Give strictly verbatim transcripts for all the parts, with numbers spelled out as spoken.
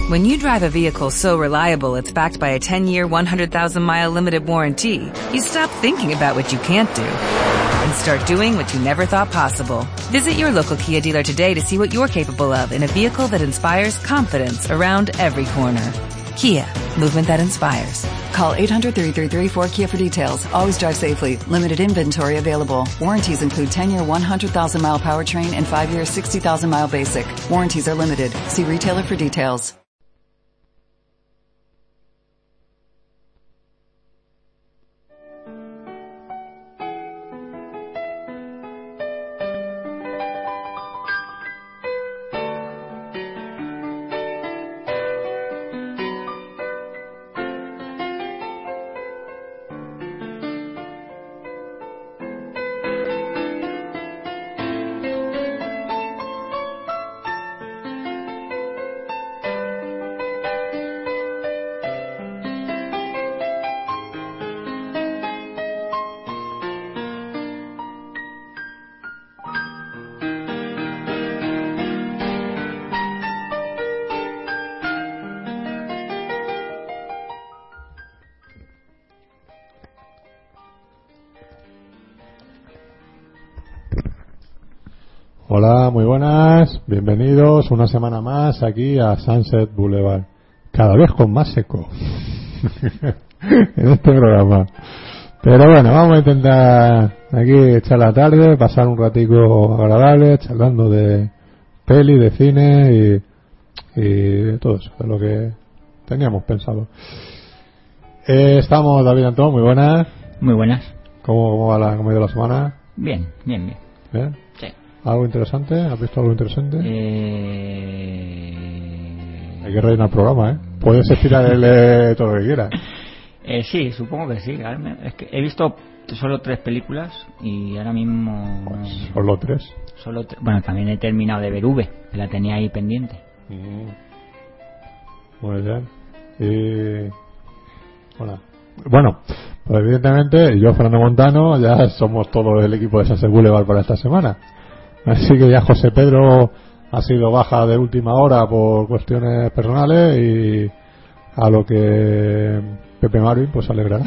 When you drive a vehicle so reliable it's backed by a ten-year, one hundred thousand mile limited warranty, you stop thinking about what you can't do and start doing what you never thought possible. Visit your local Kia dealer today to see what you're capable of in a vehicle that inspires confidence around every corner. Kia, movement that inspires. Call eight hundred, three three three, four K I A for details. Always drive safely. Limited inventory available. Warranties include ten-year, one hundred thousand mile powertrain and five-year, sixty thousand mile basic. Warranties are limited. See retailer for details. Hola, muy buenas, bienvenidos una semana más aquí a Sunset Boulevard, cada vez con más seco en este programa. Pero bueno, vamos a intentar aquí echar la tarde, pasar un ratico agradable, charlando de peli, de cine y, y de todo eso, de lo que teníamos pensado. Eh, estamos, David Antón, muy buenas. Muy buenas. ¿Cómo, cómo va la, cómo ha ido la semana? Bien, bien, bien. ¿Bien? Sí. ¿Algo interesante? ¿Has visto algo interesante? Eh... Hay que rellenar el programa, ¿eh? Puedes estirar el, eh, todo lo que quieras. Eh, sí, supongo que sí. Es que he visto solo tres películas y ahora mismo... Pues solo tres. Solo tre- bueno, también he terminado de ver V, que la tenía ahí pendiente. Mm. Muy bien. Y... Hola. Bueno, pues evidentemente yo, Fernando Montano, ya somos todos el equipo de Sunset Boulevard para esta semana. Así que ya José Pedro ha sido baja de última hora por cuestiones personales y a lo que Pepe Marvin pues se alegrará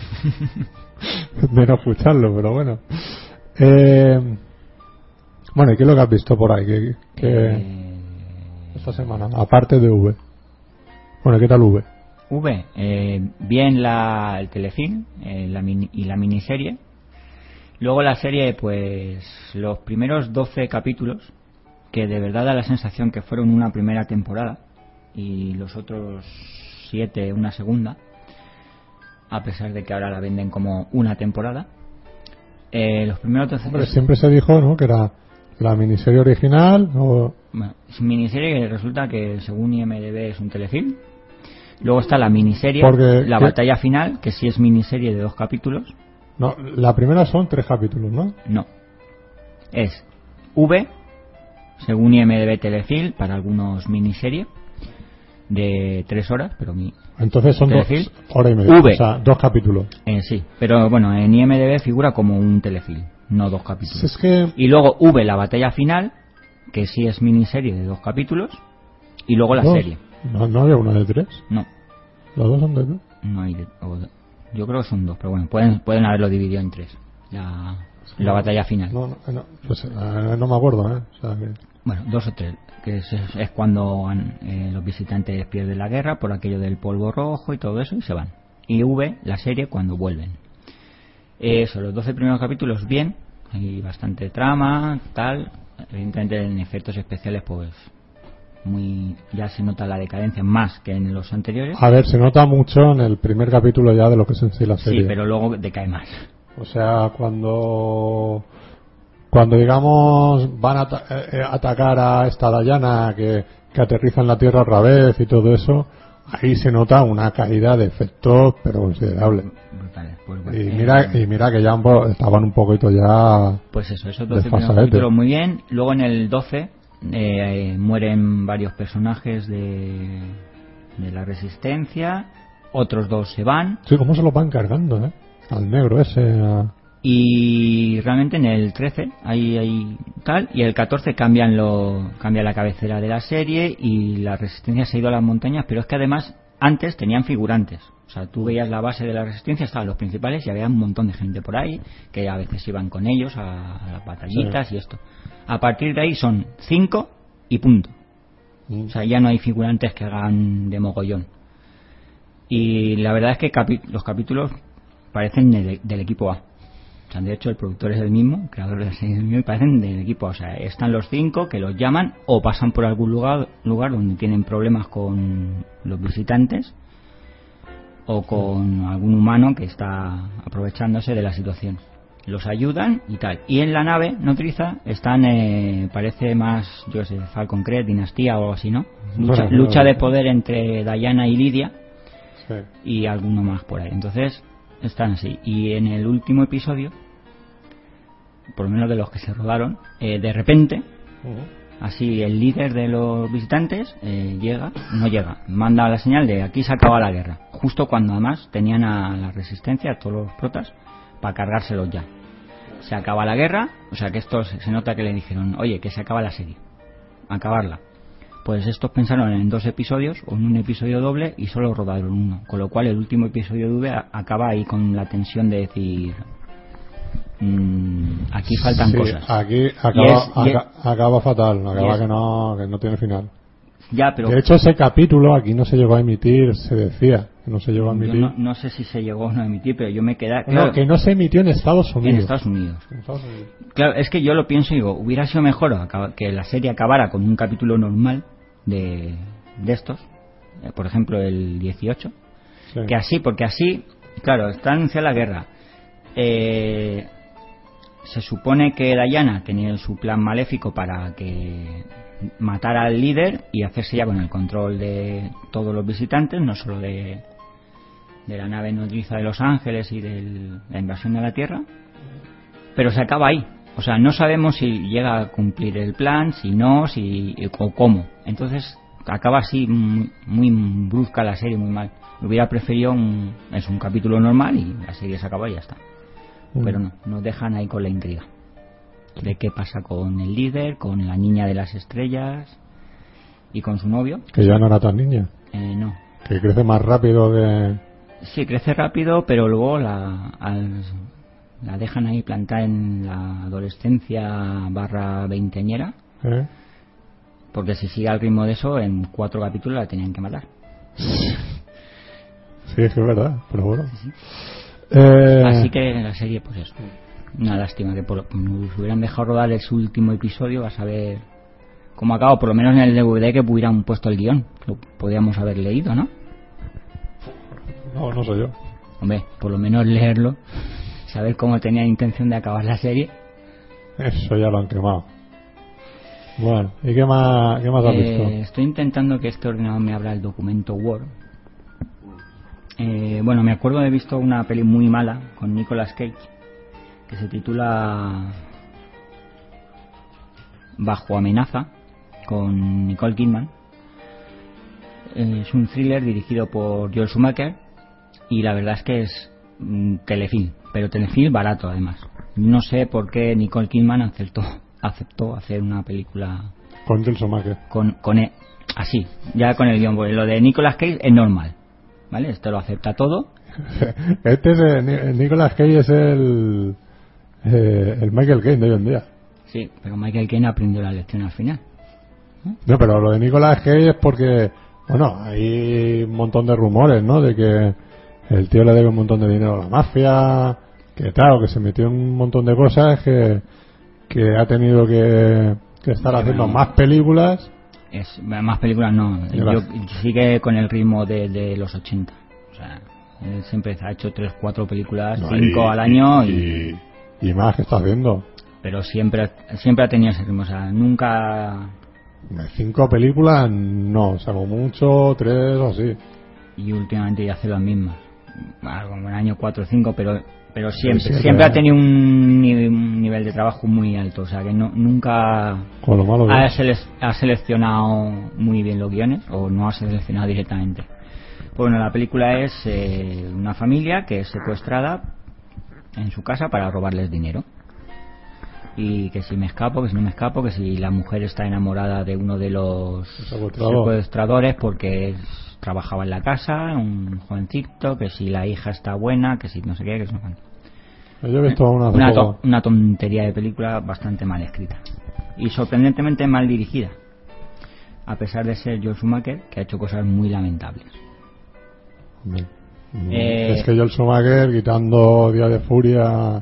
de no escucharlo, pero bueno. Eh, bueno, ¿y qué es lo que has visto por ahí? ¿Qué, qué Eh... esta semana? Aparte de V. Bueno, ¿qué tal V? V, eh, bien la, el telefilm eh, la mini, y la miniserie. Luego la serie, pues los primeros doce capítulos, que de verdad da la sensación que fueron una primera temporada y los otros siete una segunda, a pesar de que ahora la venden como una temporada. Eh, los primeros doce... Hombre, siempre se dijo, ¿no?, que era la miniserie original o... Bueno, es miniserie que resulta que según I M D B es un telefilm. Luego está la miniserie, Porque, la ¿qué? batalla final, que sí es miniserie de dos capítulos. No, la primera son tres capítulos, ¿no? No. Es V, según I M D B telefilm, para algunos miniserie, de tres horas, pero mi... Entonces son dos telefilm. horas y media, V. o sea, dos capítulos. Eh, sí, pero bueno, en I M D B figura como un telefilm, no dos capítulos. Es que... Y luego V, la batalla final, que sí es miniserie de dos capítulos, y luego la ¿Dos? serie. ¿No, ¿No había una de tres? No, ¿Los dos son de tres? no hay de, o de- yo creo que son dos, pero bueno, pueden pueden haberlo dividido en tres. La, la batalla final. No, no, no, pues, eh, no me acuerdo, ¿eh? O sea, que... Bueno, dos o tres, que es, es- es cuando han- eh, los visitantes pierden la guerra por aquello del polvo rojo y todo eso y se van. Y V, la serie, cuando vuelven. Eh, Eso, los doce primeros capítulos bien, hay bastante trama, tal. Evidentemente en efectos especiales pues muy ya se nota la decadencia más que en los anteriores. A ver, se nota mucho en el primer capítulo ya de lo que es en sí la serie. Sí, pero luego decae más. O sea, cuando cuando digamos van a ata- eh, atacar a esta Dayana que, que aterriza en la Tierra otra vez y todo eso, ahí se nota una caída de efectos pero considerable. Brutales. Pues, bueno, Y eh, mira, y mira que ya un po- estaban un poquito ya... Pues eso, esos doce desfasadete. primeros capítulos muy bien. Luego en el doce eh, mueren varios personajes de, de la Resistencia. Otros dos se van. Sí, cómo se lo van cargando, ¿eh? Al negro ese, a, Y realmente en el trece hay, hay tal, y el catorce cambian lo cambia la cabecera de la serie y la Resistencia se ha ido a las montañas, pero es que además antes tenían figurantes. O sea, tú veías la base de la Resistencia, estaban los principales y había un montón de gente por ahí que a veces iban con ellos a, a las batallitas, sí. Y esto. A partir de ahí son cinco y punto. Mm. O sea, ya no hay figurantes que hagan de mogollón. Y la verdad es que capi- los capítulos parecen de, del equipo A. O sea, de hecho, el productor es el mismo, el creador de la serie es el mismo, y parecen del equipo A. O sea, están los cinco que los llaman o pasan por algún lugar, lugar donde tienen problemas con los visitantes o con algún humano que está aprovechándose de la situación. Los ayudan y tal. Y en la nave nodriza están, eh, parece más, yo sé, Falcon Crest, Dinastía o algo así, ¿no? Lucha, bueno, lucha bueno. de poder entre Diana y Lidia, sí. Y alguno más por ahí. Entonces están así. Y en el último episodio, por lo menos de los que se rodaron, eh, de repente, uh-huh. así el líder de los visitantes eh, llega, no llega, manda la señal de aquí se acaba la guerra, justo cuando además tenían a la Resistencia, a todos los protas, para cargárselos ya. Se acaba la guerra, o sea que estos se nota que le dijeron, oye, que se acaba la serie, acabarla. Pues estos pensaron en dos episodios o en un episodio doble y solo rodaron uno, con lo cual el último episodio doble acaba ahí con la tensión de decir, mmm, aquí faltan sí, cosas. Aquí acaba, es, aca, es, acaba fatal, acaba es, que no que no tiene final. Ya, pero de hecho ese capítulo aquí no se llegó a emitir, se decía que no se llegó a emitir. Yo no, no sé si se llegó o no a emitir, pero yo me quedé claro, no, que no se emitió en Estados Unidos. En Estados Unidos. En Estados Unidos. Claro, es que yo lo pienso y digo, hubiera sido mejor que la serie acabara con un capítulo normal de, de estos, eh, por ejemplo el dieciocho, sí. Que así, porque así, claro, está anunciada la guerra. Eh, se supone que Diana tenía su plan maléfico para que matar al líder y hacerse ya con el control de todos los visitantes, no solo de, de la nave nodriza de Los Ángeles y de la invasión de la Tierra, pero se acaba ahí. O sea, no sabemos si llega a cumplir el plan, si no, si o cómo. Entonces acaba así muy, muy brusca la serie, muy mal. Hubiera preferido un, es un capítulo normal y la serie se acaba y ya está. Mm. Pero no, nos dejan ahí con la intriga de qué pasa con el líder, con la niña de las estrellas y con su novio. Que ya no era tan niña. Eh, no. Que crece más rápido que... Sí, crece rápido, pero luego la, al, la dejan ahí plantada en la adolescencia barra veinteañera. ¿Eh? Porque si sigue al ritmo de eso, en cuatro capítulos la tenían que matar. Sí, es que es verdad, pero bueno. Sí, sí. Eh... Así que la serie, pues eso. Una lástima que por, nos hubieran dejado rodar ese último episodio a saber cómo acaba, por lo menos en el D V D que hubieran puesto el guión. Lo podíamos haber leído, ¿no? No, no soy yo. Hombre, por lo menos leerlo, saber cómo tenía intención de acabar la serie. Eso ya lo han quemado. Bueno, ¿y qué más, qué más has eh, visto? Estoy intentando que este ordenador me abra el documento Word. Eh, bueno, me acuerdo de haber visto una peli muy mala con Nicolas Cage que se titula Bajo amenaza, con Nicole Kidman. Es un thriller dirigido por Joel Schumacher y la verdad es que es mm, telefilm, pero telefilm barato además. No sé por qué Nicole Kidman aceptó, aceptó hacer una película con Joel Schumacher. Con, con el, así, ya con el guión, porque lo de Nicolas Cage es normal, ¿vale? Esto lo acepta todo. Este es el, Nicolas Cage es el Eh, el Michael Caine de hoy en día. Sí, pero Michael Caine aprendió la lección al final. ¿Eh? No, pero lo de Nicolas Cage es porque, bueno, hay un montón de rumores, ¿no? De que el tío le debe un montón de dinero a la mafia, que claro, que se metió en un montón de cosas, que, que ha tenido que, que estar sí, haciendo bueno, más películas. Es, más películas no, yo, sigue con el ritmo de, de los ochenta. O sea, él siempre ha hecho tres, cuatro películas, no, cinco y, al año y... y Y más que está haciendo. Pero siempre siempre ha tenido ese ritmo, o sea, nunca... Cinco películas, no, o sea, como mucho, tres o así. Y últimamente ya hace las mismas. Bueno, como en el año cuatro o cinco, pero pero siempre sí, sí, siempre ha tenido un, ni, un nivel de trabajo muy alto, o sea, que no nunca Con lo malo ha, sele, ha seleccionado muy bien los guiones, o no ha seleccionado directamente. Bueno, la película es eh, una familia que es secuestrada en su casa para robarles dinero. Y que si me escapo, que si no me escapo, que si la mujer está enamorada de uno de los secuestradores porque es, trabajaba en la casa, un jovencito, que si la hija está buena, que si no sé qué, que si no. Yo he visto una, una, to- una tontería de película bastante mal escrita y sorprendentemente mal dirigida, a pesar de ser Joel Schumacher, que ha hecho cosas muy lamentables. Eh, es que Joel Schumacher, quitando Día de Furia,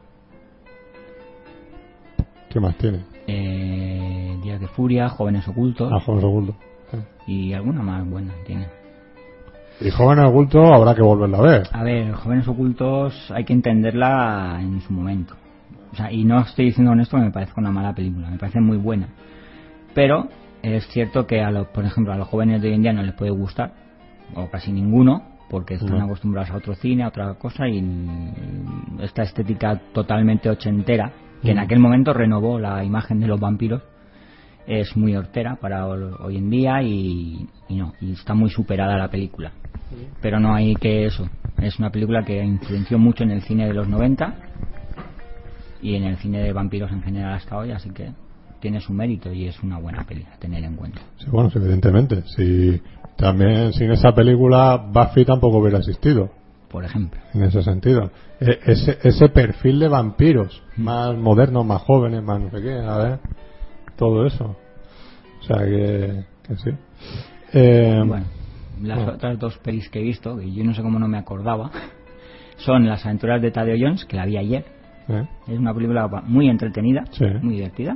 ¿qué más tiene? Eh, Días de Furia, Jóvenes Ocultos. Ah, Jóvenes Ocultos. Sí. Y alguna más buena tiene. Y Jóvenes Ocultos habrá que volverla a ver. A ver, Jóvenes Ocultos hay que entenderla en su momento. O sea, y no estoy diciendo con esto que me parezca una mala película, me parece muy buena. Pero es cierto que, a los, por ejemplo, a los jóvenes de hoy en día no les puede gustar, o casi ninguno, porque están no. acostumbrados a otro cine, a otra cosa, y esta estética totalmente ochentera, que mm. en aquel momento renovó la imagen de los vampiros, es muy hortera para hoy en día y, y no, y está muy superada la película. Pero no hay que eso, es una película que influenció mucho en el cine de los noventa y en el cine de vampiros en general hasta hoy, así que tiene su mérito y es una buena peli a tener en cuenta. Sí, bueno, sí, evidentemente. Si también sin esa película Buffy tampoco hubiera existido, por ejemplo. En ese sentido, e- ese, ese perfil de vampiros mm. más modernos, más jóvenes, más no sé qué, a ver, todo eso. O sea que, que sí. Eh, bueno, las bueno. otras dos pelis que he visto, que yo no sé cómo no me acordaba, son Las aventuras de Tadeo Jones, que la vi ayer. ¿Eh? Es una película muy entretenida, sí. muy divertida.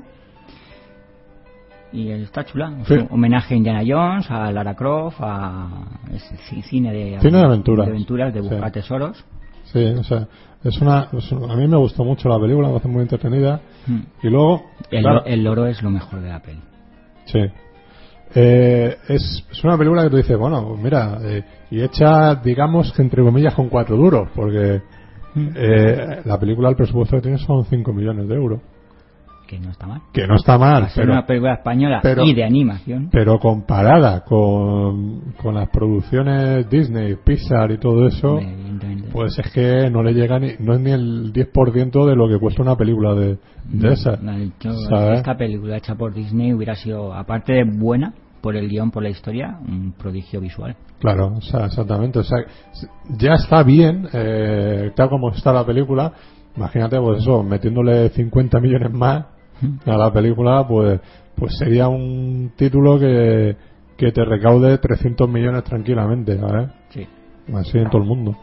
Y está chula. Sí. Un homenaje a Indiana Jones, a Lara Croft, a cine de, cine de aventuras, de, aventuras, de buscar sí. tesoros. Sí, o sea, es una, es una, a mí me gustó mucho la película, me parece muy entretenida. Hmm. Y luego el, claro, el loro es lo mejor de la peli. Sí. Eh, es, es una película que tú dices, bueno, mira, eh, y hecha, digamos, que entre comillas con cuatro duros, porque hmm. eh, la película, el presupuesto que tiene son cinco millones de euros. Que no está mal. Que no está mal. Pero, una película española pero, y de animación. Pero comparada con, con las producciones Disney, Pixar y todo eso, pues es que no le llega ni, no es ni el diez por ciento de lo que cuesta una película de, de esa. No, no, esta película hecha por Disney hubiera sido, aparte de buena, por el guión, por la historia, un prodigio visual. Claro, o sea, exactamente. O sea, ya está bien, eh, tal como está la película. Imagínate, pues eso, metiéndole cincuenta millones más a la película, pues pues sería un título que, que te recaude trescientos millones tranquilamente, ¿sabes? Sí. Así en todo el mundo.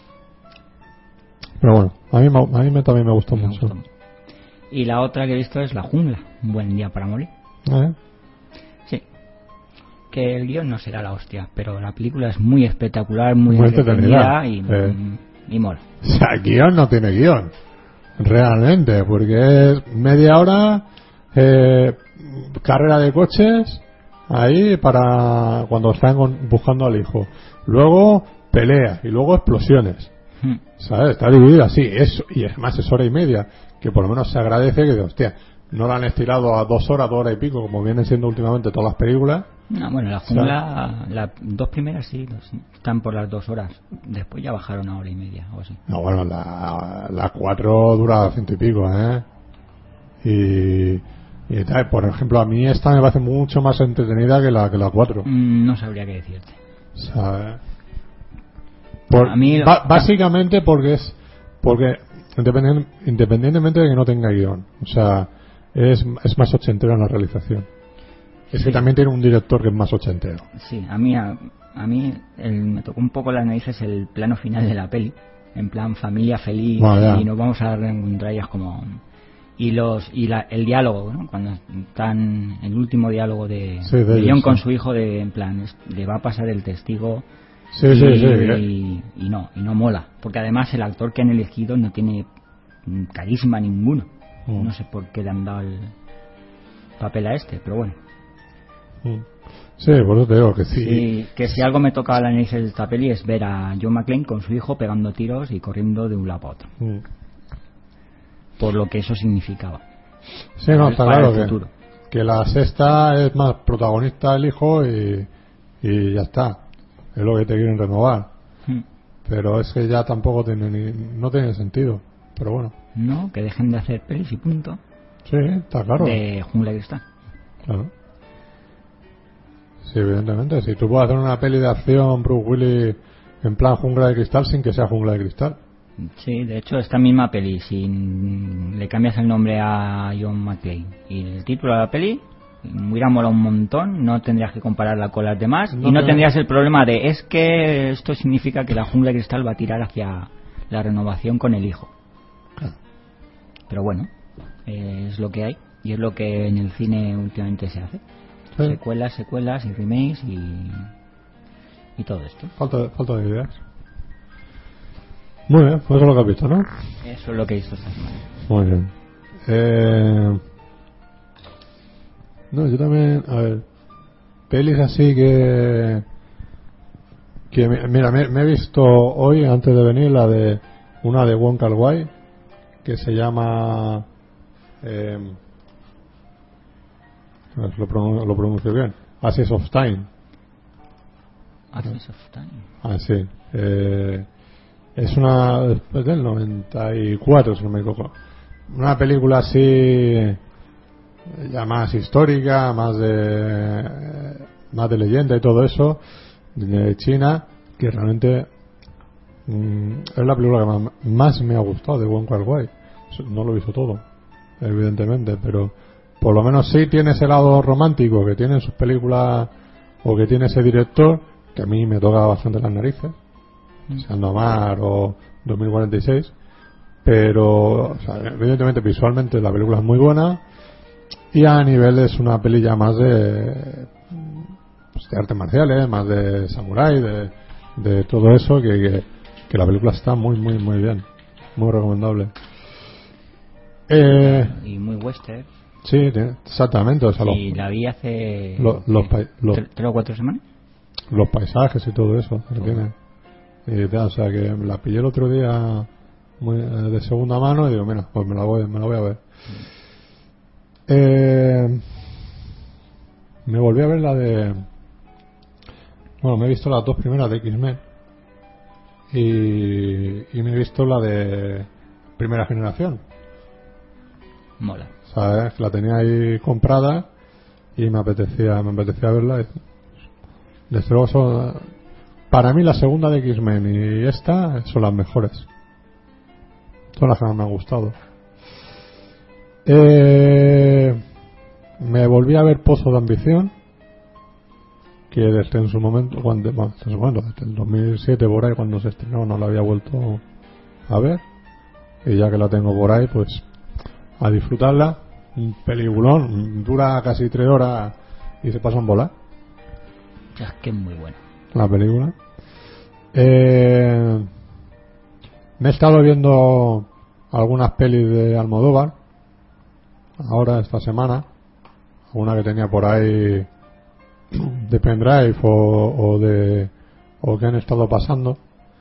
Pero bueno, a mí, a mí me, también me gustó me mucho. Gustó. Y la otra que he visto es La Jungla, un buen día para morir. ¿Eh? Sí. Que el guión no será la hostia, pero la película es muy espectacular, muy, muy entretenida y, eh. y mola. O sea, guión no tiene guión. Realmente, porque es media hora, eh, carrera de coches, ahí para cuando están con, buscando al hijo. Luego pelea y luego explosiones. Hmm. ¿Sabes? Está dividida así. Eso, y es más, es hora y media. Que por lo menos se agradece que, hostia, no la han estirado a dos horas, dos horas y pico, como vienen siendo últimamente todas las películas. No, bueno, la jungla, las dos primeras sí, están por las dos horas. Después ya bajaron a hora y media o así. No, bueno, la, la cuatro dura ciento y pico, ¿eh? Y, y tal, por ejemplo, a mí esta me parece mucho más entretenida que la que la cuatro. Mm, no sabría qué decirte. ¿Sabes? Por, a mí, ba- básicamente porque es, porque independent, independientemente de que no tenga guión, o sea, es, es más ochentera en la realización. Es que sí. También tiene un director que es más ochentero. Sí, a mí, a, a mí el, me tocó un poco las narices el plano final de la peli, en plan familia feliz, bueno, y nos vamos a reencontrar ellas como... Y los y la, el diálogo, ¿no? Cuando están el último diálogo de, sí, de, de ellos, John sí. con su hijo, de en plan, es, le va a pasar el testigo. Sí, y, sí, sí, y, y no, y no mola, porque además el actor que han elegido no tiene carisma ninguno. Mm. No sé por qué le han dado el papel a este, pero bueno. Sí, por eso te digo que sí. sí que si algo me toca al análisis de esta peli es ver a John McClane con su hijo pegando tiros y corriendo de un lado a otro. Mm. Por lo que eso significaba. Sí, no, está claro que, que la sexta es más protagonista el hijo y, y ya está. Es lo que te quieren renovar. Mm. Pero es que ya tampoco tiene ni, no tiene sentido. pero bueno. No, que dejen de hacer pelis y punto. Sí, está claro. De Jungla de Cristal. Claro. Sí, evidentemente. Si tú puedes hacer una peli de acción, Bruce Willis, en plan Jungla de Cristal, sin que sea Jungla de Cristal. Sí, de hecho, esta misma peli, si le cambias el nombre a John McClane y el título de la peli, hubiera molado un montón, no tendrías que compararla con las demás no y no tendrías el problema de es que esto significa que la Jungla de Cristal va a tirar hacia la renovación con el hijo. Claro. Pero bueno, eh, es lo que hay y es lo que en el cine últimamente se hace. Sí. Secuelas, secuelas y remakes y, y todo esto. Falta, falta de ideas. Muy bien, pues eso es lo que has visto, ¿no? Eso es lo que he visto esta semana. Muy bien. Eh... No, yo también, a ver, pelis así que... que mira, me, me he visto hoy, antes de venir, la de una de Wong Kar-wai, que se llama... Eh, lo, pronuncio, lo pronuncio bien, Ashes of Time. Ashes of Time. Ah, sí. Eh, es una... después del noventa y cuatro, si no me equivoco. Una película así... ya más histórica, más de más de leyenda y todo eso, de China, que realmente mmm, es la película que más, más me ha gustado de Wong Kar-wai. No lo he visto todo, evidentemente, pero por lo menos sí tiene ese lado romántico que tiene en sus películas, o que tiene ese director, que a mí me toca bastante las narices, mm. Siendo Mar o dos mil cuarenta y seis, pero o sea, evidentemente visualmente la película es muy buena. Y a nivel es una peli ya más de, pues, de artes marciales, más de samurái, de, de todo eso, que, que, que la película está muy, muy, muy bien. Muy recomendable. Eh, y muy western. Sí, exactamente. O sea, sí, los, la vi hace lo, los, los, ¿tres, tres o cuatro semanas? Los paisajes y todo eso que oh. tiene. Y, o sea, que la pillé el otro día muy, de segunda mano y digo, mira, pues me la voy, me la voy a ver. Mm. Eh, me volví a ver la de... Bueno, me he visto las dos primeras de X-Men. Y, y me he visto la de Primera Generación. Mola. ¿Sabes? La tenía ahí comprada y me apetecía, me apetecía verla. Desde luego son... Para mí la segunda de X-Men y esta son las mejores. Son las que más me han gustado. Eh, me volví a ver Pozo de Ambición, que desde en su momento, cuando, bueno, desde, su momento, desde el dos mil siete por ahí cuando se estrenó no la había vuelto a ver, y ya que la tengo por ahí, pues a disfrutarla. Un peliculón, dura casi tres horas y se pasa en volar. Ya es que es muy buena la película. Eh, me he estado viendo algunas pelis de Almodóvar ahora esta semana, una que tenía por ahí de pendrive o, o de o que han estado pasando,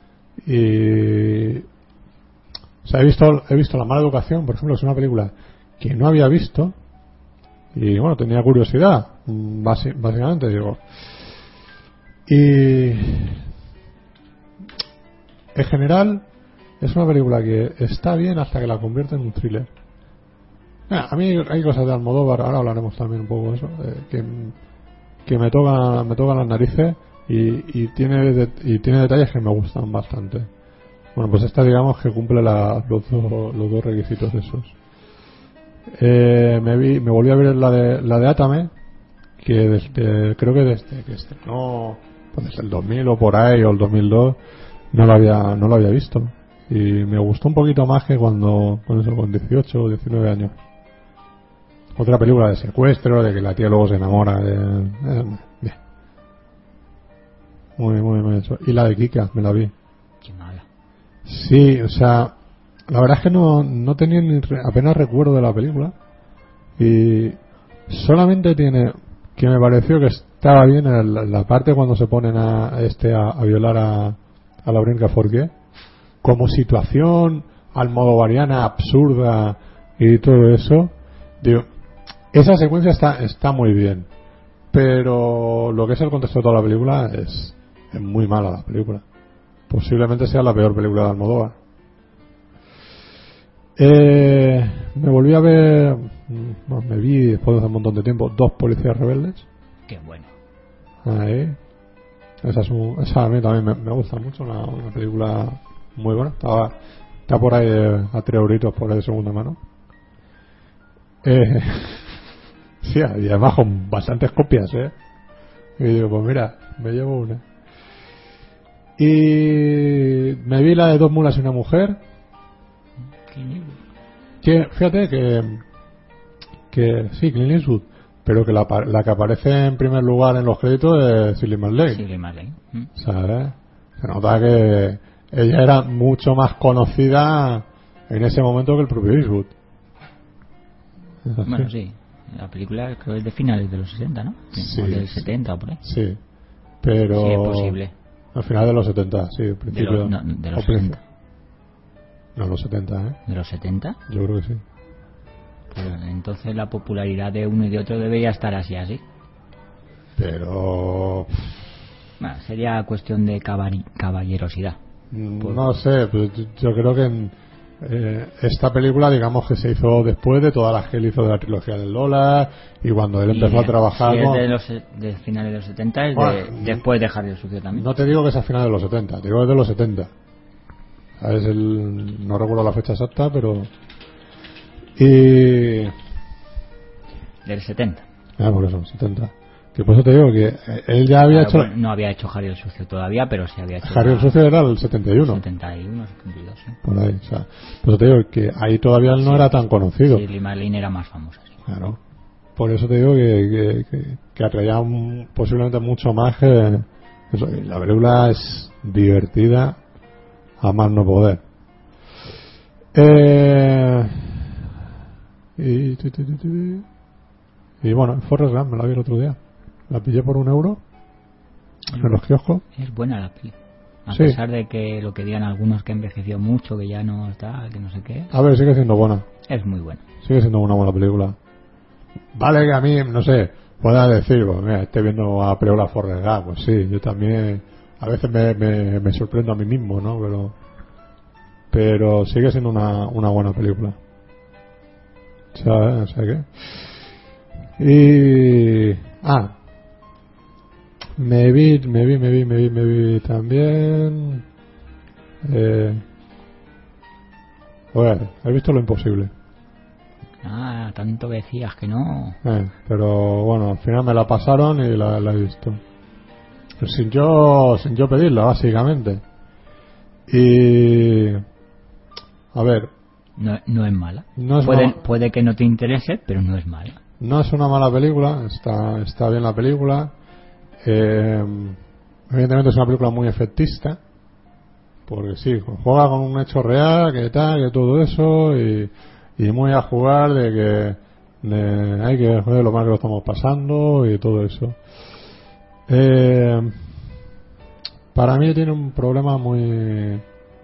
y o sea, he visto he visto La Mala Educación, por ejemplo, que es una película que no había visto y bueno, tenía curiosidad basi- básicamente digo, y en general es una película que está bien hasta que la convierte en un thriller. A mí hay cosas de Almodóvar, ahora hablaremos también un poco de eso, eh, que, que me tocan me tocan las narices y, y tiene de, y tiene detalles que me gustan bastante. Bueno, pues esta digamos que cumple la, los, dos, los dos requisitos de esos. Eh, me vi me volví a ver la de la de Atame, que desde creo que desde que estrenó pues desde el dos mil o por ahí o el dos mil dos no la había no la había visto y me gustó un poquito más que cuando con eso con dieciocho o diecinueve años. Otra película de secuestro, de que la tía luego se enamora de... Eh, bien. Muy, muy, muy eso. Y la de Kika, me la vi. Qué mala. Sí, o sea, la verdad es que no, no tenía ni re, apenas recuerdo de la película. Y solamente tiene que me pareció que estaba bien en la, la parte cuando se ponen a este a, a violar a, a Lauren Forqué. Como situación almodovariana absurda y todo eso. Digo, esa secuencia está está muy bien, pero lo que es el contexto de toda la película es, es muy mala la película. Posiblemente sea la peor película de Almodóvar. Eh, me volví a ver, bueno, me vi después de un montón de tiempo, Dos policías rebeldes. Qué bueno. Ahí. Esa, es un, esa a mí también me, me gusta mucho, una, una película muy buena. Estaba, está por ahí eh, a tres euritos por ahí de segunda mano. Eh, sí, y además con bastantes copias, ¿eh? Y digo, pues mira, me llevo una. Y me vi la de Dos mulas y una mujer. Que, fíjate que, que sí, Clint Eastwood, pero que la, la que aparece en primer lugar en los créditos es Shirley MacLaine. Shirley MacLaine. ¿Mm? ¿Sabes? Se nota que ella era mucho más conocida en ese momento que el propio Eastwood. Bueno, sí. La película creo que es de finales de los sesenta, ¿no? Sí. O del setenta o por ahí. Sí. Pero... Sí, es posible. Al final de los setenta, sí. Principio, de los, no, de los sesenta. No, los setenta, ¿eh? ¿De los setenta? Yo creo que sí. Pero entonces la popularidad de uno y de otro debería estar así, así. Pero... Bueno, sería cuestión de caball- caballerosidad. Por... No sé, pues yo creo que en, eh, esta película, digamos que se hizo después de todas las que él hizo de la trilogía del Lola, y cuando él empezó y, a trabajar... Si con... es de los de finales de los setenta, es bueno, de, después de Harry el Sucio también. No te digo que es a finales de los setenta, te digo que es de los setenta. Es el, no recuerdo la fecha exacta, pero... Y... Del setenta. Ah, por eso, setenta. Que por eso te digo que él ya había claro, hecho... Bueno, no había hecho Harry el Sucio todavía, pero sí había hecho... Harry el Sucio era el setenta y uno. setenta y uno, setenta y dos, sí. Por ahí, o sea... Por eso te digo que ahí todavía él no sí, era tan conocido. Sí, Shirley MacLaine era más famosa, sí. Claro. Por eso te digo que, que, que, que atraía un, posiblemente mucho más que... Eso, la película es divertida a más no poder. Eh... Y, tu, tu, tu, tu. Y bueno, Forrest Gump me la vi el otro día. La pillé por un euro en los kioscos. Es buena la peli. A Sí. pesar de que lo que digan algunos que envejeció mucho, que ya no está, que no sé qué. A ver, sigue siendo buena. Es muy buena. Sigue siendo una buena película. Vale que a mí, no sé, pueda decir, pues mira, estoy viendo a Preola Forrest Gump. Pues sí, yo también a veces me, me, me sorprendo a mí mismo, ¿no? Pero pero sigue siendo una, una buena película. ¿Sabes? O sea que... Y... Ah. Me vi, me vi, me vi, me vi, me vi también... Eh... Oye, ¿has visto Lo Imposible? Ah, tanto decías que no. Eh, pero bueno, al final me la pasaron y la, la he visto. Pero sin yo, sin yo pedirla, básicamente. Y... A ver... No, no es mala. No es puede, una- puede que no te interese, pero no es mala. No es una mala película, está, está bien la película. Eh, evidentemente es una película muy efectista, porque sí, juega con un hecho real, que tal, que todo eso, y, y muy a jugar de que de, hay que joder lo mal que lo estamos pasando y todo eso. Eh, para mí tiene un problema muy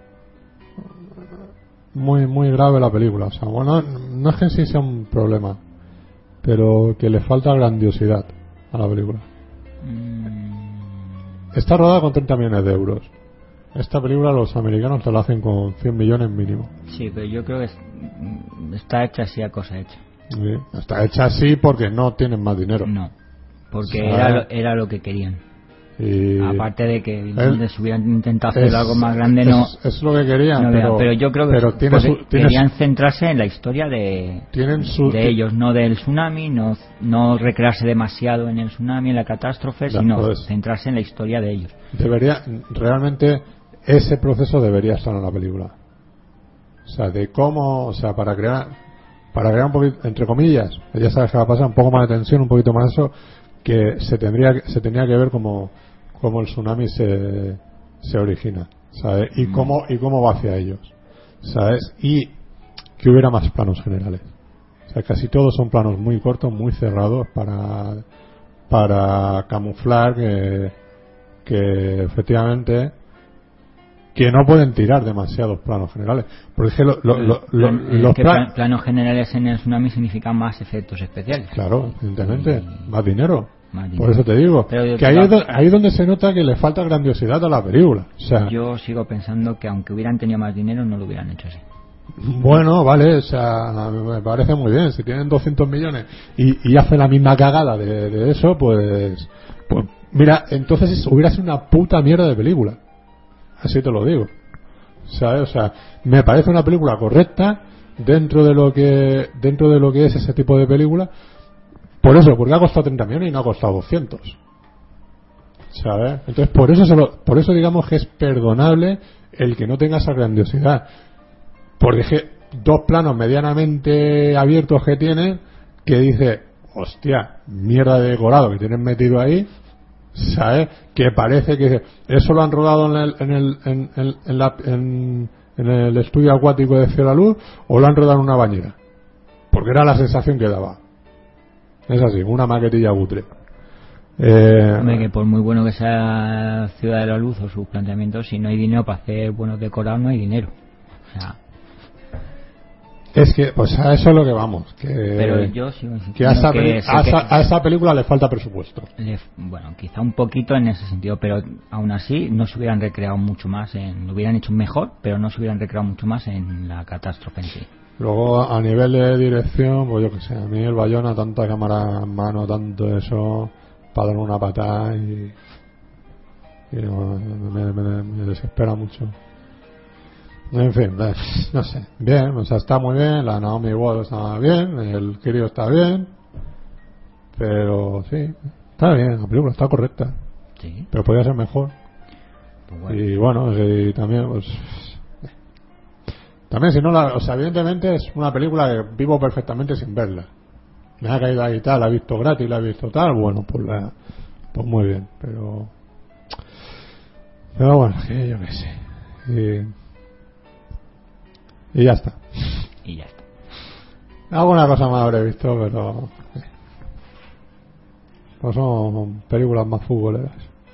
muy muy grave la película. O sea, bueno, no es que en sí sea un problema, pero que le falta grandiosidad a la película. Mm, Está rodada con treinta millones de euros. Esta película los americanos te la hacen con cien millones mínimo. sí, pero yo creo que es- está hecha así a cosa hecha. ¿Sí? Está hecha así porque no tienen más dinero. No, porque O sea, era, lo, era lo que querían. Y Aparte de que evidentemente, si hubieran intentado hacer es, algo más grande, no, es, es lo que querían, no pero, pero, pero yo creo que pero tiene porque su, tiene querían su- centrarse en la historia de, tienen su, de ellos, no del tsunami, no, no recrearse demasiado en el tsunami, en la catástrofe, Ya, sino pues. centrarse en la historia de ellos. debería realmente ese proceso debería estar en la película. O sea, de cómo, o sea, para crear para crear un poquito, entre comillas, ya sabes que va a pasar un poco más de tensión, un poquito más eso, que se tendría que- se tenía que ver como cómo el tsunami se se origina, ¿sabes? Y Mm. cómo y cómo va hacia ellos, ¿sabes? Y que hubiera más planos generales. O sea, casi todos son planos muy cortos, muy cerrados para para camuflar que que efectivamente que no pueden tirar demasiados planos generales, porque es que lo- lo- lo- lo- Plan- eh, los que planos, plan- planos generales en el tsunami significan más efectos especiales. claro, evidentemente, Y- más dinero. más dinero. Por eso te digo Pero yo que ahí creo- es, do- ahí es donde se nota que le falta grandiosidad a la película. O sea, Yo sigo pensando que aunque hubieran tenido más dinero no lo hubieran hecho así. Bueno, vale, o sea, me parece muy bien. Si tienen doscientos millones y, y hacen la misma cagada de, de eso, pues, pues mira, entonces hubiera sido una puta mierda de película. Así te lo digo. ¿Sabes? O sea, me parece una película correcta dentro de lo que dentro de lo que es ese tipo de película. Por eso, porque ha costado treinta millones y no ha costado doscientos. ¿Sabes? Entonces, por eso se lo, por eso digamos que es perdonable el que no tenga esa grandiosidad. Porque es que dos planos medianamente abiertos que tienen, que dice, hostia, mierda de decorado que tienen metido ahí, ¿sabes? Que parece que eso lo han rodado en el, en el, en, en, en, la, en, en el estudio acuático de Cielo a Luz, o lo han rodado en una bañera. Porque era la sensación que daba. Es así, una maquetilla butre. Eh, Hombre, que por muy bueno que sea Ciudad de la Luz o sus planteamientos, si no hay dinero para hacer buenos decorados, no hay dinero. O sea, es que, pues a eso es lo que vamos. Que, pero yo sigo que, a esa, que peli- a, esa, a esa película le falta presupuesto. le, bueno, quizá un poquito en ese sentido, pero aún así no se hubieran recreado mucho más, en, lo hubieran hecho mejor, pero no se hubieran recreado mucho más en la catástrofe en sí. Luego, a nivel de dirección, pues yo que sé, a mí el Bayona, tanta cámara en mano, tanto eso, para dar una patada y, y no, me, me, me desespera mucho. En fin, no sé, bien, o sea, está muy bien, la Naomi Watts está bien, el Kirio está bien, pero sí, está bien, la película está correcta, Sí. pero podría ser mejor. Pues bueno. Y bueno, y también, pues, también si no la, o sea, evidentemente es una película que vivo perfectamente sin verla. Me ha caído ahí tal, la he visto gratis, la he visto tal, bueno, pues la, pues muy bien, pero, pero bueno, que yo qué sé. Y, y ya está. Y ya está. Alguna cosa más habré visto, pero eh, pues son películas más futboleras.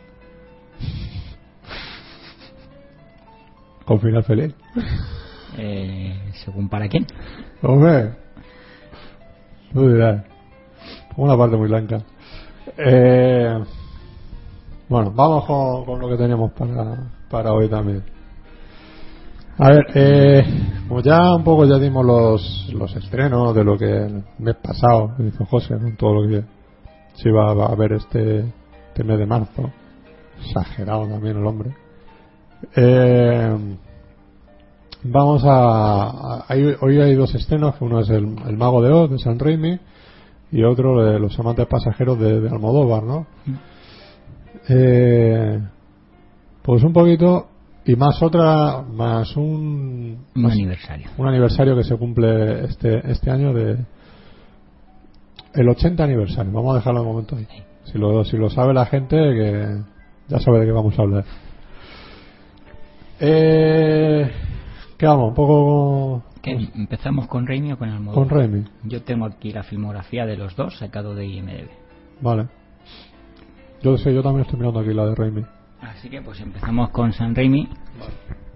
Con final feliz. Eh, según para quién. Hombre, tú dirás. Una parte muy blanca. Eh, bueno, vamos con, con lo que teníamos para, para hoy también. A ver, eh, como ya un poco ya dimos los, los estrenos de lo que el mes pasado hizo José, con todo lo que se iba a ver este, este mes de marzo. Exagerado también el hombre. Eh, vamos a, a hay, hoy hay dos estrenos, que uno es el, el Mago de Oz de Sam Raimi y otro de Los amantes pasajeros de, de Almodóvar, ¿no? Mm. Eh, pues un poquito y más otra más un un más aniversario un aniversario que se cumple este este año de el ochenta aniversario. Vamos a dejarlo un momento ahí. Si lo si lo sabe la gente, que ya sabe de qué vamos a hablar. Eh, ¿Qué vamos? Un poco. ¿Qué? ¿Empezamos con Raimi o con Almodóvar? Con Raimi. Yo tengo aquí la filmografía de los dos sacado de I M D B. Vale. Yo sé, yo también estoy mirando aquí la de Raimi. Así que pues empezamos con Sam Raimi, vale.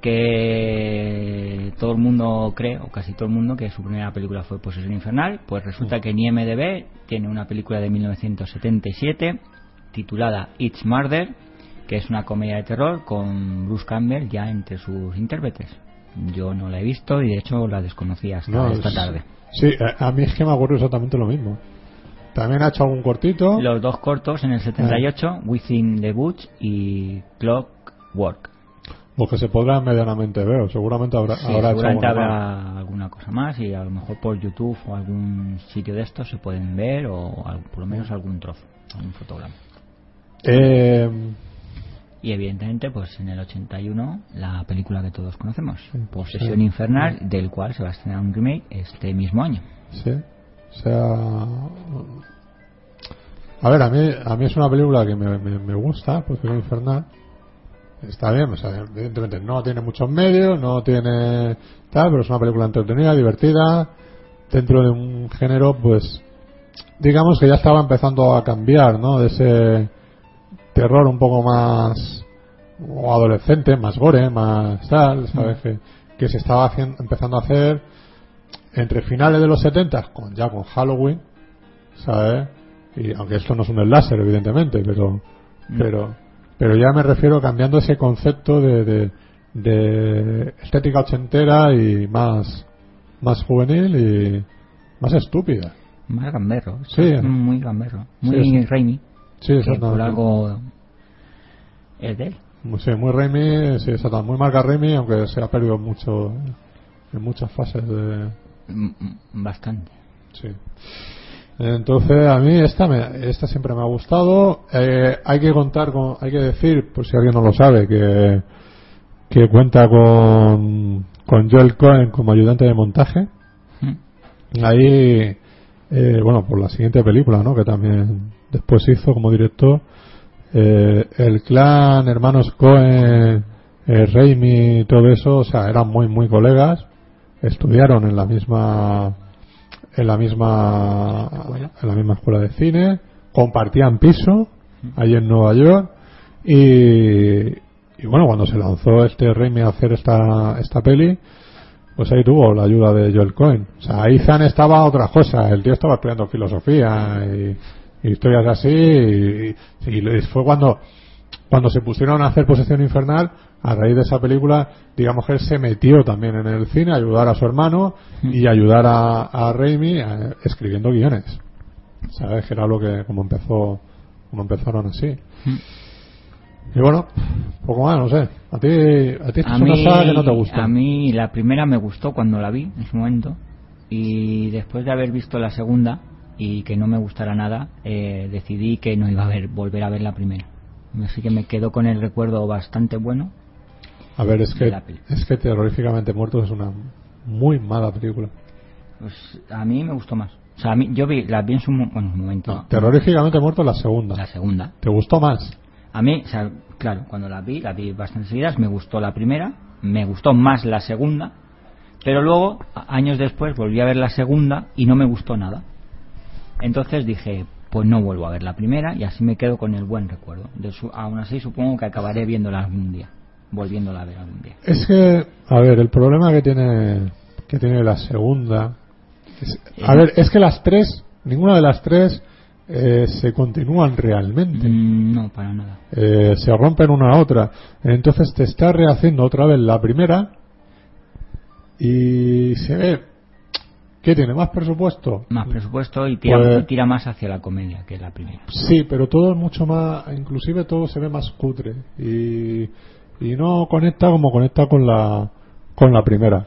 Que todo el mundo cree, o casi todo el mundo, que su primera película fue Posesión Infernal. Pues resulta que en I M D B tiene una película de mil novecientos setenta y siete titulada It's Murder, que es una comedia de terror con Bruce Campbell ya entre sus intérpretes. Yo no la he visto y de hecho la desconocía hasta no, esta tarde. Sí, a, a mí es que me ocurrió exactamente lo mismo. También ha hecho algún cortito. Los dos cortos en el setenta y ocho, ah. Within the Woods y Clockwork. Los que se podrán medianamente ver, seguramente habrá, sí, habrá seguramente hecho habrá más. alguna cosa más y a lo mejor por YouTube o algún sitio de estos se pueden ver o por lo menos algún trozo, algún fotograma. Eh... Y evidentemente pues en el ochenta y uno la película que todos conocemos, sí, Posesión sí. Infernal, del cual se va a estrenar un remake este mismo año. Sí, o sea, a ver, a mí a mí es una película que me, me, me gusta, Posesión Infernal. Está bien, o sea, evidentemente no tiene muchos medios, no tiene tal, pero es una película entretenida, divertida, dentro de un género, pues, digamos que ya estaba empezando a cambiar, ¿no? De ese terror un poco más o adolescente, más gore, más tal, ¿sabes? Mm. Que, que se estaba haciendo, empezando a hacer entre finales de los setenta, con, ya con Halloween, ¿sabes? Y aunque esto no es un slasher, evidentemente, pero, mm. pero, pero ya me refiero cambiando ese concepto de, de, de estética ochentera y más más juvenil y más estúpida. Más gamberro. Sí, muy gamberro. Muy sí, Raimi. Sí, que por algo es de él. Sí, muy Raimi, sí, exactamente. Muy marca Raimi, aunque se ha perdido mucho en muchas fases de... Bastante. Sí. Entonces, a mí esta me, esta siempre me ha gustado. Eh, hay que contar con, hay que decir, por si alguien no lo sabe, que que cuenta con con Joel Cohen como ayudante de montaje. Mm. Ahí, eh, bueno, por la siguiente película, ¿no? Que también después hizo como director. Eh, el clan, hermanos Cohen, eh, Raimi, todo eso, o sea, eran muy, muy colegas. Estudiaron en la misma en la misma en la misma escuela de cine, compartían piso allí en Nueva York y, y bueno, cuando se lanzó este Raimi a hacer esta esta peli, pues ahí tuvo la ayuda de Joel Cohen. O sea, Ethan estaba a otra cosa, el tío estaba estudiando filosofía y, y historias así y, y fue cuando cuando se pusieron a hacer Posesión Infernal. A raíz de esa película, digamos que él se metió también en el cine a ayudar a su hermano y ayudar a, a Raimi a, escribiendo guiones. ¿Sabes? Que era lo que, como empezó, como empezaron así. Y bueno, poco más, no sé. A ti, a ti esta es una saga que no te gusta. A mí la primera me gustó cuando la vi, en su momento. Y después de haber visto la segunda y que no me gustara nada, eh, decidí que no iba a ver, volver a ver la primera. Así que me quedo con el recuerdo bastante bueno. A ver, es que es que Terroríficamente Muertos es una muy mala película. Pues a mí me gustó más. O sea, a mí, yo vi, la vi en su bueno, un momento. No, Terroríficamente Muertos la segunda. La segunda. ¿Te gustó más? A mí, o sea, claro, cuando la vi, la vi bastante seguidas, me gustó la primera, me gustó más la segunda, pero luego, años después, volví a ver la segunda y no me gustó nada. Entonces dije, pues no vuelvo a ver la primera y así me quedo con el buen recuerdo. De su, aún así supongo que acabaré viéndola algún día. Volviéndola a ver algún día. Es que, a ver, el problema que tiene que tiene la segunda es, a ver, es que las tres, ninguna de las tres eh, se continúan realmente. Mm, no, para nada. Eh, se rompen una a otra. Entonces te está rehaciendo otra vez la primera y se ve que tiene más presupuesto. Más presupuesto y tira, pues, y tira más hacia la comedia que la primera. Sí, pero todo es mucho más, inclusive todo se ve más cutre y y no conecta como conecta con la con la primera.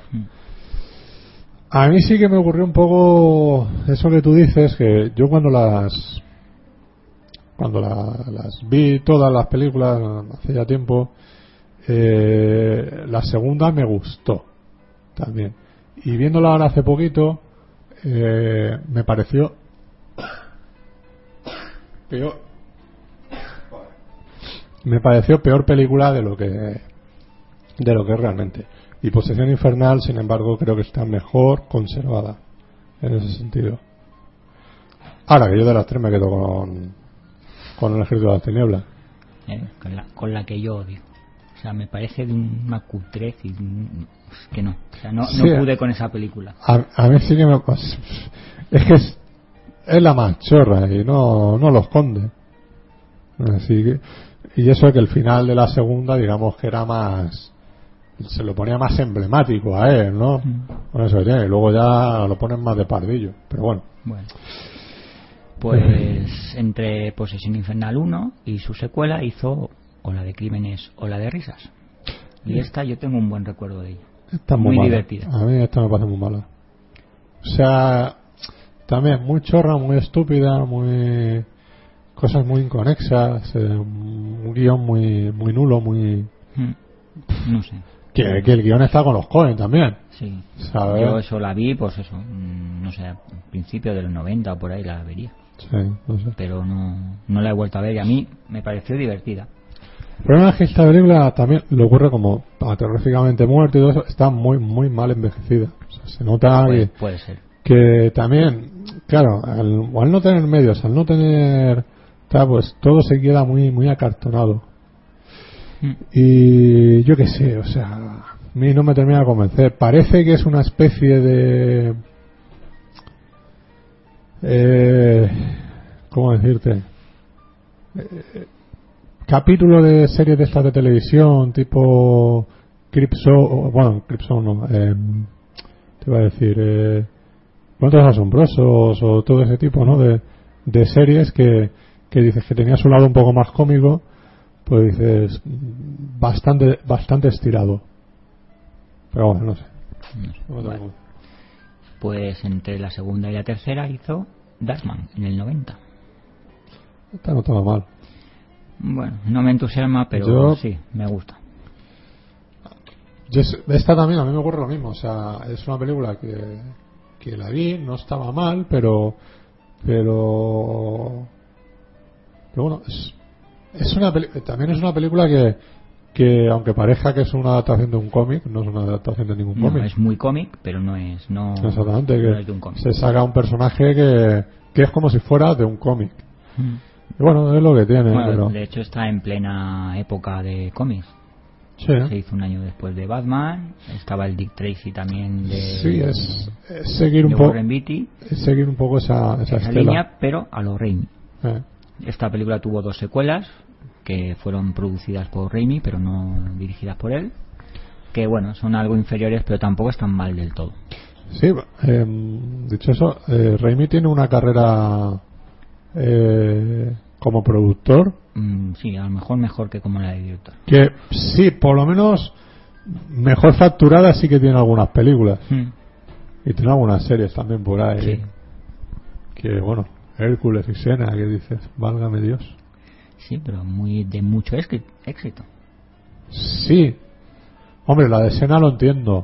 A mí sí que me ocurrió un poco eso que tú dices, que yo cuando las cuando la, las vi todas las películas hace ya tiempo, eh, la segunda me gustó también, y viéndola ahora hace poquito eh, me pareció peor me pareció peor película de lo que de lo que es realmente. Y Posesión Infernal, sin embargo, creo que está mejor conservada en ese sentido. Ahora que yo de las tres me quedo con con El Ejército de las Tinieblas, eh, con, la, con la que yo odio. O sea, me parece de una cutrez y que no, o sea, no, no sí, pude con esa película. A, a mí sí que me pasa. Es que es, es la más chorra y no no lo esconde. Así que, y eso es que el final de la segunda, digamos que era más, se lo ponía más emblemático a él, ¿no? Mm. Con eso tiene, y luego ya lo ponen más de pardillo, pero bueno. Bueno, pues entre Posesión Infernal uno y su secuela hizo o la de Crímenes o la de Risas. Y sí, esta yo tengo un buen recuerdo de ella. Está muy, muy mala. divertida. A mí esta me parece muy mala. O sea, también muy chorra, muy estúpida, muy cosas muy inconexas, eh, un guión muy muy nulo, muy mm. no sé. Que, que el guión está con los Cohen también. Sí. ¿Sabes? Yo eso la vi, pues eso, no sé, a principios de los noventa o por ahí la vería. Sí, no sé. Pero no, no la he vuelto a ver y a mí me pareció divertida. El problema es que esta película también le ocurre como Terroríficamente Muerto y todo eso, está muy muy mal envejecida. O sea, se nota puede, que, puede ser. que también, claro, al, al no tener medios, al no tener, pues todo se queda muy muy acartonado. Mm. Y yo qué sé, o sea, a mí no me termina de convencer. Parece que es una especie de eh, ¿cómo decirte? Eh, capítulo de series de estas de televisión tipo Creepshow, bueno, Creepshow no, eh, te iba a decir, eh, Cuentos Asombrosos o todo ese tipo, ¿no? De, de series que, que dices que tenía su lado un poco más cómico, pues dices, bastante, bastante estirado. Pero bueno, no sé. No vale. Pues entre la segunda y la tercera hizo Darkman en el noventa. Esta no estaba mal. Bueno, no me entusiasma, pero Yo, sí, me gusta. Yo, esta también a mí me ocurre lo mismo. O sea, es una película que, que la vi, no estaba mal, pero pero pero bueno, es, es una peli- también es una película que que aunque parezca que es una adaptación de un cómic, no es una adaptación de ningún No, cómic. es muy cómic, pero no es no Exactamente, no que es de un cómic. se saca un personaje que, que es como si fuera de un cómic. Mm. Y bueno, es lo que tiene. Bueno, pero... de hecho está en plena época de cómics. Sí, Se hizo un año después de Batman, estaba el Dick Tracy también de, sí es, es seguir un de poco Warren Beatty, es seguir un poco esa, esa, esa estela. línea, pero a lo Raimi. Eh. Esta película tuvo dos secuelas que fueron producidas por Raimi, pero no dirigidas por él, que bueno, son algo inferiores, pero tampoco están mal del todo. Sí, eh, dicho eso, eh, Raimi tiene una carrera eh, como productor Mm, sí, a lo mejor mejor que como la de director. que sí, por lo menos mejor facturada sí que tiene algunas películas. Mm. Y tiene algunas series también por ahí. Sí. Que bueno, Hércules y Xena, que dices, válgame Dios. Sí, pero muy de mucho éxi- éxito. Sí. Hombre, la de Xena lo entiendo.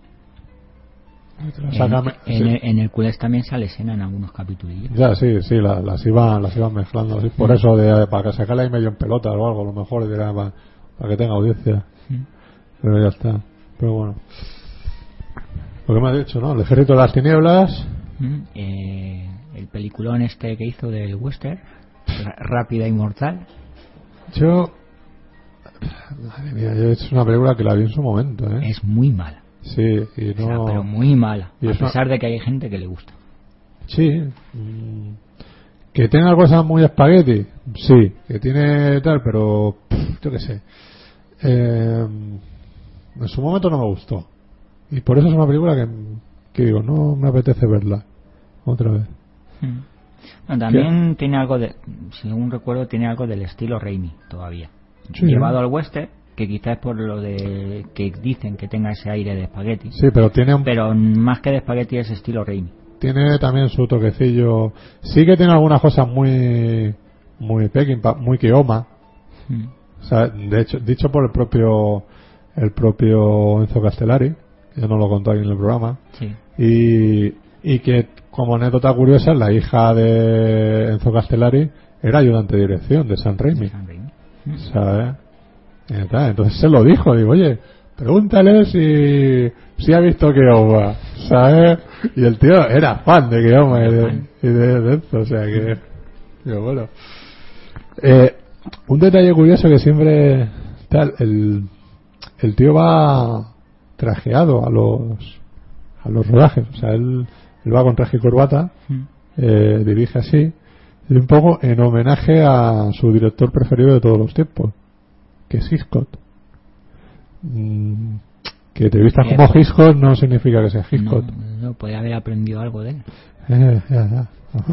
En, Sácame- en, sí. el- en Hércules también sale escena en algunos capítulos. Ya, sí, sí, la- las iban las iban mezclando. Sí, por Mm. eso, de, para que sacarla ahí medio en pelota o algo, a lo mejor, y dirá, para, para que tenga audiencia. Mm. Pero ya está. Pero bueno. Lo que me has dicho, ¿no? El Ejército de las Tinieblas. Mm, eh, el peliculón este que hizo del western, Ra- Rápida y Mortal. Yo. Madre mía, yo- es una película que la vi en su momento, ¿eh? Es muy mala. Sí, y O sea, no. pero muy mala. Y A es una- pesar de que hay gente que le gusta. Sí. mm, Que tenga cosas muy espagueti. Sí. Que tiene tal, pero. pff, yo qué sé. Eh, en su momento no me gustó. Y por eso es una película que, que digo, no me apetece verla otra vez. Mm. Bueno, también tiene algo de, según recuerdo, tiene algo del estilo Raimi todavía. Sí. Llevado al western, que quizás es por lo de que dicen que tenga ese aire de espagueti. Sí, pero tiene un, Pero más que de espagueti es estilo Raimi. tiene también su toquecillo. Sí que tiene algunas cosas muy muy Peckinpah, pa- muy Keoma. Mm. O sea, de hecho, dicho por el propio el propio Enzo Castellari, que ya nos lo contó aquí en el programa, Sí. y, y que como anécdota curiosa, la hija de Enzo Castellari era ayudante de dirección de San Raimi. San Raimi. Mm. ¿Sabes? Y tal, entonces se lo dijo, digo, oye, pregúntale si, si ha visto Keoma, ¿sabes? Y el tío era fan de Keoma y de, y de, de esto, o sea que, digo, bueno. Eh, un detalle curioso que siempre, tal, el, el tío va trajeado a los, a los rodajes, o sea, él, él va con traje y corbata, Mm. eh, dirige así, y un poco en homenaje a su director preferido de todos los tiempos, que es Hitchcock. Mm, que te vistas Bien. como Hitchcock no significa que sea Hitchcock. No, no, podría haber aprendido algo de él. Eh, ya, ya.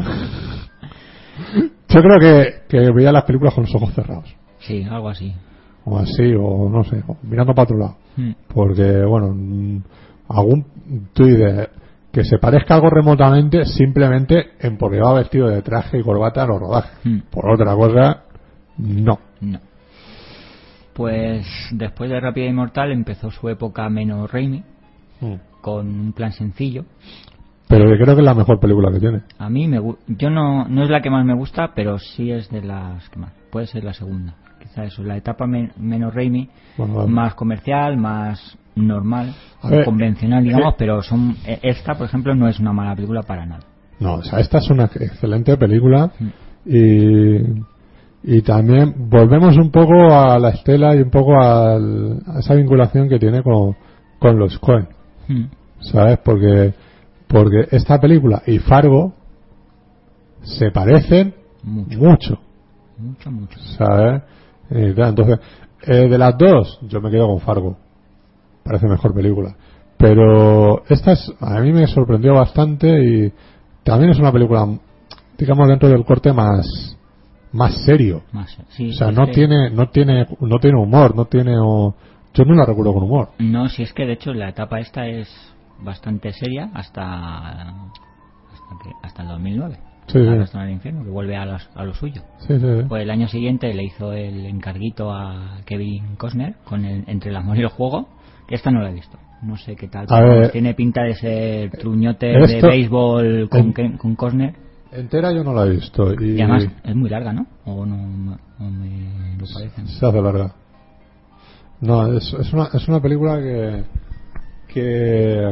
Yo creo que, que veía las películas con los ojos cerrados, Sí, algo así. o así, o no sé, o mirando para otro lado. Mm. Porque, bueno, mm, algún tú dices que se parezca algo remotamente simplemente en porque va vestido de traje y corbata a los rodajes. Mm. Por otra cosa, no. No. Pues después de Rápida y Mortal empezó su época menos Raimi, con un plan sencillo. Pero que creo que es la mejor película que tiene. A mí me gu- yo no no es la que más me gusta, pero sí es de las que más. Puede ser la segunda. Quizá eso, la etapa men- menos Raimi, Bueno, vale. más comercial, más normal, A ver, convencional, digamos, eh, pero son e- esta, por ejemplo, no es una mala película para nada. No, o sea, esta es una excelente película Mm. y, y también volvemos un poco a la estela y un poco al- a esa vinculación que tiene con, con los Coen, Mm. ¿sabes? Porque, porque esta película y Fargo se parecen Mucho, mucho, mucho, mucho. ¿sabes? Y tal, entonces, eh, de las dos, yo me quedo con Fargo. parece mejor película. Pero esta es, a mí me sorprendió bastante y también es una película, digamos, dentro del corte más más serio. Más, sí, o sea, es no que... tiene no tiene no tiene humor, no tiene o... yo no la recuerdo con humor. No, si es que de hecho la etapa esta es bastante seria hasta hasta, que, hasta el dos mil nueve. Sí, sí. Hasta el infierno, que vuelve a, los, a lo suyo. Sí, sí, sí. Pues el año siguiente le hizo el encarguito a Kevin Costner con el Entre el amor y el juego, que esta no la he visto. No sé qué tal. Ver, tiene pinta de ser truñote esto, de béisbol con, en, con Costner. Entera yo no la he visto. Y, y además es muy larga, ¿no? O no, no me lo parece. Se hace larga. No, es, es, una, es una película que... que...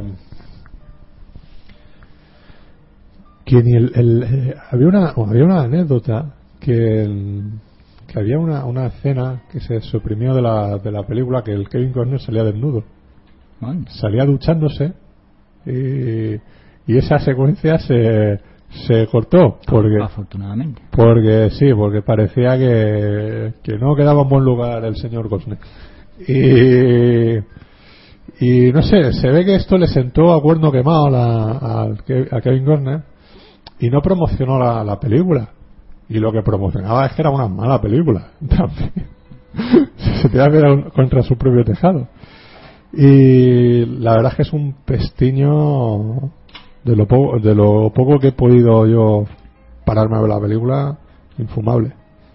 que ni el, el eh, había una había una anécdota que, que había una, una escena que se suprimió de la, de la película, que el Kevin Costner salía desnudo. Bueno. Salía duchándose y, y esa secuencia se se cortó porque afortunadamente porque sí porque parecía que, que no quedaba en buen lugar el señor Costner y y no sé, se ve que esto le sentó a cuerno quemado a, la, a, a Kevin Costner y no promocionó la, la película, y lo que promocionaba es que era una mala película también. Se tenía que ir contra su propio tejado. Y la verdad es que es un pestiño de lo, po- de lo poco que he podido yo pararme a ver la película, infumable.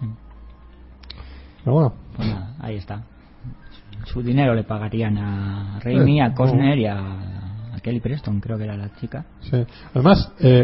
Pero bueno, pues nada, ahí está. Su dinero le pagarían a Raimi, eh, a Costner no. y a, a Kelly Preston, creo que era la chica. Sí. Además, eh,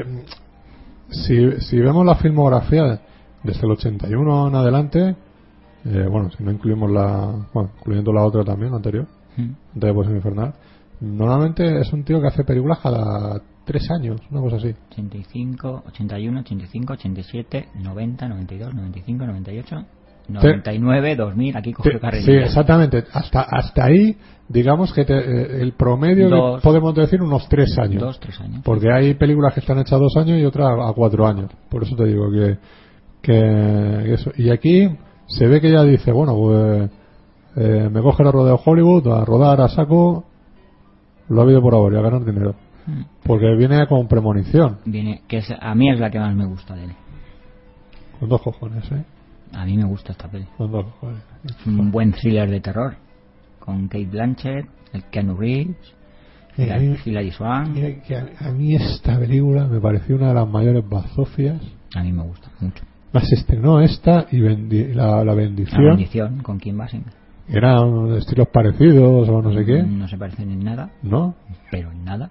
si, si vemos la filmografía desde el ochenta y uno en adelante, eh, bueno, si no incluimos la, bueno, incluyendo la otra también, la anterior, Mm. de Poción Infernal, normalmente es un tío que hace películas cada tres años, una cosa así. ochenta y cinco, ochenta y uno, ochenta y cinco, ochenta y siete, noventa, noventa y dos, noventa y cinco, noventa y ocho, noventa y nueve, dos mil, aquí coge carrera. Sí, exactamente. Hasta hasta ahí, digamos que te, eh, el promedio dos, de, podemos decir unos tres años. Dos, tres años. Porque hay películas que están hechas a dos años y otras a cuatro años. Por eso te digo que, que eso. Y aquí se ve que ella dice, bueno, pues eh, me coge la rueda de Hollywood a rodar a saco, lo ha habido por ahora y a ganar dinero. Mm. Porque viene con premonición. Viene, que es, a mí es la que más me gusta de él. Con dos cojones, ¿eh? A mí me gusta esta peli. Con dos cojones. Es un buen thriller de terror. Con Kate Blanchett, el Keanu Reeves, Eh, a mí- Hilary Swank. Mira que a, a mí esta película me pareció una de las mayores bazofias. A mí me gusta mucho. Más estrenó esta y bendi- la, la bendición. La bendición con Kim Basinger. Eran estilos parecidos o no sé qué. No se parecen en nada, ¿No? pero en nada.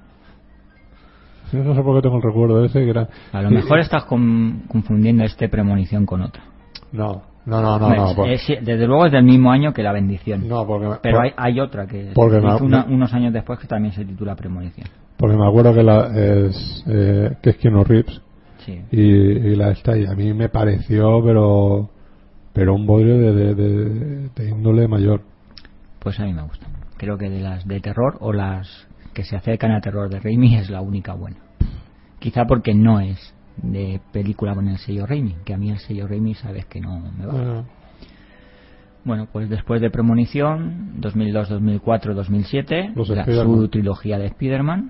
No sé por qué tengo el recuerdo de ese que era. A lo mejor estás con- confundiendo este premonición con otra. No, no, no, no. Hombre, no, por- es- desde luego es del mismo año que la bendición. no, porque, me- Pero por- hay, hay otra que porque se me- hizo una- me- unos años después que también se titula premonición. porque me acuerdo que la es eh, que es Keanu Reeves Sí. y, y la esta y a mí me pareció pero pero un bodrio de, de, de, de índole mayor. Pues a mí me gusta. Creo que de las de terror o las que se acercan a terror de Raimi es la única buena. Quizá porque no es de película con el sello Raimi, que a mí el sello Raimi sabes que no me va. Bueno, Bueno, pues después de Premonición, dos mil dos, dos mil cuatro, dos mil siete, Los la- Spider-Man. su trilogía de Spider-Man,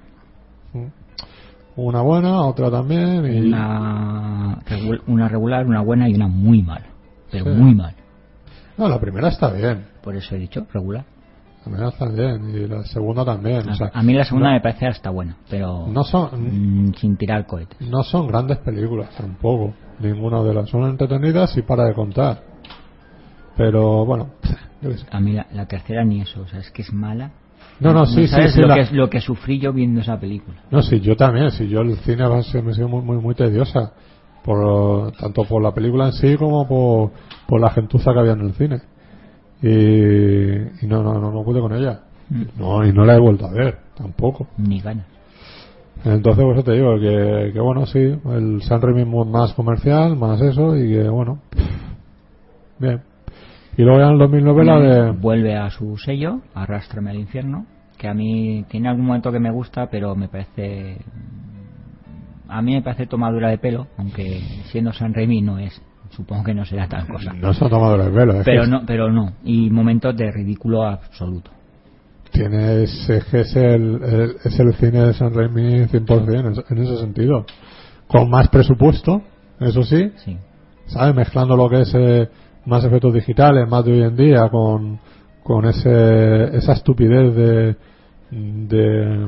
una buena, otra también y una, regu- una regular, una buena y una muy mala. Pero Sí. muy mal. no, la primera está bien. Por eso he dicho regular. La primera está bien y la segunda también. A, O sea, a mí la segunda no, me parece hasta buena, pero no son mm, sin tirar cohetes. no son grandes películas tampoco, ninguna de las son entretenidas y para de contar. Pero bueno, yo qué sé. A mí la, la tercera ni eso, o sea, es que es mala. No, no, sí, sí, sabes sí, lo, la- que es, lo que sufrí yo viendo esa película. No, sí, yo también, sí, yo el cine va a ser, me ha sido muy, muy, muy tediosa, por, tanto por la película en sí como por, por la gentuza que había en el cine. Y, y no, no, no, no pude con ella. Mm. No, y no la he vuelto a ver, tampoco. Ni ganas. Entonces, pues te digo que, que bueno, sí, el San Raimi es más comercial, más eso, y que bueno, bien. Y luego ya en el dos mil nueve la de... Vuelve a su sello, Arrástrame al infierno, que a mí tiene algún momento que me gusta, pero me parece... A mí me parece tomadura de pelo, aunque siendo San Raimi no es. Supongo que no será tal cosa. No se ha tomado el pelo, es Pero que- no, pero no. Y momentos de ridículo absoluto. tienes es que es el, el- es el cine de San Raimi cien por ciento en, en ese sentido, con más presupuesto, eso sí, Sí. ¿sabes? Mezclando lo que es eh, más efectos digitales, más de hoy en día, con, con ese, esa estupidez de, de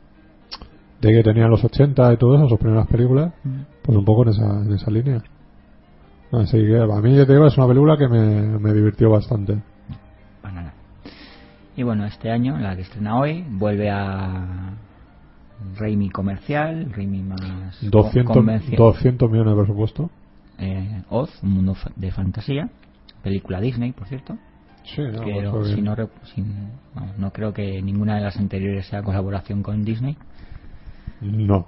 de que tenían los ochenta y todo eso, sus primeras películas, pues un poco en esa, en esa línea. Así que a mí, ya te digo, es una película que me, me divirtió bastante. Para nada. Y bueno, este año, la que estrena hoy, vuelve a Raimi comercial, Raimi más doscientos, convencional. doscientos millones de presupuesto. Eh, Oz, un mundo fa- de fantasía, película Disney, por cierto. Sí, no, Pero pues, si bien. no, rep- si- vamos, no creo que ninguna de las anteriores sea colaboración con Disney. No.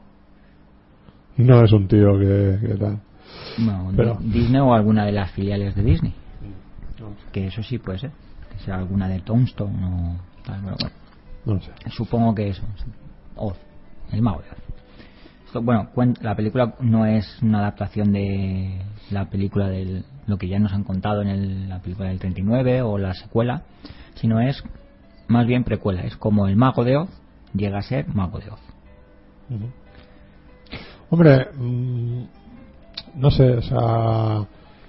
No es un tío que, que tal. No, Pero- Di- Disney o alguna de las filiales de Disney. No, Que eso sí puede ser. Que sea alguna de Tombstone o tal, pero bueno. no sé. Supongo que eso. sí. Oz, el mago de Oz. Esto, bueno, cuen- la película no es una adaptación de la película del lo que ya nos han contado en el- la película del treinta y nueve o la secuela, sino es más bien precuela. Es como el mago de Oz llega a ser mago de Oz. Ujú. Hombre, mmm, no sé, o sea,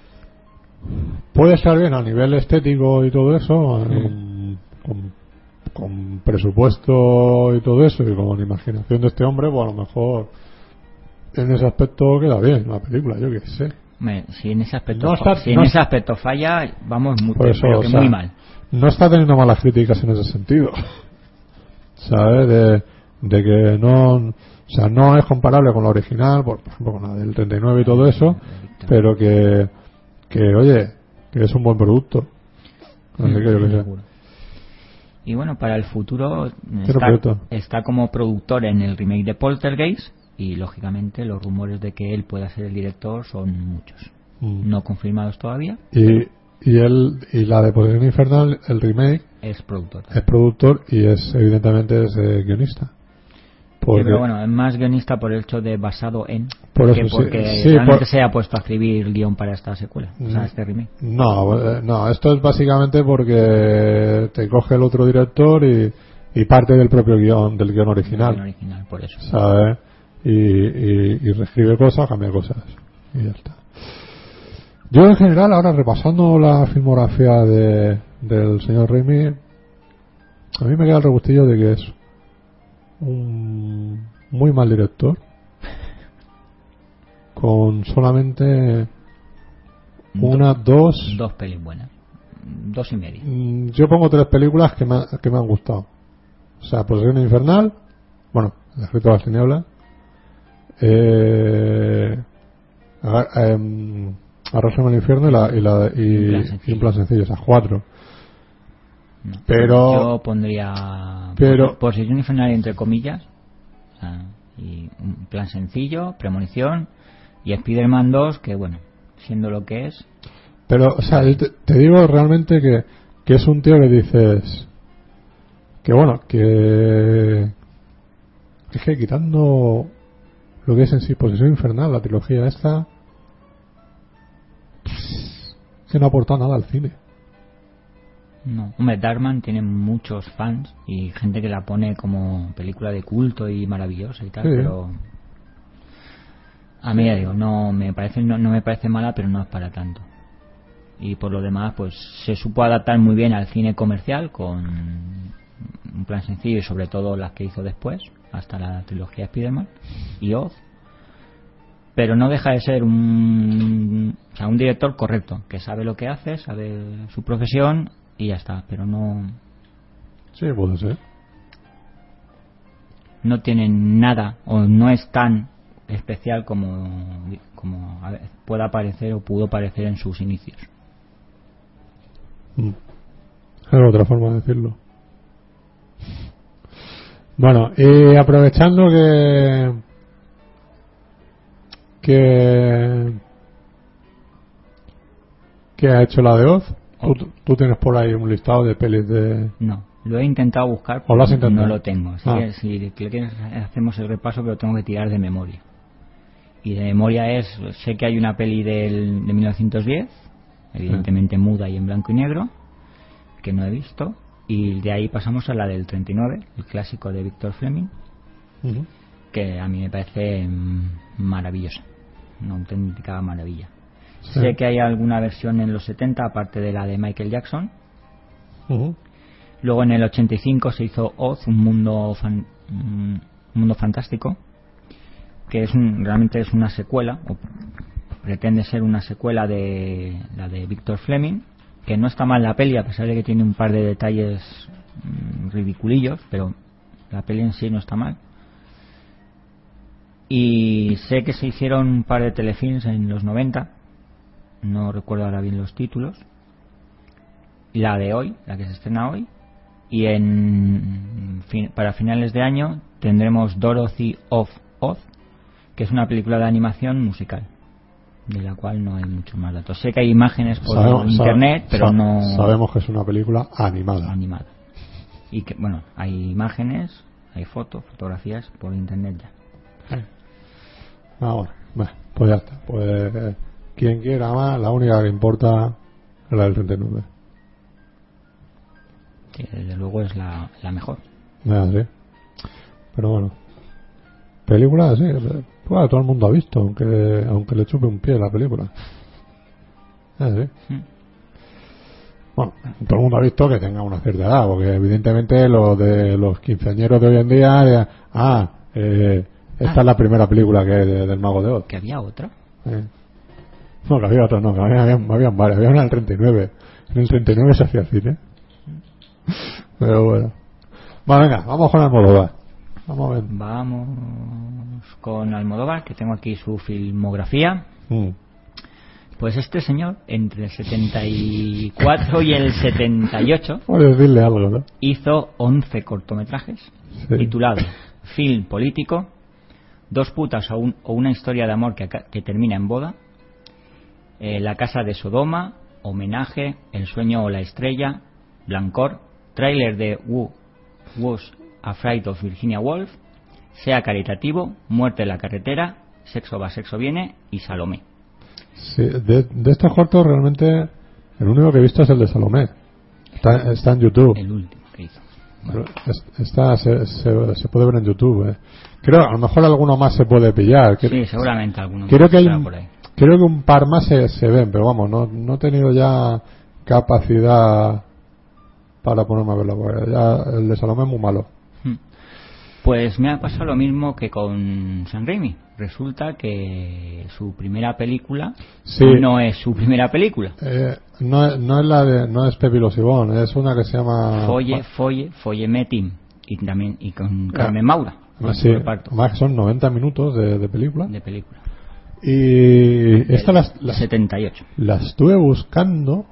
puede estar bien a nivel estético y todo eso, mm, con, con presupuesto y todo eso, y con imaginación de este hombre, pues a lo mejor en ese aspecto queda bien la película, yo qué sé. Me- si en ese aspecto No está- fa- si no en es- ese aspecto falla, vamos muy, Por eso, pero que o sea, muy mal. no está teniendo malas críticas en ese sentido, ¿sabes? De, de que no, o sea, no es comparable con la original, por, por ejemplo con la del treinta y nueve y todo eso, pero que, que oye, que es un buen producto. Así que yo qué sé. Seguro. Y bueno, para el futuro Pero está, proyecto. está como productor en el remake de Poltergeist y lógicamente los rumores de que él pueda ser el director son muchos. Mm. No confirmados todavía, Y, y él, y la de Posesión Infernal, el remake, es productor. es productor y es, evidentemente, es eh, guionista. Sí, Porque, pero bueno, es más guionista por el hecho de basado en Por que eso, sí, porque sí, realmente por- se ha puesto a escribir el guión para esta secuela, o sea, Mm. este remake. no, eh, no, esto es básicamente porque te coge el otro director y, y parte del propio guión, del guión El original, guión original, por eso. ¿sabes? Y, y, y reescribe cosas, cambia cosas y ya está. Yo en general, ahora repasando la filmografía de, del señor Raimi, a mí me queda el regustillo de que es un muy mal director con solamente una, dos, Dos pelis buenas. Dos y media. mm, yo pongo tres películas que me, ha- que me han gustado. O sea, Posesión Infernal, bueno, El Ejército de las Tinieblas, eh, Aga- em, Arrasame al Infierno y, la, y, la, y, Un plan y sencillo. Un Plan Sencillo, o sea, cuatro. No. Pero- Yo pondría pero- Posesión Infernal entre comillas, o sea, y un plan sencillo, Premonición y Spider-Man dos, que bueno, siendo lo que es, Pero, o sea, yo te, te digo realmente que, que es un tío que dices que bueno, que es que quitando lo que es en sí Posesión Infernal, la trilogía esta, que no aporta nada al cine. no. Hombre, Darkman tiene muchos fans y gente que la pone como película de culto y maravillosa y tal, Sí. pero a mí ya digo, no me parece no, no me parece mala, pero no es para tanto. Y por lo demás, pues se supo adaptar muy bien al cine comercial con un plan sencillo y sobre todo las que hizo después, hasta la trilogía Spider-Man y Oz. Pero no deja de ser un, o sea, un director correcto, que sabe lo que hace, sabe su profesión y ya está, pero no Sí, puede ser. no tiene nada o no es tan especial como, como a ver, pueda parecer o pudo parecer en sus inicios. Mm. Es otra forma de decirlo. Bueno, y aprovechando que que que ha hecho la de Oz, tú, tú tienes por ahí un listado de pelis de... No, lo he intentado buscar, ¿O lo has pero intentado? no lo tengo. Así Ah. que si quieres hacemos el repaso, pero tengo que tirar de memoria. Y de memoria es, sé que hay una peli del, de mil novecientos diez, evidentemente muda y en blanco y negro, que no he visto. y de ahí pasamos a la del treinta y nueve, el clásico de Victor Fleming, uh-huh. que a mí me parece maravillosa, una auténtica maravilla. Sí. Sé que hay alguna versión en los setenta, aparte de la de Michael Jackson. Uh-huh. Luego en el ochenta y cinco se hizo Oz, un mundo fan, un mundo fantástico, que es un, realmente es una secuela, o pretende ser una secuela de la de Victor Fleming, que no está mal la peli, a pesar de que tiene un par de detalles mmm, ridiculillos, pero la peli en sí no está mal. Y sé que se hicieron un par de telefilms en los noventa, no recuerdo ahora bien los títulos, la de hoy, la que se estrena hoy, y en fin, para finales de año tendremos Dorothy of Oz, que es una película de animación musical, de la cual no hay muchos más datos. Sé que hay imágenes por sabemos, internet, pero sab- no... Sabemos que es una película animada. Animada. Y que, bueno, hay imágenes, hay fotos, fotografías por internet ya. Sí. Ahora, bueno, pues ya está. Pues eh, quien quiera más, la única que importa es la del treinta y nueve. Sí, desde luego es la, la mejor. Ya, sí. Pero bueno, película, sí, pues, todo el mundo ha visto, aunque aunque le chupe un pie la película. Ya, sí. Mm. Bueno, todo el mundo ha visto que tenga una cierta edad, porque evidentemente lo de los quinceañeros de hoy en día, de, ah, eh, esta ah, es la primera película que de, del Mago de Oz. ¿Que había otra? Eh. No, que había otra, no, que había, había, había varias, había una en el treinta y nueve. En el treinta y nueve se hacía cine. Pero bueno. Bueno, venga, vamos con Almodóvar. Vamos a ver. Vamos con Almodóvar, que tengo aquí su filmografía. Mm. Pues este señor, entre el setenta y cuatro y el setenta y ocho, puedes decirle algo, ¿no? Hizo once cortometrajes, sí, titulados Film político, Dos putas o, un, o una historia de amor que, que termina en boda, eh, La casa de Sodoma, Homenaje, El sueño o la estrella, Blancor, tráiler de Who Was Afraid of Virginia Woolf, Sea caritativo, Muerte en la carretera, Sexo va, sexo viene y Salomé. Sí, de, de estos cortos realmente el único que he visto es el de Salomé. Está, está en YouTube. El último que hizo. Bueno. Está, se, se, se puede ver en YouTube. Eh. Creo a lo mejor alguno más se puede pillar. Sí, seguramente alguno creo más que hay está un, por ahí. Creo que un par más se, se ven, pero vamos, no, no he tenido ya capacidad para ponerme a verlo, porque ya el de Salomé es muy malo. Pues me ha pasado lo mismo que con Sam Raimi. Resulta que su primera película sí, no es su primera película. Eh, no, es, no es la de, no es Pepi los Ibón, es una que se llama Folle, Folle, Folle Metim, y también y con Carmen Maura. Con sí, más que son noventa minutos de, de película. De película. Y esta las, las setenta y ocho. La estuve buscando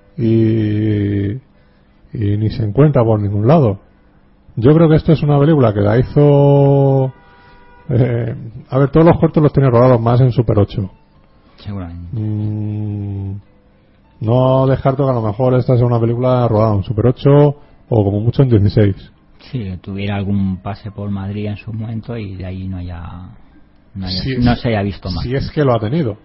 y y ni se encuentra por ningún lado. Yo creo que esto es una película que la hizo... Eh, a ver, todos los cortos los tiene rodados más en Super ocho. Seguramente. Mm, no descarto que a lo mejor esta sea una película rodada en Super ocho o como mucho en dieciséis. Sí, tuviera algún pase por Madrid en su momento y de ahí no haya... No, haya, si no es, se haya visto más. Si es que lo ha tenido.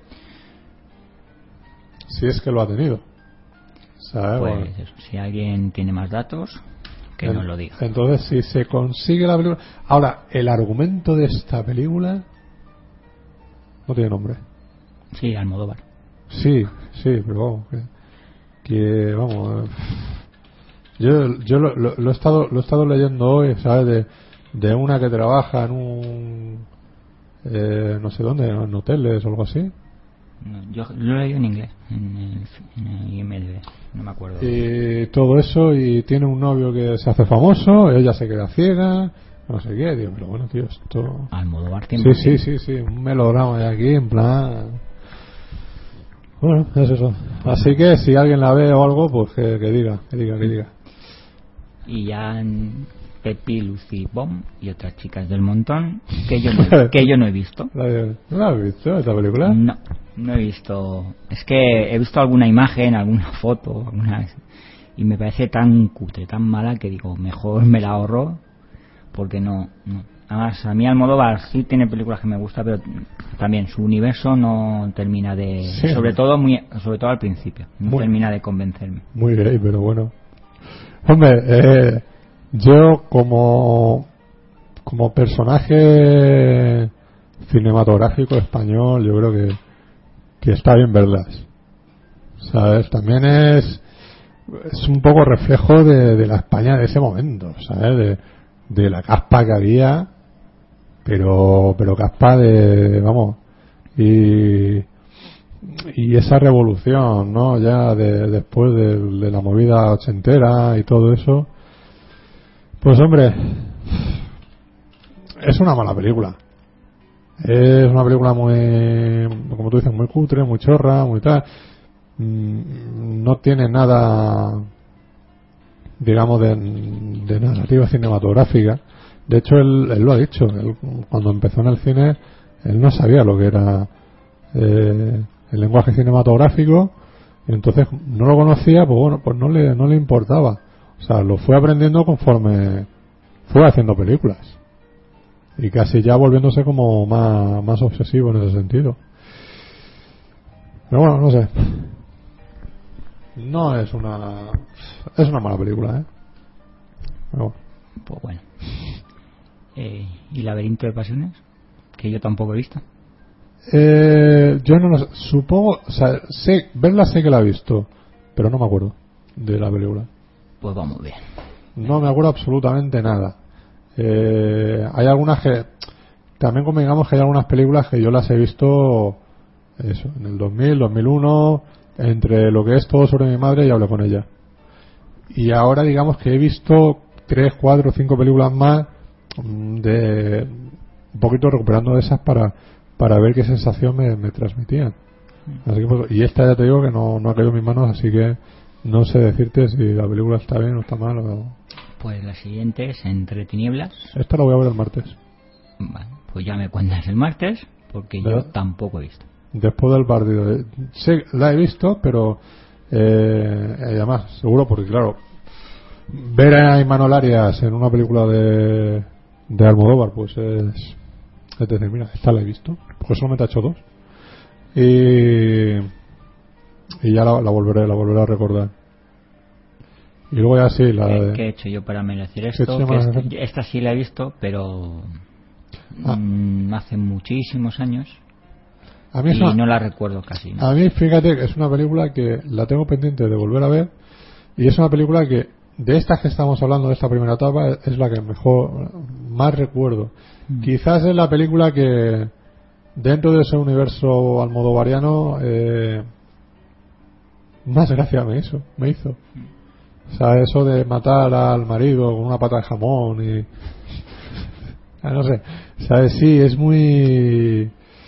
Si es que lo ha tenido. ¿Sabes? Pues Bueno. eso, si alguien tiene más datos... que en, nos lo diga. Entonces, si se consigue la película... Ahora, el argumento de esta película no tiene nombre. Sí, Almodóvar. Sí, sí, pero vamos, que, que vamos... Eh, yo yo lo, lo, lo he estado lo he estado leyendo hoy, ¿sabes? De, de una que trabaja en un... Eh, no sé dónde, en hoteles o algo así. No, yo lo leí en inglés, en el, en el I M D B, no me acuerdo. Y todo eso, y tiene un novio que se hace famoso, ella se queda ciega, no sé qué, digo, pero bueno, tío, esto... Almodóvar tiene... Sí, sí, sí, sí, un melodrama de aquí, en plan... Bueno, es eso. Así que si alguien la ve o algo, pues que, que diga, que diga, que diga. Y ya en Pepi, Lucy, Bom y otras chicas del montón que yo no, que yo no he visto. ¿No la has visto esta película? No, no he visto. Es que he visto alguna imagen, alguna foto, alguna, y me parece tan cutre, tan mala que digo, mejor me la ahorro porque no, no. Además, a mí Almodóvar sí tiene películas que me gustan, pero también su universo no termina de, sí, sobre todo muy, sobre todo al principio, no muy, termina de convencerme. Muy gay, pero bueno. Hombre, eh, yo como como personaje cinematográfico español, yo creo que que está bien verlas, ¿sabes? También es es un poco reflejo de, de la España de ese momento, ¿sabes? De, de la caspa que había, pero pero caspa de, vamos, y y esa revolución, ¿no? Ya de, después de, de la movida ochentera y todo eso, pues hombre, es una mala película. Es una película muy, como tú dices, muy cutre, muy chorra, muy tal. No tiene nada, digamos, de, de narrativa cinematográfica. De hecho, él, él lo ha dicho. Él, cuando empezó en el cine, él no sabía lo que era eh, el lenguaje cinematográfico. Y entonces no lo conocía, pues bueno, pues no le, no le importaba. O sea, lo fue aprendiendo conforme fue haciendo películas. Y casi ya volviéndose como más, más obsesivo en ese sentido. Pero bueno, no sé. No es una... Es una mala película, ¿eh? Pero bueno. Pues bueno. Eh, ¿Y Laberinto de Pasiones? Que yo tampoco he visto. Eh, yo no lo sé. Supongo... O sea, sé, verla sé que la he visto. Pero no me acuerdo de la película. Pues vamos bien. No me acuerdo absolutamente nada. Eh, hay algunas que... También convengamos que hay algunas películas que yo las he visto... Eso, en el dos mil, dos mil uno... Entre lo que es Todo sobre mi madre y Hablé con ella. Y ahora digamos que he visto tres, cuatro, cinco películas más de un poquito recuperando de esas para para ver qué sensación me, me transmitían. Así que pues, y esta ya te digo que no, no ha caído en mis manos, así que no sé decirte si la película está bien o está mal. O... Pues la siguiente es Entre Tinieblas. Esta la voy a ver el martes. Vale, pues ya me cuentas el martes, porque ¿verdad? Yo tampoco he visto. Después del partido. Sí, la he visto, pero eh, además, seguro, porque claro, ver a Imanol Arias en una película de, de Almodóvar, pues es, es decir, mira, esta la he visto, porque solamente ha hecho dos. Y, y ya la, la volveré la volveré a recordar. Y luego ya sí, la ¿Qué, de... ¿Qué he hecho yo para merecer ¿Qué esto? he hecho Que para este- merecer? esta sí la he visto, pero Ah. mm, hace muchísimos años. A mí, es Y una, no la recuerdo casi, ¿no? a mí, fíjate que es una película que la tengo pendiente de volver a ver. Y es una película que, de estas que estamos hablando, de esta primera etapa, es la que mejor, más recuerdo. Mm. Quizás es la película que, dentro de ese universo almodovariano, eh, más gracia me hizo, me hizo. O sea, eso de matar al marido con una pata de jamón y... Ah, no sé. O sea, sí, es muy...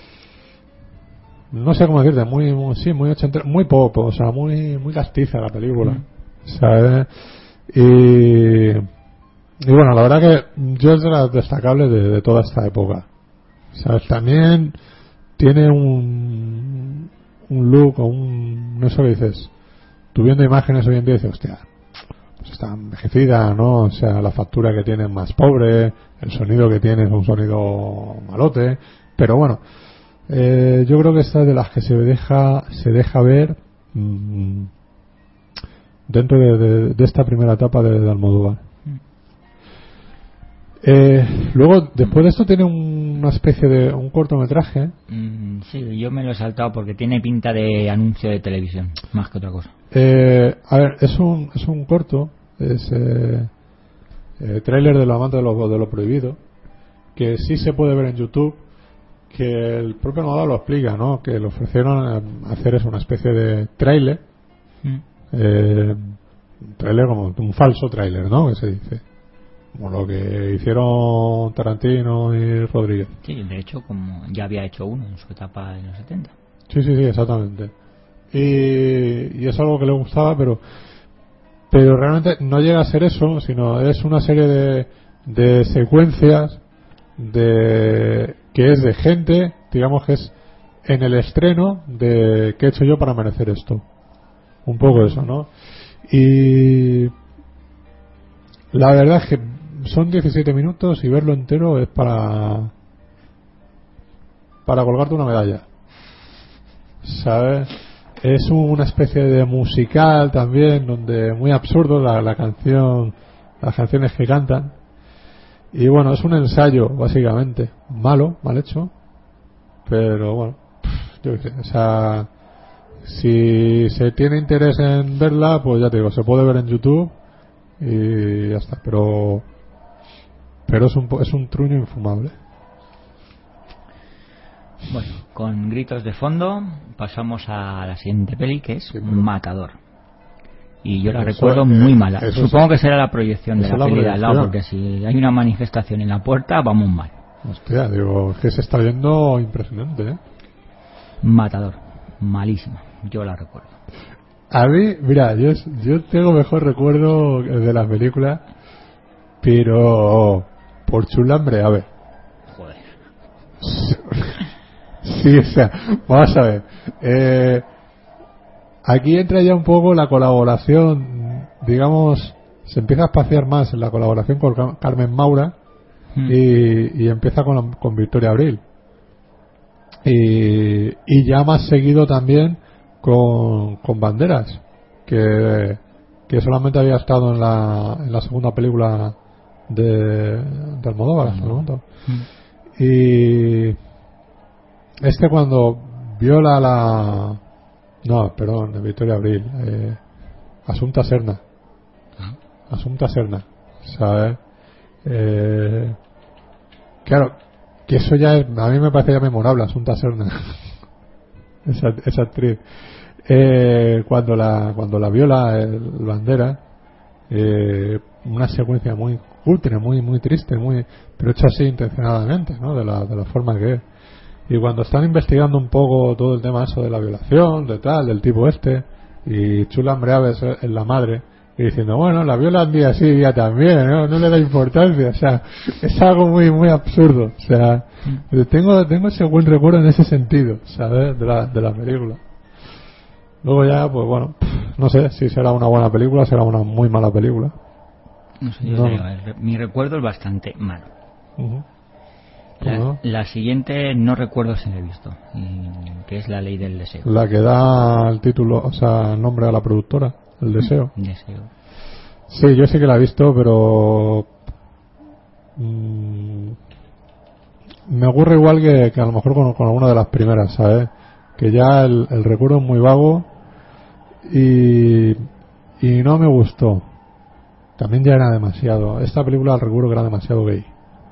No sé cómo decirte, muy, muy sí, muy ochentero, muy pop, o sea, muy muy castiza la película. Mm. ¿Sabes? Y, y bueno, la verdad que yo es de las destacables de, de toda esta época. ¿Sabes? También tiene un un look o un... No sé qué dices. Tú viendo imágenes hoy en día dices, hostia, pues está envejecida, ¿no? O sea, la factura que tiene es más pobre, el sonido que tiene es un sonido malote, pero bueno, eh, yo creo que esta es de las que se deja se deja ver mmm, dentro de, de, de esta primera etapa de, de Almodóvar. Mm. Eh, luego, después de esto tiene un, una especie de un cortometraje. Mm, sí, yo me lo he saltado porque tiene pinta de anuncio de televisión, más que otra cosa. Eh, a ver, es un, es un corto, es eh, eh, tráiler de lo amante de lo, de lo prohibido, que sí se puede ver en YouTube, que el propio Almodóvar lo explica, ¿no? Que le ofrecieron eh, hacer es una especie de tráiler, Mm. eh, un tráiler como un falso tráiler, ¿no? Que se dice, como lo que hicieron Tarantino y Rodríguez. Sí, de hecho, como ya había hecho uno en su etapa de los setenta. Sí, sí, sí, exactamente. Y, y es algo que le gustaba, pero pero realmente no llega a ser eso, sino es una serie de, de secuencias de que es de gente, digamos que es en el estreno de ¿qué he hecho yo para merecer esto? Un poco eso, ¿no? Y la verdad es que son diecisiete minutos y verlo entero es para para colgarte una medalla, ¿sabes? es una especie de musical también, donde muy absurdo la, la canción, las canciones que cantan. Y bueno, es un ensayo, básicamente. Malo, mal hecho. Pero bueno, yo qué sé, o sea, si se tiene interés en verla, pues ya te digo, se puede ver en YouTube y ya está. Pero pero es un, es un truño infumable. Bueno, con gritos de fondo pasamos a la siguiente peli, que es sí, pero... Matador. Y yo la eso, recuerdo eh, muy mala. Supongo es, que será la proyección de la, la peli de al lado, porque si hay una manifestación en la puerta, vamos mal. Hostia, digo, es que se está viendo impresionante, ¿eh? Matador, malísima, yo la recuerdo. A mí, mira, yo, yo tengo mejor recuerdo de las películas, pero por chulambre, a ver. Joder. Sí, o sea, vamos a ver. Eh, aquí entra ya un poco la colaboración, digamos, se empieza a espaciar más en la colaboración con Carmen Maura mm. y, y empieza con, con Victoria Abril. Y, y ya más seguido también con, con Banderas, que, que solamente había estado en la, en la segunda película de, de Almodóvar hasta el momento. Mm. Y este cuando viola la no, perdón, de Victoria Abril, eh, Asunta Serna, Asunta Serna, ¿sabes? Eh, claro, que eso ya es, a mí me parece ya memorable, Asunta Serna, esa, esa actriz, eh, cuando la cuando la viola el Bandera, eh, una secuencia muy cutre, muy muy triste, muy pero hecha así intencionadamente, ¿no? De la de la forma que es. Y cuando están investigando un poco todo el tema eso de la violación, de tal, del tipo este, y Chula Ambreaves es la madre, y diciendo, bueno, la violan día sí, día también, ¿no? No le da importancia, o sea, es algo muy muy absurdo, o sea, tengo tengo ese buen recuerdo en ese sentido, ¿sabes? De la, de la película. Luego ya, pues bueno, no sé si será una buena película, será una muy mala película. No sé, yo no. Digo, mi recuerdo es bastante malo. Uh-huh. La, uh-huh. la siguiente no recuerdo si la he visto, y, que es La Ley del Deseo. La que da el título, o sea, el nombre a la productora, El Deseo. Deseo. Sí, yo sí que la he visto, pero mmm, me ocurre igual que, que a lo mejor con, con alguna de las primeras, ¿sabes? Que ya el, el recuerdo es muy vago y, y no me gustó. También ya era demasiado. Esta película recuerdo que era demasiado gay.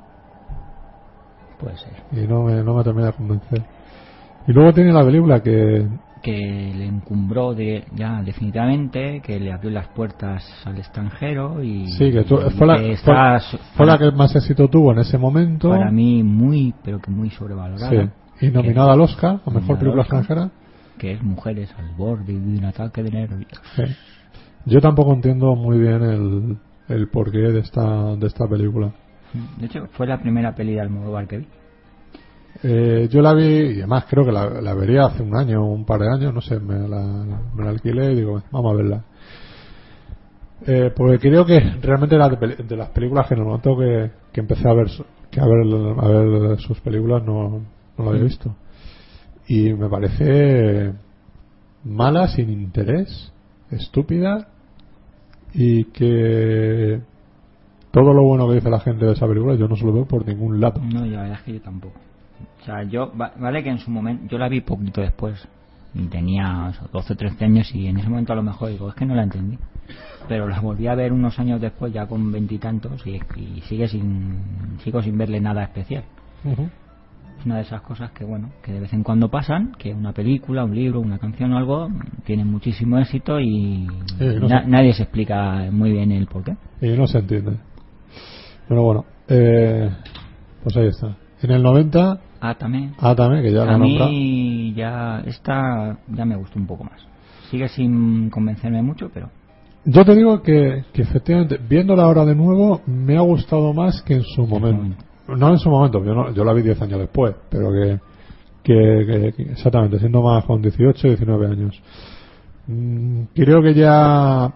Puede ser. Y no me, no me termina de convencer. Y luego tiene la película que que le encumbró de, ya definitivamente, que le abrió las puertas al extranjero y sí, que tú, y fue, la, que fue, está, fue la que más éxito tuvo en ese momento. Para mí muy, pero que muy sobrevalorada. Sí. Y nominada que, al Oscar a mejor película Oscar, extranjera. Que es Mujeres al borde de un ataque de nervios. Sí. Yo tampoco entiendo muy bien el, el porqué de esta de esta película. De hecho, fue la primera peli de Almodóvar que vi. Eh, yo la vi, y además creo que la, la vería hace un año o un par de años, no sé, me la, me la alquilé y digo, vamos a verla. Eh, porque creo que realmente era de, de las películas que en el momento que, que empecé a ver, que a ver a ver sus películas no, no la había visto. Y me parece mala, sin interés, estúpida, y que todo lo bueno que dice la gente de esa película yo no se lo veo por ningún lado. No, la verdad es que yo tampoco. O sea, yo, vale que en su momento, yo la vi poquito después y tenía eso, doce, trece años y en ese momento a lo mejor digo, es que no la entendí. Pero la volví a ver unos años después, ya con veintitantos, y, y sigue sin, sigo sin verle nada especial. Uh-huh. Es una de esas cosas que, bueno, que de vez en cuando pasan, que una película, un libro, una canción o algo tienen muchísimo éxito y sí, no na- nadie se explica muy bien el porqué. Y no se entiende. Pero bueno, eh, pues ahí está. En el noventa... Átame. Átame, que ya a la nombra. A mí ya esta ya me gustó un poco más. Sigue sin convencerme mucho, pero... Yo te digo que, que efectivamente, viéndola ahora de nuevo, me ha gustado más que en su momento. No en su momento, yo, no, yo la vi diez años después, pero que, que, que, que exactamente, siendo más con dieciocho, diecinueve años. Mm, creo que ya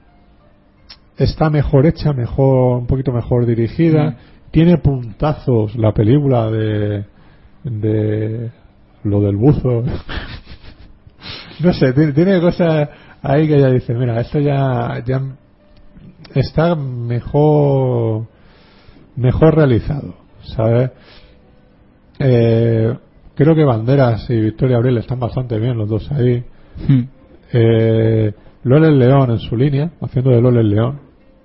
está mejor hecha, mejor, un poquito mejor dirigida. Mm. Tiene puntazos la película de... de lo del buzo no sé, tiene, tiene cosas ahí que ella dice, mira, esto ya, ya está mejor mejor realizado, ¿sabes? Eh, creo que Banderas y Victoria Abril están bastante bien los dos ahí. Hmm. eh, Lola el León en su línea, haciendo de Lola el León.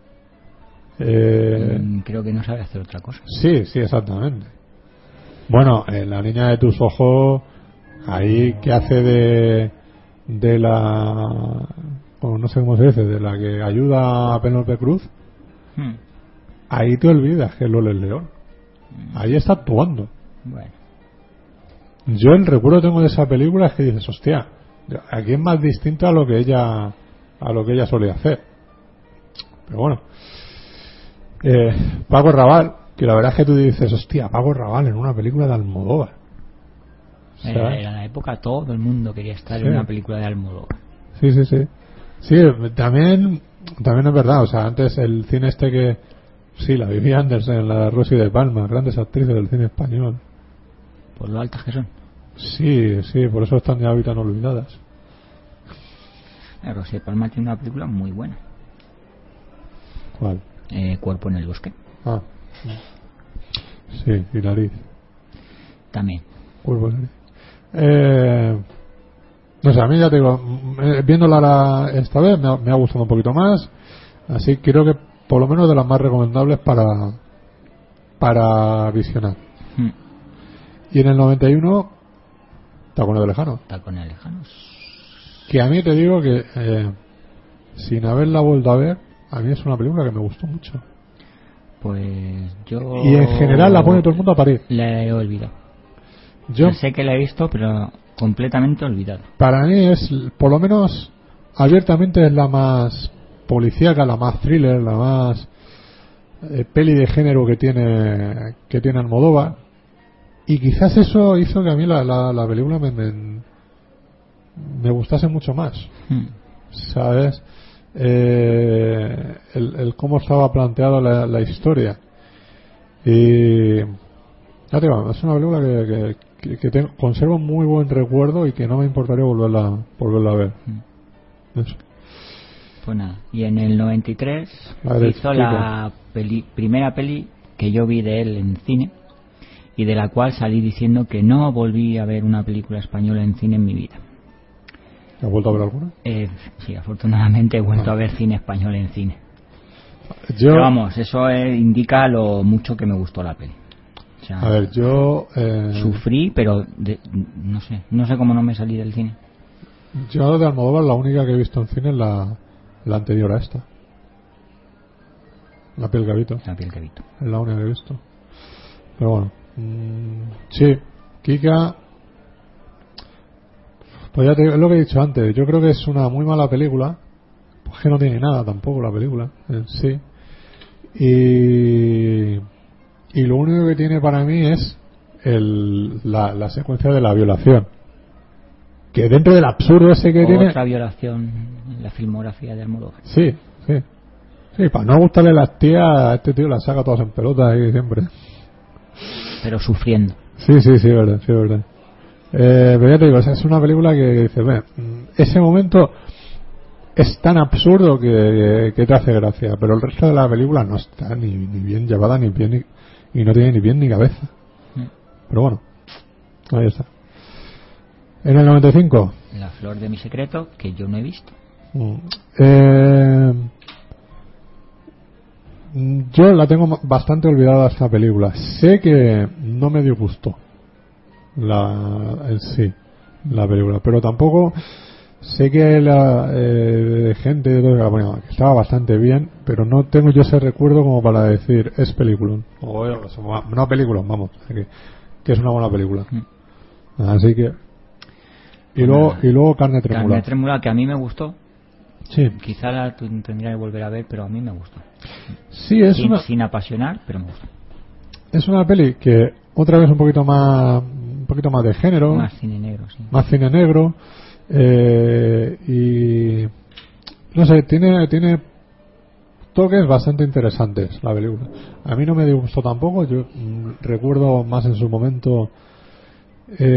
Eh, Mm, creo que no sabe hacer otra cosa. sí, sí, exactamente. Bueno, eh, la niña de tus ojos, ahí que hace de de la, o no sé cómo se dice, de la que ayuda a Penélope Cruz, Hmm. ahí te olvidas que es Lola el León. Ahí está actuando. Bueno, Yo el recuerdo tengo de esa película es que dices, hostia, aquí es más distinto a lo que ella a lo que ella solía hacer. Pero bueno, eh, Paco Raval, que la verdad es que tú dices, hostia, Paco Raval en una película de Almodóvar. era, ¿Sabes? era la época, todo el mundo quería estar Sí. en una película de Almodóvar. Sí, sí, sí. Sí, también también es verdad, o sea, antes el cine este que sí, la Vivi Anderson, la Rosy de Palma, grandes actrices del cine español. Por lo altas que son. Sí, sí, por eso están ya ahorita no olvidadas. Eh, Rosy de Palma tiene una película muy buena. ¿Cuál? Eh, Cuerpo en el bosque. Ah. Sí, y nariz. También. Cuerpo y nariz. Eh, no sé, a mí ya te digo, eh, viéndola la- esta vez me ha, me ha gustado un poquito más. Así creo que por lo menos de las más recomendables para para visionar. Hmm. Y en el noventa y uno, Tacones de Lejano. Tacones lejanos. Que a mí te digo que eh, sin haberla vuelto a ver, a mí es una película que me gustó mucho. Pues yo. Y en general la pone todo el mundo a parir. La he olvidado. Yo, Yo sé que la he visto, pero completamente olvidado. para mí es, por lo menos abiertamente, es la más policíaca, la más thriller, la más eh, peli de género que tiene que tiene Almodóvar. Y quizás eso hizo que a mí la, la, la película me, me, me gustase mucho más. Hmm. ¿Sabes? Eh, el, el cómo estaba planteada la, la historia. Y ya te digo, es una película que, que, que, que tengo- conservo un muy buen recuerdo y que no me importaría volverla volverla a ver. Eso. Pues nada. Y en el noventa y tres A ver, hizo explica. la peli- primera peli que yo vi de él en cine y de la cual salí diciendo que no volví a ver una película española en cine en mi vida. ¿Has vuelto a ver alguna? Eh, sí, afortunadamente he vuelto Ah. a ver cine español en cine. Yo, Pero vamos, eso eh, indica lo mucho que me gustó la peli. O sea, a ver, yo eh, sufrí, pero de- no sé, no sé cómo no me salí del cine. yo de Almodóvar la única que he visto en cine es la, la anterior a esta. La piel gavito. La piel que evito. Es la única que he visto. Pero bueno. Mm, sí, Kika. Pues ya te digo, es lo que he dicho antes. Yo creo que es una muy mala película. Pues que no tiene nada tampoco la película en sí. Y. Y lo único que tiene para mí es el, la, la secuencia de la violación. Que dentro del absurdo ese que tiene. Otra violación en la filmografía de Almodóvar. Sí, sí. Sí, para no gustarle las tías, a este tío las saca todas en pelotas ahí siempre. Pero sufriendo. Sí, sí, sí, es verdad, sí, es verdad. Eh, pero ya te digo, o sea, es una película que dices, ve, mm, ese momento es tan absurdo que, que te hace gracia, pero el resto de la película no está ni, ni bien llevada, ni bien, ni, y no tiene ni bien ni cabeza. Mm. Pero bueno, ahí está. En el noventa y cinco, La flor de mi secreto, que yo no he visto. mm, eh, yo la tengo bastante olvidada esta película. Sé que no me disgustó la en sí la película, pero tampoco sé que la eh, gente de todo que la ponía, que estaba bastante bien, pero no tengo yo ese recuerdo como para decir es película o eh, no película, vamos, que, que es una buena película. Mm. Así que y Bueno, luego y luego Carne Trémula. Carne Trémula, que a mí me gustó. Sí, Quizá la tu- tendría que volver a ver, pero a mí me gustó. sí es sin, una sin apasionar, pero me gustó. es una peli que otra vez un poquito más un poquito más de género, Más cine negro, sí. más cine negro, eh, y no sé, tiene tiene toques bastante interesantes la película. A mí no me disgustó tampoco, yo mm, recuerdo más en su momento eh,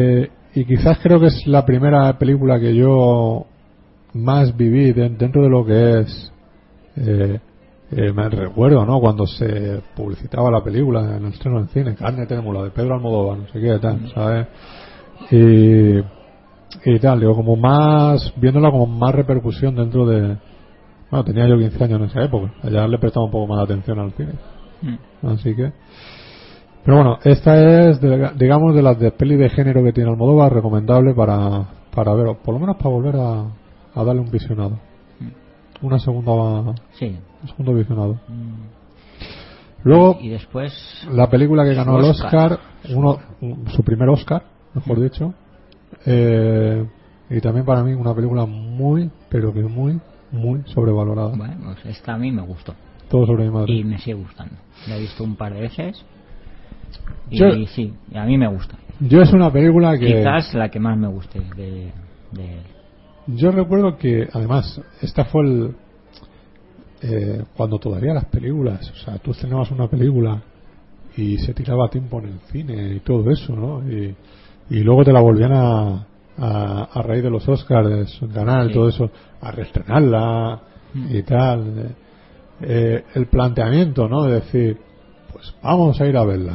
y quizás creo que es la primera película que yo más viví de, dentro de lo que es eh, eh, me recuerdo, ¿no? Cuando se publicitaba la película en el estreno en cine, Carne Trémula, de Pedro Almodóvar, no sé qué, tal, ¿sabes? Y, y tal, digo, como más, viéndola como más repercusión dentro de, bueno, tenía yo quince años en esa época, allá le prestaba un poco más de atención al cine, mm. así que, pero bueno, esta es, de, digamos, de las de peli de género que tiene Almodóvar, recomendable para, para ver, por lo menos para volver a, a darle un visionado, mm. una segunda, sí. un segundo visionado. Mm. Luego, y, y después la película que ganó el Oscar, uno, un, su primer Oscar, mejor mm. dicho, eh, y también para mí una película muy, pero que muy, muy sobrevalorada. Bueno, pues esta a mí me gustó. Todo sobre mi madre. Y me sigue gustando. La he visto un par de veces. Y yo, sí, a mí me gusta. Yo es una película que... Quizás la que más me guste de, de él. Yo recuerdo que, además, esta fue el... Eh, cuando todavía las películas, o sea, tú estrenabas una película y se tiraba tiempo en el cine y todo eso, ¿no? Y, y luego te la volvían a, a, a raíz de los Oscars ganar sí. y todo eso, a reestrenarla mm. y tal. Eh, el planteamiento, ¿no? De decir, pues vamos a ir a verla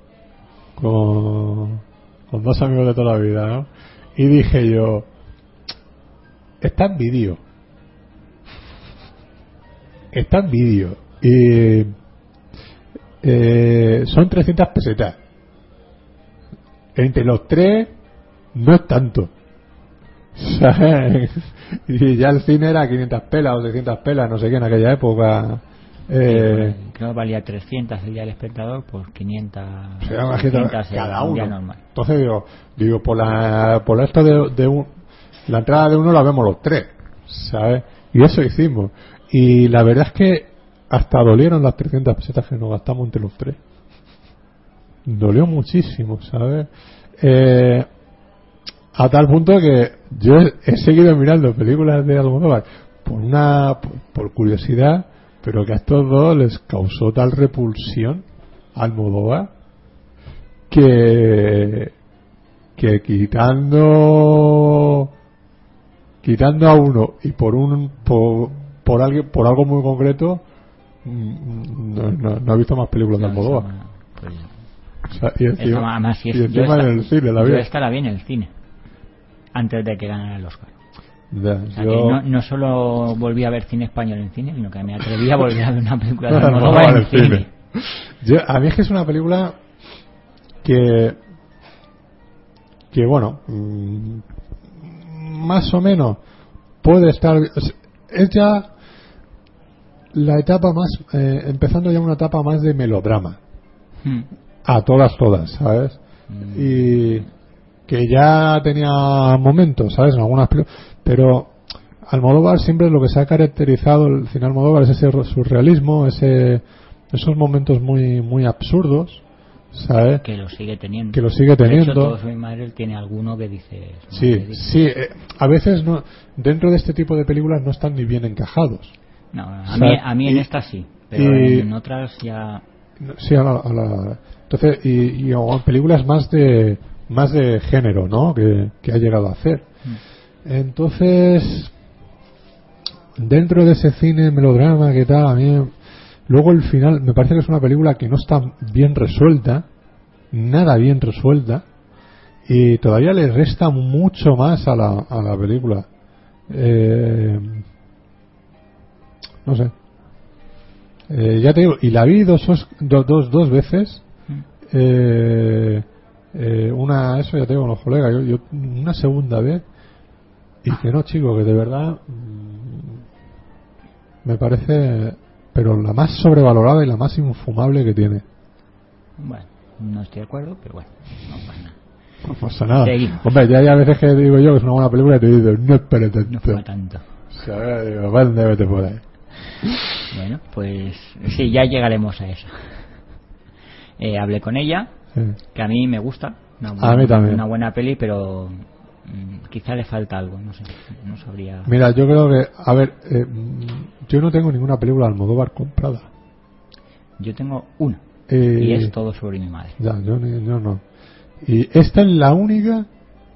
con, con dos amigos de toda la vida, ¿no? Y dije yo, está en vídeo, está en vídeo y eh, son trescientas pesetas. Entre los tres no es tanto, ¿sabes? Y ya el cine era quinientas pelas o seiscientas pelas, no sé qué, en aquella época. Eh, sí, creo que valía trescientas el día del espectador, por quinientas, o sea, quinientas cada uno. Normal. Entonces digo, digo por la por esto de, de un, la entrada de uno la vemos los tres, ¿sabes? Y eso hicimos. Y la verdad es que hasta dolieron las trescientas pesetas que nos gastamos entre los tres. Dolió muchísimo, ¿sabes? Eh, a tal punto que yo he seguido mirando películas de Almodóvar por una por, por curiosidad, pero que a estos dos les causó tal repulsión Almodóvar que que quitando quitando a uno y por un por, por alguien por algo muy concreto no, no, no he visto más películas no, de Almodóvar. Pues, o sea, y encima, esa, además, si es, y encima esta, en el cine la yo vi. esta la vi en el cine antes de que ganara el Oscar. Ya, o sea, yo... que no, no solo volví a ver cine español en cine, sino que me atreví a volver a ver una película de Almodóvar en cine. cine. Yo, a mí es que es una película que que bueno, mmm, más o menos puede estar, es ya la etapa más eh, empezando ya una etapa más de melodrama hmm. a todas todas, ¿sabes? Hmm. Y que ya tenía momentos, ¿sabes? En algunas películas, pero Almodóvar siempre lo que se ha caracterizado el cine Almodóvar es ese surrealismo, ese esos momentos muy muy absurdos, ¿sabes? Que lo sigue teniendo. Que lo sigue teniendo. De hecho, todo Soy Madre tiene alguno que dice. Sí, que dice. sí. Eh, a veces no, dentro de este tipo de películas no están ni bien encajados. No, a mí, a mí en esta sí, pero y, en otras ya. Sí, a la, a la, entonces y, y o películas más de más de género, ¿no? Que, que ha llegado a hacer. Mm. Entonces, dentro de ese cine melodrama que tal, a mí luego el final me parece que es una película que no está bien resuelta, nada bien resuelta, y todavía le resta mucho más a la, a la película. Eh, no sé. Eh, ya te digo, y la vi dos, dos, dos, dos veces. Eh, eh, una, eso ya te digo con los colegas, yo, yo una segunda vez, y que no, chico, que de verdad mmm, me parece, pero la más sobrevalorada y la más infumable que tiene. Bueno, no estoy de acuerdo, pero bueno, no pasa nada. No pasa nada. Seguimos. Hombre, ya hay a veces que digo yo que es una buena película y te digo, no espere tanto. No fue tanto. O sea, digo, vale, vete por ahí. Bueno, pues sí, ya llegaremos a eso. Eh, hablé con ella, sí. Que a mí me gusta. Una buena, a mí también. Una buena peli, pero mmm, quizá le falta algo, no sé, no sabría. Mira, yo creo que, a ver, eh, yo no tengo ninguna película de Almodóvar comprada. Yo tengo una, eh, y es Todo sobre mi madre. Ya, yo, yo no. Y esta es la única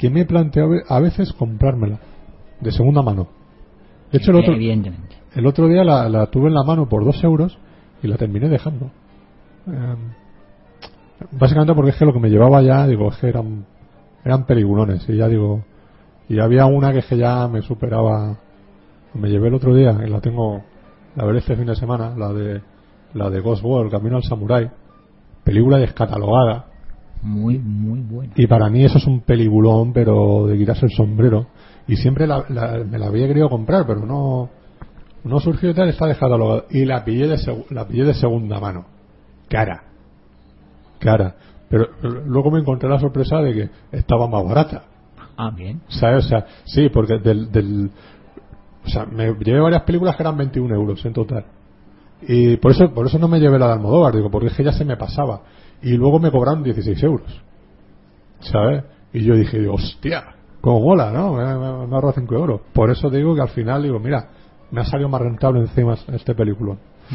que me he planteado a veces comprármela de segunda mano. De hecho, el otro, evidentemente. El otro día la, la tuve en la mano por dos euros y la terminé dejando. Eh, básicamente porque es que lo que me llevaba ya, digo, es que eran, eran peliculones. Y ya digo, y había una que es que ya me superaba. Me llevé el otro día y la tengo, la veré este fin de semana, la de la de Ghost World, Camino al Samurái. Película descatalogada. Muy, muy buena. Y para mí eso es un peliculón, pero de quitarse el sombrero. Y siempre la, la, me la había querido comprar, pero no no surgió y tal, está descatalogada. Y la pillé de seg- la pillé de segunda mano. Cara. Cara. Pero luego me encontré la sorpresa de que estaba más barata. Ah, bien. ¿Sabes? O sea, sí, porque del, del o sea, me llevé varias películas que eran veintiún euros en total. Y por eso por eso no me llevé la de Almodóvar, digo, porque es que ya se me pasaba. Y luego me cobraron dieciséis euros. ¿Sabes? Y yo dije, hostia, cómo mola, ¿no? Me, me, me ahorro cinco euros. Por eso te digo que al final, digo, mira, me ha salido más rentable encima este película.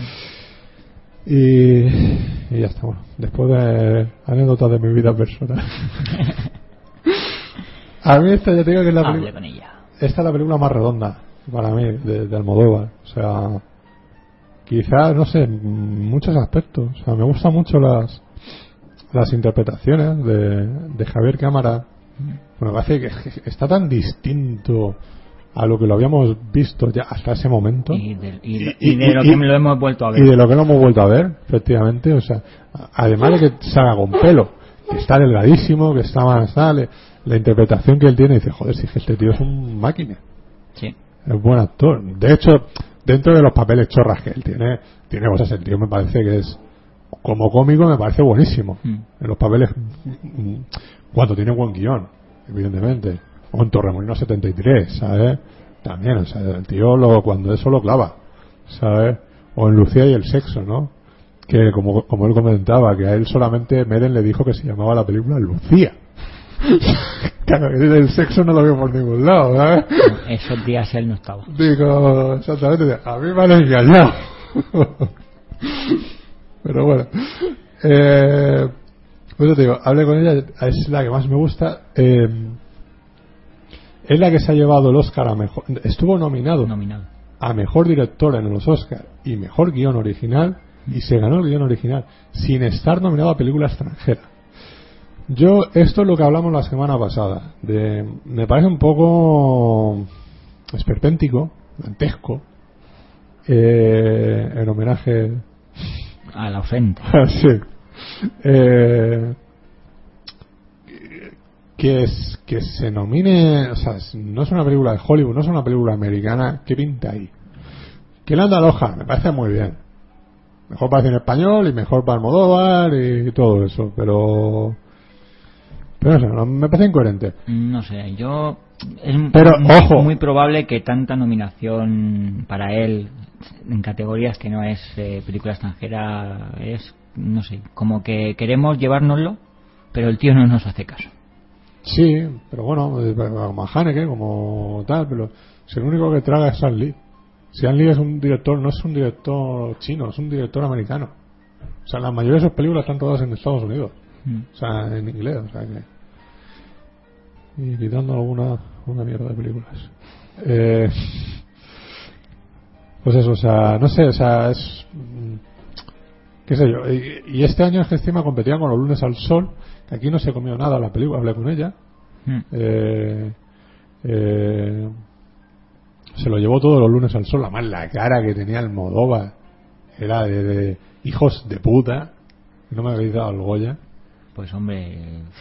Y, y ya está, bueno. Después de anécdotas de mi vida personal. A mí esta ya te digo que es la Hable película. con ella. Esta es la película más redonda para mí de, de Almodóvar. O sea, quizás, no sé, en muchos aspectos. O sea, me gustan mucho las las interpretaciones de, de Javier Cámara. Bueno, me parece que está tan distinto a lo que lo habíamos visto ya hasta ese momento. Y de, y de, y, y de lo y, que lo hemos vuelto a ver. Y de lo que lo hemos vuelto a ver, efectivamente. O sea, además de que salga con pelo, que está delgadísimo, que está más sale, la interpretación que él tiene, dice, joder, si es que este tío es un máquina. Sí. Es buen actor. De hecho, dentro de los papeles chorras que él tiene, tiene cosas, el tío me parece que es, como cómico me parece buenísimo. Mm. En los papeles, cuando tiene buen guión, evidentemente. O en Torremolinos setenta y tres, ¿sabes? También, o sea, el tío lo, cuando eso lo clava, ¿sabes? O en Lucía y el sexo, ¿no? Que como, como él comentaba, que a él solamente Meren le dijo que se llamaba la película Lucía. Claro, el sexo no lo veo por ningún lado, ¿sabes? Esos días él no estaba. Digo, exactamente, a mí me han engañado. Pero bueno, eh, pues te digo, hablé con ella, es la que más me gusta. Eh, es la que se ha llevado el Oscar a mejor, estuvo nominado, nominado a mejor director en los Oscar y mejor guión original, y se ganó el guión original sin estar nominado a película extranjera. Yo, esto es lo que hablamos la semana pasada, de, me parece un poco esperpéntico, dantesco, eh, en homenaje a la ofensa. Sí. Eh, que es que se nomine, o sea, no es una película de Hollywood, no es una película americana. ¿Qué pinta ahí? Que la Andaloja me parece muy bien, mejor para el cine español y mejor para Almodóvar y todo eso, pero pero no sé, no, me parece incoherente. No sé, yo es pero muy, ojo, muy probable que tanta nominación para él en categorías que no es eh, película extranjera es, no sé, como que queremos llevárnoslo, pero el tío no nos hace caso. Sí, pero bueno, como a Haneke, como tal, pero si el único que traga es Ang Lee. Si Ang Lee es un director, no es un director chino, es un director americano. O sea, la mayoría de sus películas están todas en Estados Unidos. Mm. O sea, en inglés, o sea que... Y quitando alguna una mierda de películas. Eh... Pues eso, o sea, no sé, o sea, es... qué sé yo. Y, y este año es que encima competían con Los lunes al sol, que aquí no se comió nada la película, hablé con ella. Mm. Eh... Eh... Se lo llevó todos Los lunes al sol, además la cara que tenía Almodóvar era de, de hijos de puta. No me habéis dado el Goya. Pues hombre,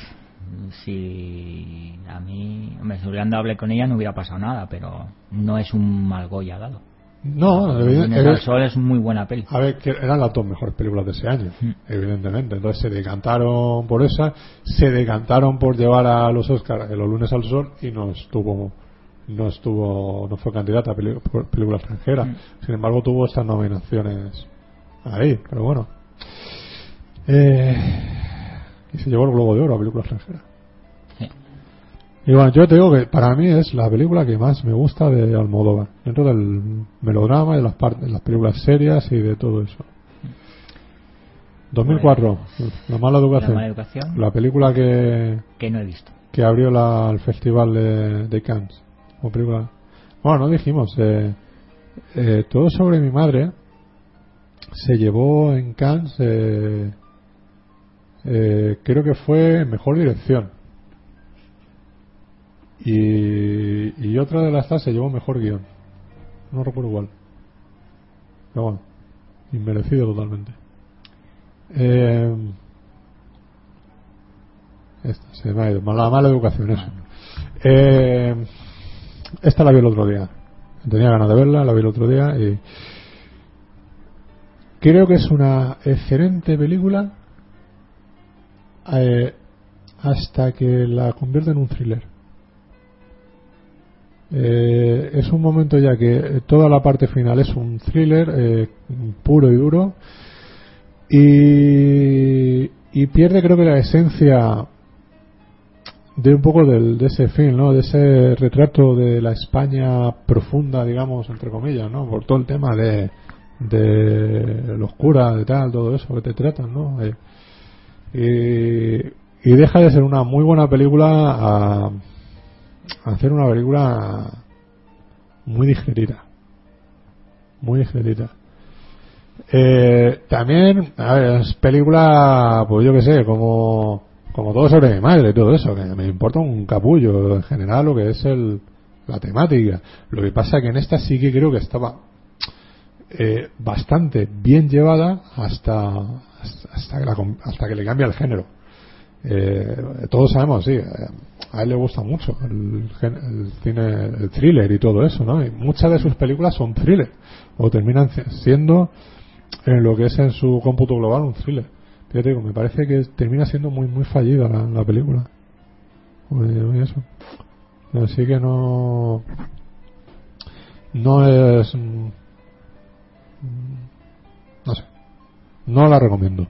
si a mí, hombre, si hubieran dado hablar con ella no hubiera pasado nada, pero no es un mal Goya dado. No, Los lunes al sol es muy buena peli. A ver, que eran las dos mejores películas de ese año, mm. evidentemente. Entonces se decantaron por esa, se decantaron por llevar a los Oscars Los lunes al sol y no estuvo, no estuvo, no fue candidata a peli, por película extranjera. Mm. Sin embargo, tuvo estas nominaciones ahí, pero bueno. Eh, y se llevó el Globo de Oro a película extranjera. Sí. Y bueno, yo te digo que para mí es la película que más me gusta de Almodóvar, dentro del melodrama, de las partes, las películas serias y de todo eso. dos mil cuatro, pues, La mala educación. La mala educación. La película que que no he visto. que abrió la, el festival de, de Cannes como película. Bueno, no dijimos eh, eh, Todo sobre mi madre se llevó en Cannes eh, eh, creo que fue mejor dirección y, y otra de las tas se llevó mejor guión, no recuerdo igual, pero bueno, inmerecido totalmente. eh, esta se me ha ido, la mala educación, eso. eh, esta la vi el otro día, tenía ganas de verla, la vi el otro día y creo que es una excelente película eh, hasta que la convierte en un thriller. Eh, es un momento ya que toda la parte final es un thriller eh, puro y duro y, y pierde creo que la esencia de un poco del, de ese film, ¿no? De ese retrato de la España profunda, digamos, entre comillas, ¿no? Por todo el tema de de los curas, de tal, todo eso que te tratan, ¿no? Eh, y, y deja de ser una muy buena película a, a hacer una película muy digerida, muy digerida. Eh, también, a ver, es película, pues yo que sé, como como Todo sobre mi madre y todo eso, que me importa un capullo en general lo que es el la temática. Lo que pasa que en esta sí que creo que estaba Eh, bastante bien llevada hasta hasta que, la, hasta que le cambia el género. Eh, todos sabemos, sí, eh, a él le gusta mucho el, el cine, el thriller y todo eso, ¿no? Y muchas de sus películas son thriller o terminan siendo en lo que es en su cómputo global un thriller. Fíjate, me parece que termina siendo muy muy fallida la, la película. Oye, eso. Así que no no es no sé, no la recomiendo.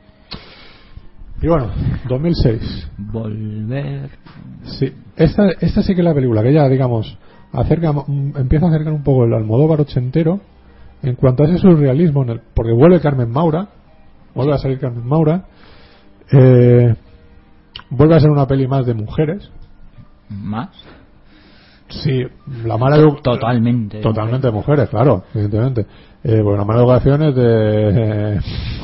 Y bueno, dos mil seis, Volver. sí, esta, esta sí que es la película que ya, digamos, acerca, empieza a acercar un poco el Almodóvar ochentero en cuanto a ese surrealismo, en el, porque vuelve Carmen Maura, vuelve a salir Carmen Maura, eh, vuelve a ser una peli más de mujeres. ¿Más? Sí, la mala educación. Totalmente. Totalmente de mujeres, claro, evidentemente. Eh, pues la mala educación es de.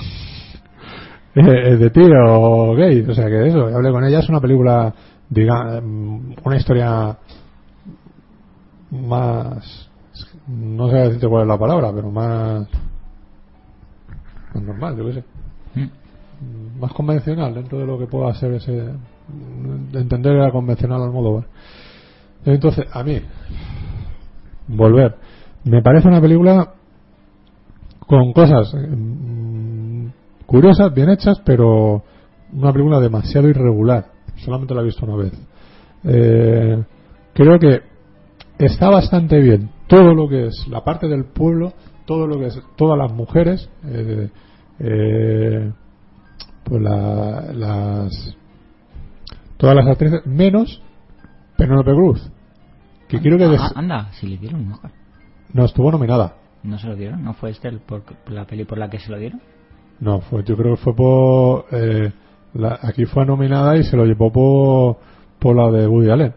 Eh, de tío gay, o sea que eso, hablé con ella, es una película, diga, una historia más. No sé decirte cuál es la palabra, pero más. Más normal, yo qué sé. Mm. Más convencional dentro de lo que pueda ser ese. De entender la convencional al modo. Entonces, a mí, Volver, me parece una película con cosas mmm, curiosas, bien hechas, pero una película demasiado irregular. Solamente la he visto una vez. Eh, creo que está bastante bien todo lo que es la parte del pueblo, todo lo que es todas las mujeres, eh, eh, pues la, las todas las actrices, menos Penélope Cruz, que anda, quiero que des... anda, si le dieron un Oscar. No estuvo nominada. ¿No se lo dieron? ¿No fue este el por, por la peli por la que se lo dieron? No, fue, yo creo que fue por eh, la, aquí fue nominada y se lo llevó por, por la de Woody Allen.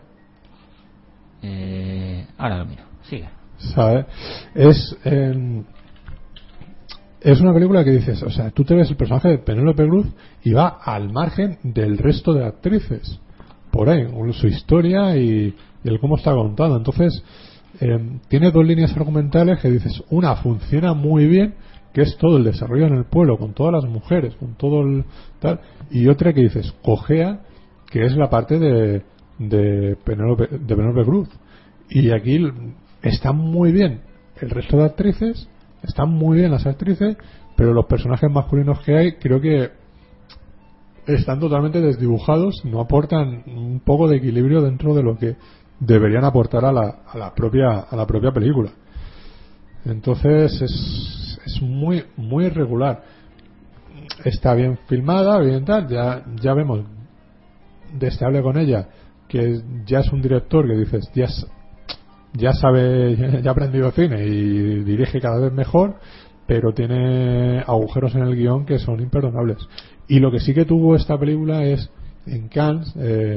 Eh, ahora lo miro, sigue. ¿Sabes? Es eh, es una película que dices, o sea, tú te ves el personaje de Penélope Cruz y va al margen del resto de actrices. Por ahí, su historia y, y el cómo está contado. Entonces, eh, tiene dos líneas argumentales que dices, una funciona muy bien, que es todo el desarrollo en el pueblo, con todas las mujeres, con todo el tal, y otra que dices, cojea, que es la parte de de Penélope, de Penélope Cruz. Y aquí están muy bien el resto de actrices, están muy bien las actrices, pero los personajes masculinos que hay, creo que están totalmente desdibujados, no aportan un poco de equilibrio dentro de lo que deberían aportar a la, a la propia a la propia película. Entonces es, es muy muy irregular. Está bien filmada, bien tal, ya ya vemos desde hable con ella que ya es un director que dices ya ya sabe, ya ha aprendido cine y dirige cada vez mejor, pero tiene agujeros en el guión que son imperdonables. Y lo que sí que tuvo esta película es en Cannes eh,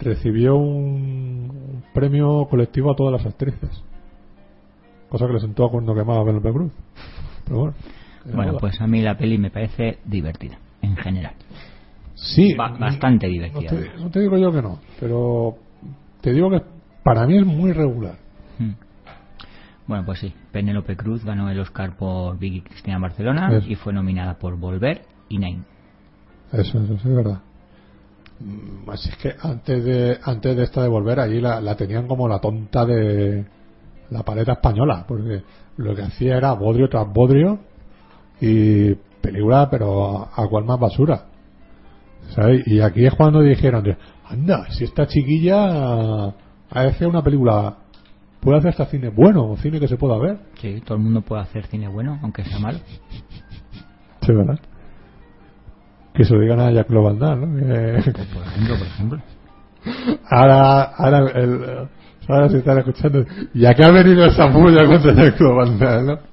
recibió un, un premio colectivo a todas las actrices, cosa que le sentó a cuando quemaba a Penélope Cruz. Pero bueno, bueno, pues a mí la peli me parece divertida en general. Sí, Ba- bastante divertida. No te, no te digo yo que no, pero te digo que para mí es muy regular. Hmm. Bueno, pues sí, Penélope Cruz ganó el Oscar por Vicky Cristina Barcelona Eso. y fue nominada por Volver y Nine. Eso, eso, eso es verdad. Así es que antes de antes de esta de Volver, allí la, la tenían como la tonta de la paleta española, porque lo que hacía era bodrio tras bodrio y película, pero a, a cual más basura, ¿sabes? Y aquí es cuando dijeron, anda, si esta chiquilla hace una película, puede hacer hasta cine bueno, cine que se pueda ver. Sí, todo el mundo puede hacer cine bueno, aunque sea malo. Sí, ¿verdad? Que se lo digan a Jean-Claude Van Damme, ¿no? Que... Por ejemplo, por ejemplo. Ahora, ahora, el, ahora se están escuchando. Ya que ha venido esa puya contra Jean-Claude Van Damme, ¿no?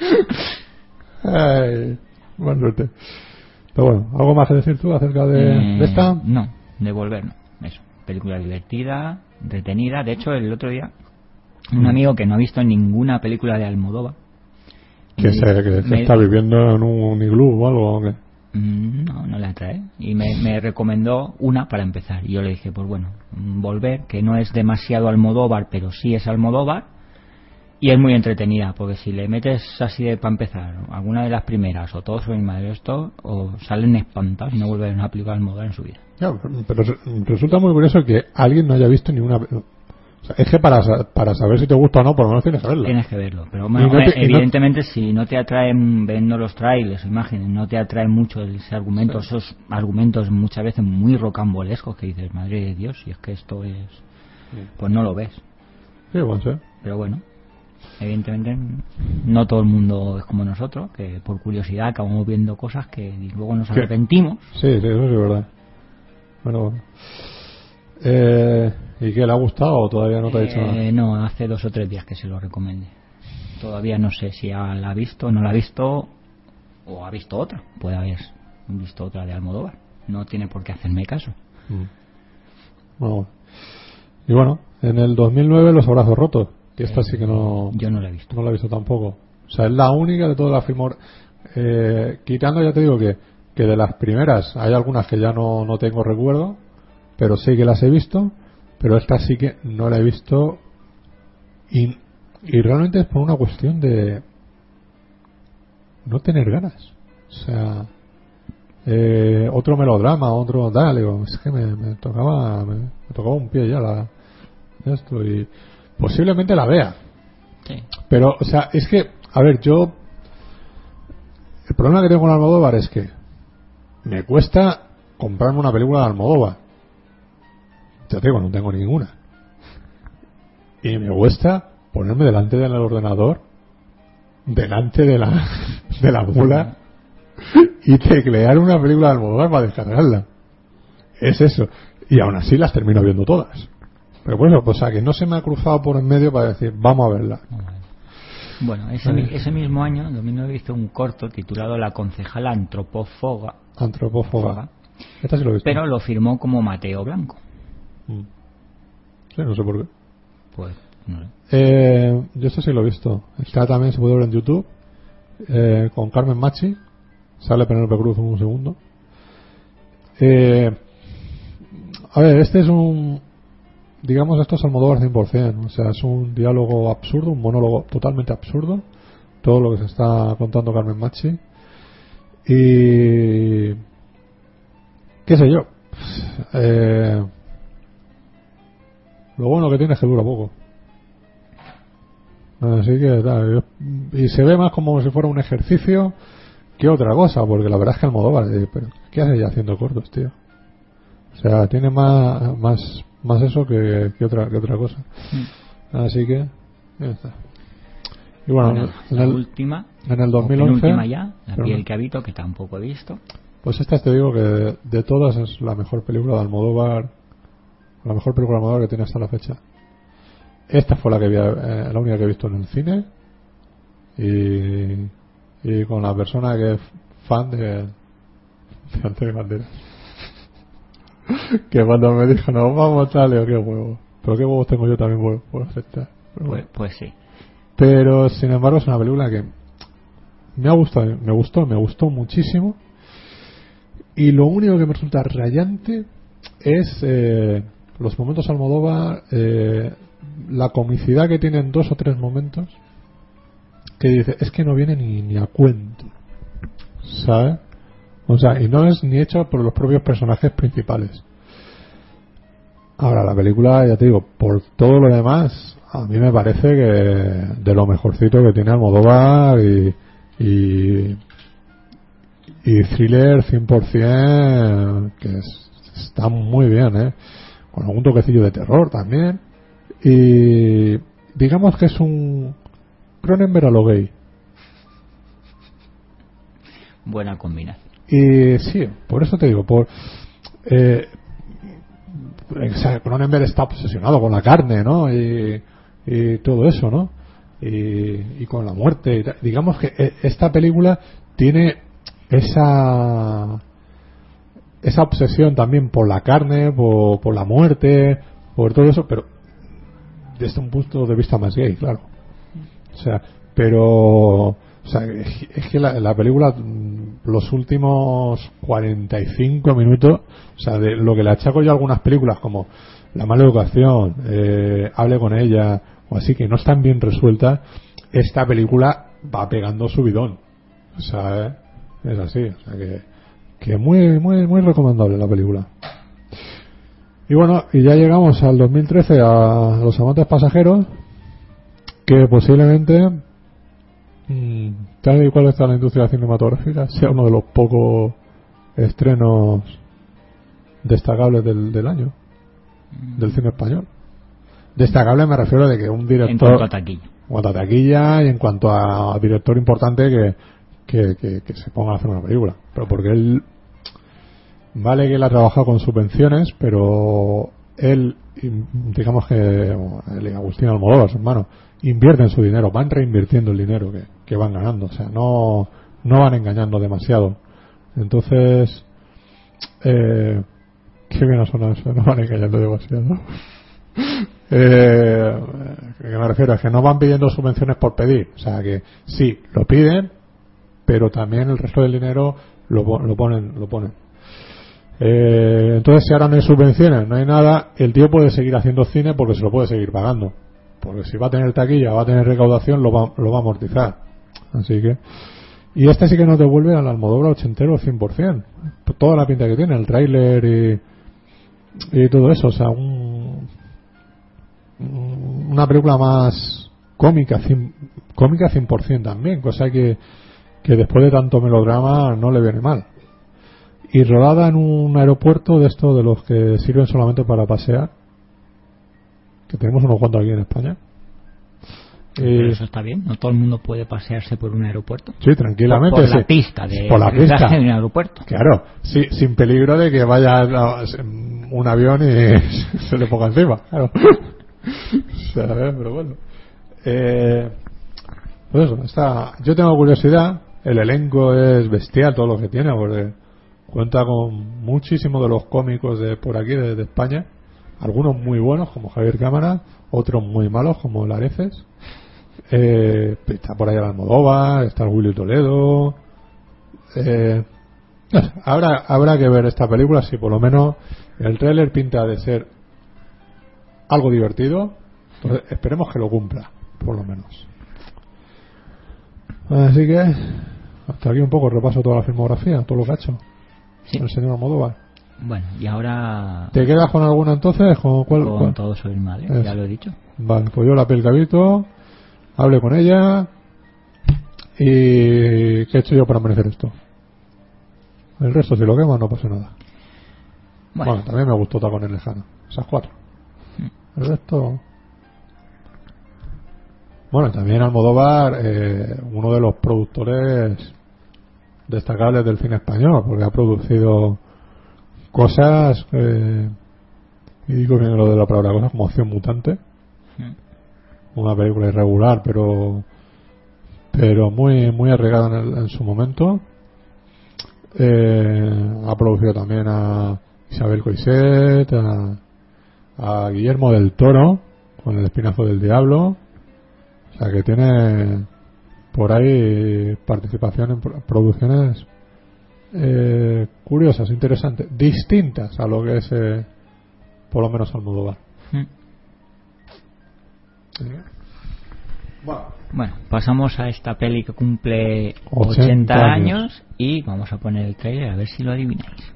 Ay, buena suerte. Pero bueno, ¿algo más que decir tú acerca de, Eh, de esta? No, de Volver no. Eso, película divertida, entretenida. De hecho, el otro día, un amigo que no ha visto ninguna película de Almodóvar. Que me- se, que se me- está viviendo en un iglú o algo. ¿O qué? Mm, No, no le atrae. Y me, me recomendó una para empezar. Y yo le dije, pues bueno, mm, Volver, que no es demasiado Almodóvar, pero sí es Almodóvar. Y es muy entretenida, porque si le metes así de para empezar, alguna de las primeras, o todo sobre mi madre, esto, o salen espantados y no vuelven a ver una película Almodóvar en su vida. Ya, pero re- resulta muy curioso que alguien no haya visto ninguna. O sea, es que para, sa- para saber si te gusta o no, por lo menos tienes que verla. Tienes que verlo. Pero Y bueno, no te- hombre, y no- evidentemente, si no te atraen viendo los trailers, imágenes, no te atrae mucho ese argumento, Sí. esos argumentos muchas veces muy rocambolescos que dices, madre de Dios, y es que esto es. Pues no lo ves. Sí, bueno, sí. Pero bueno, evidentemente no todo el mundo es como nosotros, que por curiosidad acabamos viendo cosas que luego nos ¿Qué? arrepentimos. Sí, sí, eso sí es verdad. Bueno, bueno. Eh, ¿Y qué le ha gustado o todavía no te ha dicho nada? Eh, no, hace dos o tres días que se lo recomendé. Todavía no sé si ha- la ha visto, no la ha visto o ha visto otra. Puede haber visto otra de Almodóvar. No tiene por qué hacerme caso. Mm. Bueno, bueno. Y bueno, en el dos mil nueve Los Abrazos Rotos. Y esta Eh, sí que no, Yo no la he visto. no la he visto tampoco. O sea, es la única de todas las filmor... Eh, quitando, ya te digo que, que de las primeras hay algunas que ya no, no tengo recuerdo, pero sí que las he visto, pero esta sí que no la he visto y, y realmente es por una cuestión de no tener ganas. O sea, eh, otro melodrama, otro tal, digo, es que me, me tocaba me, me tocaba un pie ya la, esto y posiblemente la vea. Sí. Pero, o sea, es que, a ver, yo el problema que tengo con Almodóvar es que me cuesta comprarme una película de Almodóvar. Te digo, no tengo ninguna. Y me cuesta ponerme delante del ordenador, delante de la de la mula, y teclear una película de Almodóvar para descargarla. Es eso. Y aún así las termino viendo todas. Pero bueno, o sea, que no se me ha cruzado por en medio para decir, vamos a verla. Bueno, ese, mi- ese mismo año, en dos mil nueve, hizo un corto titulado La concejala antropófaga, Antropófaga. Esta sí lo he visto. pero lo firmó como Mateo Blanco. Mm. Sí, no sé por qué. Pues, no sé. Eh, yo esto sí lo he visto. Está también, se puede ver en YouTube, eh, con Carmen Machi. Sale Penélope Cruz en un segundo. Eh, a ver, este es un... Digamos, esto es Almodóvar cien por ciento. O sea, es un diálogo absurdo, un monólogo totalmente absurdo. Todo lo que se está contando Carmen Machi. Y... ¿Qué sé yo? Eh, lo bueno que tiene es que dura poco. Así que tal, yo- y se ve más como si fuera un ejercicio que otra cosa, porque la verdad es que Almodóvar, eh, pero ¿qué hace ya haciendo cortos, tío? O sea, tiene más más más eso que, que otra que otra cosa. Así que ya está. Y bueno, Bueno, en la el, última, en el o dos mil once, penúltima ya, La pero piel no. que habito, que tampoco he visto. Pues esta te digo que de, de todas es la mejor película de Almodóvar, la mejor película de Almodóvar que tiene hasta la fecha. Esta fue la que vi, eh, la única que he visto en el cine y, y con la persona que es fan de, de Antonio Banderas. que cuando me dijo, no, vamos tal, le digo, qué huevo. Pero qué huevos tengo yo también, puedo, puedo aceptar. Pero, Pues, bueno. pues sí. Pero, sin embargo, es una película que me ha gustado, me gustó, me gustó muchísimo. Y lo único que me resulta rayante es eh, los momentos Almodóvar, eh, la comicidad que tienen dos o tres momentos que dice, es que no viene ni, ni a cuento, ¿sabes? O sea, y no es ni hecho por los propios personajes principales. Ahora, la película, ya te digo, por todo lo demás, a mí me parece que de lo mejorcito que tiene Almodóvar y y, y thriller cien por ciento, que es, está muy bien, ¿eh? Con algún toquecillo de terror también. Y digamos que es un Cronenberg a lo gay. Buena combinación. Y sí, por eso te digo, por eh, o sea, Cronenberg está obsesionado con la carne, ¿no? Y, y todo eso, ¿no? Y, y con la muerte. Y digamos que esta película tiene esa esa obsesión también por la carne, por, por la muerte, por todo eso, pero desde un punto de vista más gay, claro. O sea, pero o sea, es que la, la película, los últimos cuarenta y cinco minutos, o sea, de lo que le achaco yo a algunas películas como La mala educación, eh, Hable con ella, o así, que no están bien resueltas, esta película va pegando subidón. O sea, ¿eh? Es así. O sea, que, que muy, muy, muy recomendable la película. Y bueno, y ya llegamos al dos mil trece a Los amantes pasajeros, que posiblemente, mmm, tal y cual está la industria cinematográfica, sea uno de los pocos estrenos destacables del, del año, del cine español. Destacable me refiero de que un director, en cuanto a taquilla, en cuanto a taquilla y en cuanto a director importante que, que, que, que se ponga a hacer una película, pero porque él, vale que él ha trabajado con subvenciones, pero él, digamos que él y Agustín Almodóvar, su hermano, invierten su dinero, van reinvirtiendo el dinero que, que van ganando, o sea, no, no van engañando demasiado. Entonces, eh, qué bien ha sonado eso, no van engañando demasiado. Eh, que me refiero es que no van pidiendo subvenciones por pedir, o sea que sí, lo piden, pero también el resto del dinero lo, lo ponen, lo ponen. Eh, entonces, si ahora no hay subvenciones, no hay nada, el tío puede seguir haciendo cine porque se lo puede seguir pagando, porque si va a tener taquilla, va a tener recaudación, lo va, lo va a amortizar. Así que, y este sí que nos devuelve al Almodóvar ochentero cien por ciento, toda la pinta que tiene, el tráiler y, y todo eso, o sea, un, una película más cómica, cien, cómica cien por ciento también, cosa que, que después de tanto melodrama no le viene mal. Y rodada en un aeropuerto de estos de los que sirven solamente para pasear, que tenemos unos cuantos aquí en España. Pero eso está bien, no todo el mundo puede pasearse por un aeropuerto. Sí, tranquilamente. Por, por sí. la pista de por la pista de un aeropuerto. Claro, sí, sin peligro de que vaya un avión y se le ponga encima. Claro. O sea, pero bueno. Eh, pues eso, está, yo tengo curiosidad. El elenco es bestial, todo lo que tiene, porque cuenta con muchísimos de los cómicos de por aquí, de, de España. Algunos muy buenos, como Javier Cámara, otros muy malos, como Lareces. Eh, está por ahí el Almodóvar, está el Willy Toledo. Eh, habrá, habrá que ver esta película, si por lo menos el tráiler pinta de ser algo divertido. Entonces, esperemos que lo cumpla, por lo menos. Así que hasta aquí un poco repaso toda la filmografía, todo lo que ha hecho sí. el señor Almodóvar. Bueno, y ahora ¿te quedas con alguna entonces? ¿Con, cuál, con cuál? Todo sobre el mal, ¿eh? Es. Ya lo he dicho. Vale, pues yo la pel Gavito, hable con ella. ¿Y qué he hecho yo para merecer esto? El resto, si lo quemo, no pasa nada. Bueno, bueno también me gustó Tacones Lejanos, esas cuatro. El resto. Bueno, también Almodóvar, eh, uno de los productores destacables del cine español, porque ha producido cosas, eh, y digo bien lo de la palabra cosas, como Acción Mutante, mm. una película irregular, pero pero muy muy arreglada en, el, en su momento. Eh, ha producido también a Isabel Coixet, a, a Guillermo del Toro con El Espinazo del Diablo. O sea que tiene por ahí participación en pro- producciones eh, curiosas, interesantes, distintas a lo que es eh, por lo menos Almodóvar. Mm. ¿Sí? Bueno. Bueno, pasamos a esta peli que cumple ochenta ochenta años. años y vamos a poner el trailer a ver si lo adivináis.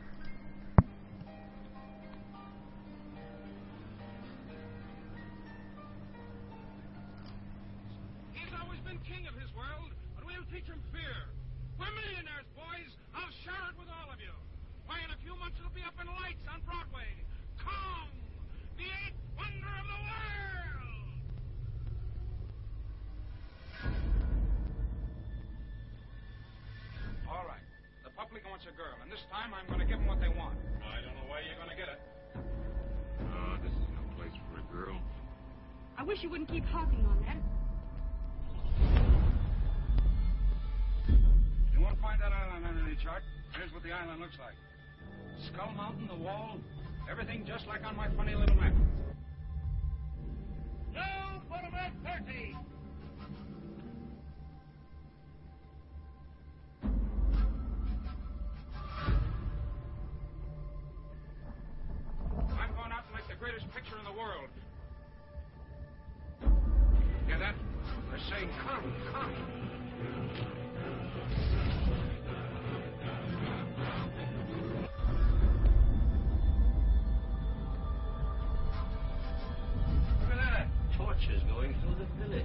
He's always been king of his world, but we'll teach him fear. We're millionaires, boys. I'll share it with all of you. Why, in a few months it'll be up in lights on Broadway. Kong, the eighth wonder of the world. All right. The public wants a girl, and this time I'm going to give them what they want. I don't know where you're going to get it. Oh, this is no place for a girl. I wish you wouldn't keep harping on that. You want to find that island on any chart? Here's what the island looks like. Skull Mountain, the wall, everything just like on my funny little map. No, put 'em at thirty. I'm going out and make the greatest picture in the world. Hear that? They're saying, come, come. Look at that. Torches going through the village.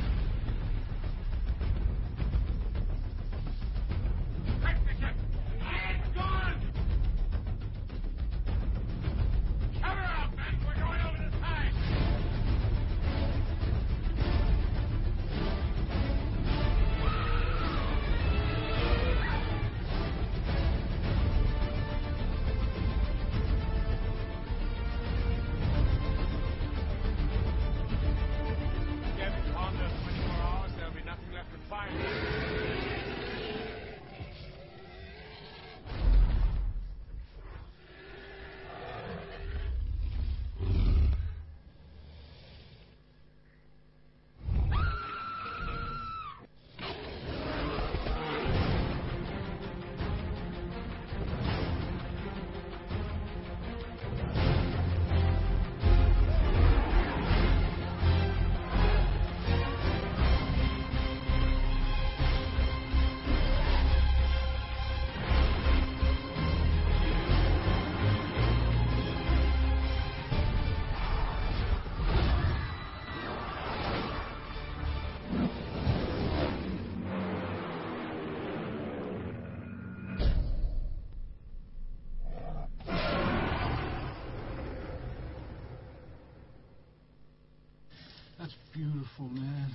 Quick, Bishop. It's gone. Cover up, man. We're going over the time. Get it on there twenty-four hours. There'll be nothing left to find. That's beautiful, man.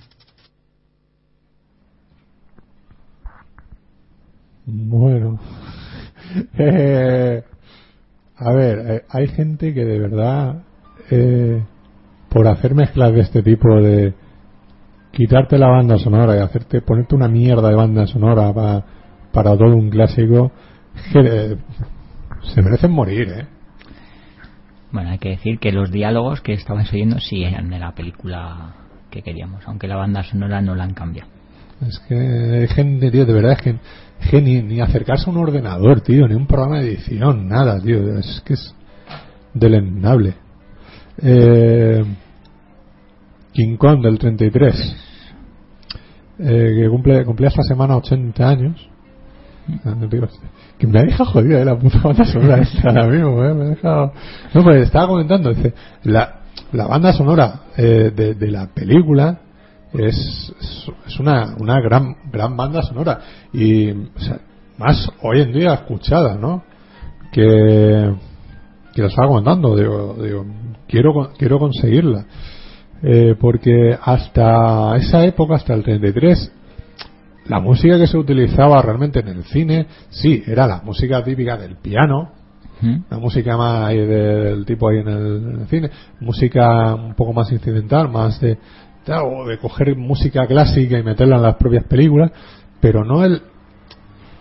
Bueno, eh, a ver, eh, hay gente que de verdad, eh, por hacer mezclas de este tipo, de quitarte la banda sonora y hacerte ponerte una mierda de banda sonora pa, para todo un clásico, que, eh, se merecen morir, ¿eh? Bueno, hay que decir que los diálogos que estabais oyendo sí eran de la película que queríamos, aunque la banda sonora no la han cambiado. Es que hay gente, tío, de verdad es que, es que ni, ni acercarse a un ordenador, tío, ni un programa de edición, nada, tío, es que es deleznable. Eh, King Kong del treinta y tres, eh, que cumple cumple esta semana ochenta años. Que me ha dejado jodida de la puta banda sonora esta ahora mismo, eh, me ha dejado... No, pues estaba comentando, dice, la, la banda sonora eh, de, de la película es, es, es una, una gran gran banda sonora y, o sea, más hoy en día escuchada, ¿no? Que que lo estaba comentando, digo, digo quiero quiero conseguirla, eh, porque hasta esa época, hasta el treinta y tres, la música que se utilizaba realmente en el cine, sí, era la música típica del piano, ¿Mm? la música más ahí del tipo ahí en el, en el cine, música un poco más incidental, más de, o de coger música clásica y meterla en las propias películas, pero no el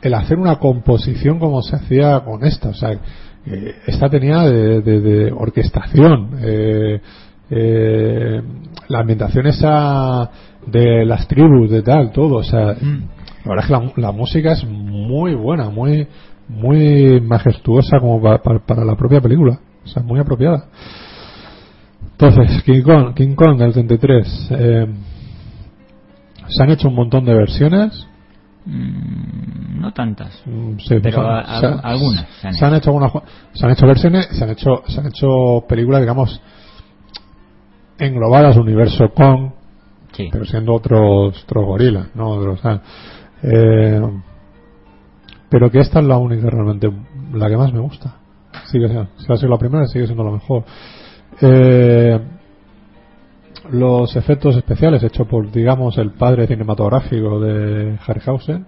el hacer una composición como se hacía con esta, o sea, eh, esta tenía de, de, de orquestación, eh, eh, la ambientación esa de las tribus, de tal, todo, o sea, mm. la verdad es que la, la música es muy buena, muy muy majestuosa como para, para, para la propia película, o sea, muy apropiada. Entonces, King Kong, King Kong del treinta y tres, eh, se han hecho un montón de versiones. Mm, no tantas, mm, sí, pero se, a, se, algunas se han, se han hecho algunas, se han hecho versiones, se han hecho se han hecho películas, digamos, englobadas universo Kong, sí. pero siendo otros otros gorilas, no otros, o sea, eh, pero que esta es la única realmente, la que más me gusta. Sigue siendo, si ha sido la primera, sigue siendo la mejor. Eh, los efectos especiales hechos por, digamos, el padre cinematográfico de Harryhausen,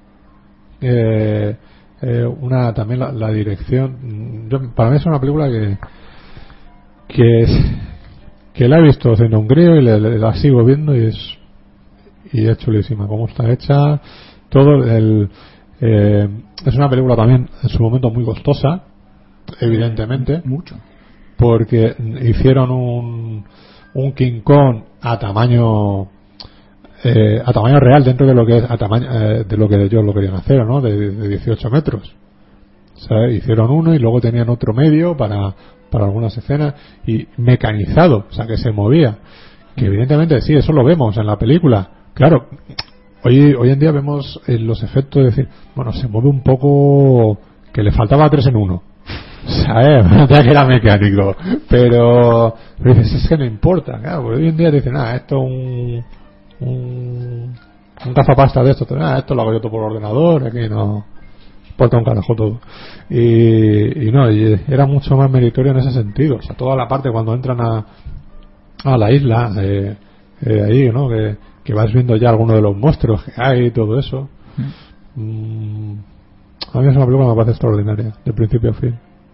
eh, eh, una también la, la dirección, yo, para mí es una película que que es, que la he visto en Hungría y le, le, la sigo viendo y es y es chulísima como está hecha todo el eh, es una película también en su momento muy costosa, evidentemente, mucho, porque hicieron un un King Kong a tamaño eh, a tamaño real dentro de lo que es a tamaño eh, de lo que ellos lo querían hacer, ¿no? De, de dieciocho metros, ¿sabes? Hicieron uno y luego tenían otro medio para para algunas escenas y mecanizado, o sea, que se movía, que evidentemente sí, eso lo vemos en la película, claro. Hoy, hoy en día vemos eh, los efectos de decir, bueno, se mueve un poco, que le faltaba tres en uno, ¿sabes? Ya que era mecánico, pero, pero dices, es que no importa, claro, porque hoy en día dicen, ah, esto es un, un, un gafapasta de esto, ah, esto lo hago yo todo por ordenador, aquí no importa un carajo todo. Y, y no, y era mucho más meritorio en ese sentido, o sea, toda la parte cuando entran a, a la isla, eh, eh, ahí, ¿no? Que, que vas viendo ya algunos de los monstruos que hay y todo eso. Mm. Mm, a mí es una película que me parece extraordinaria, de principio a fin.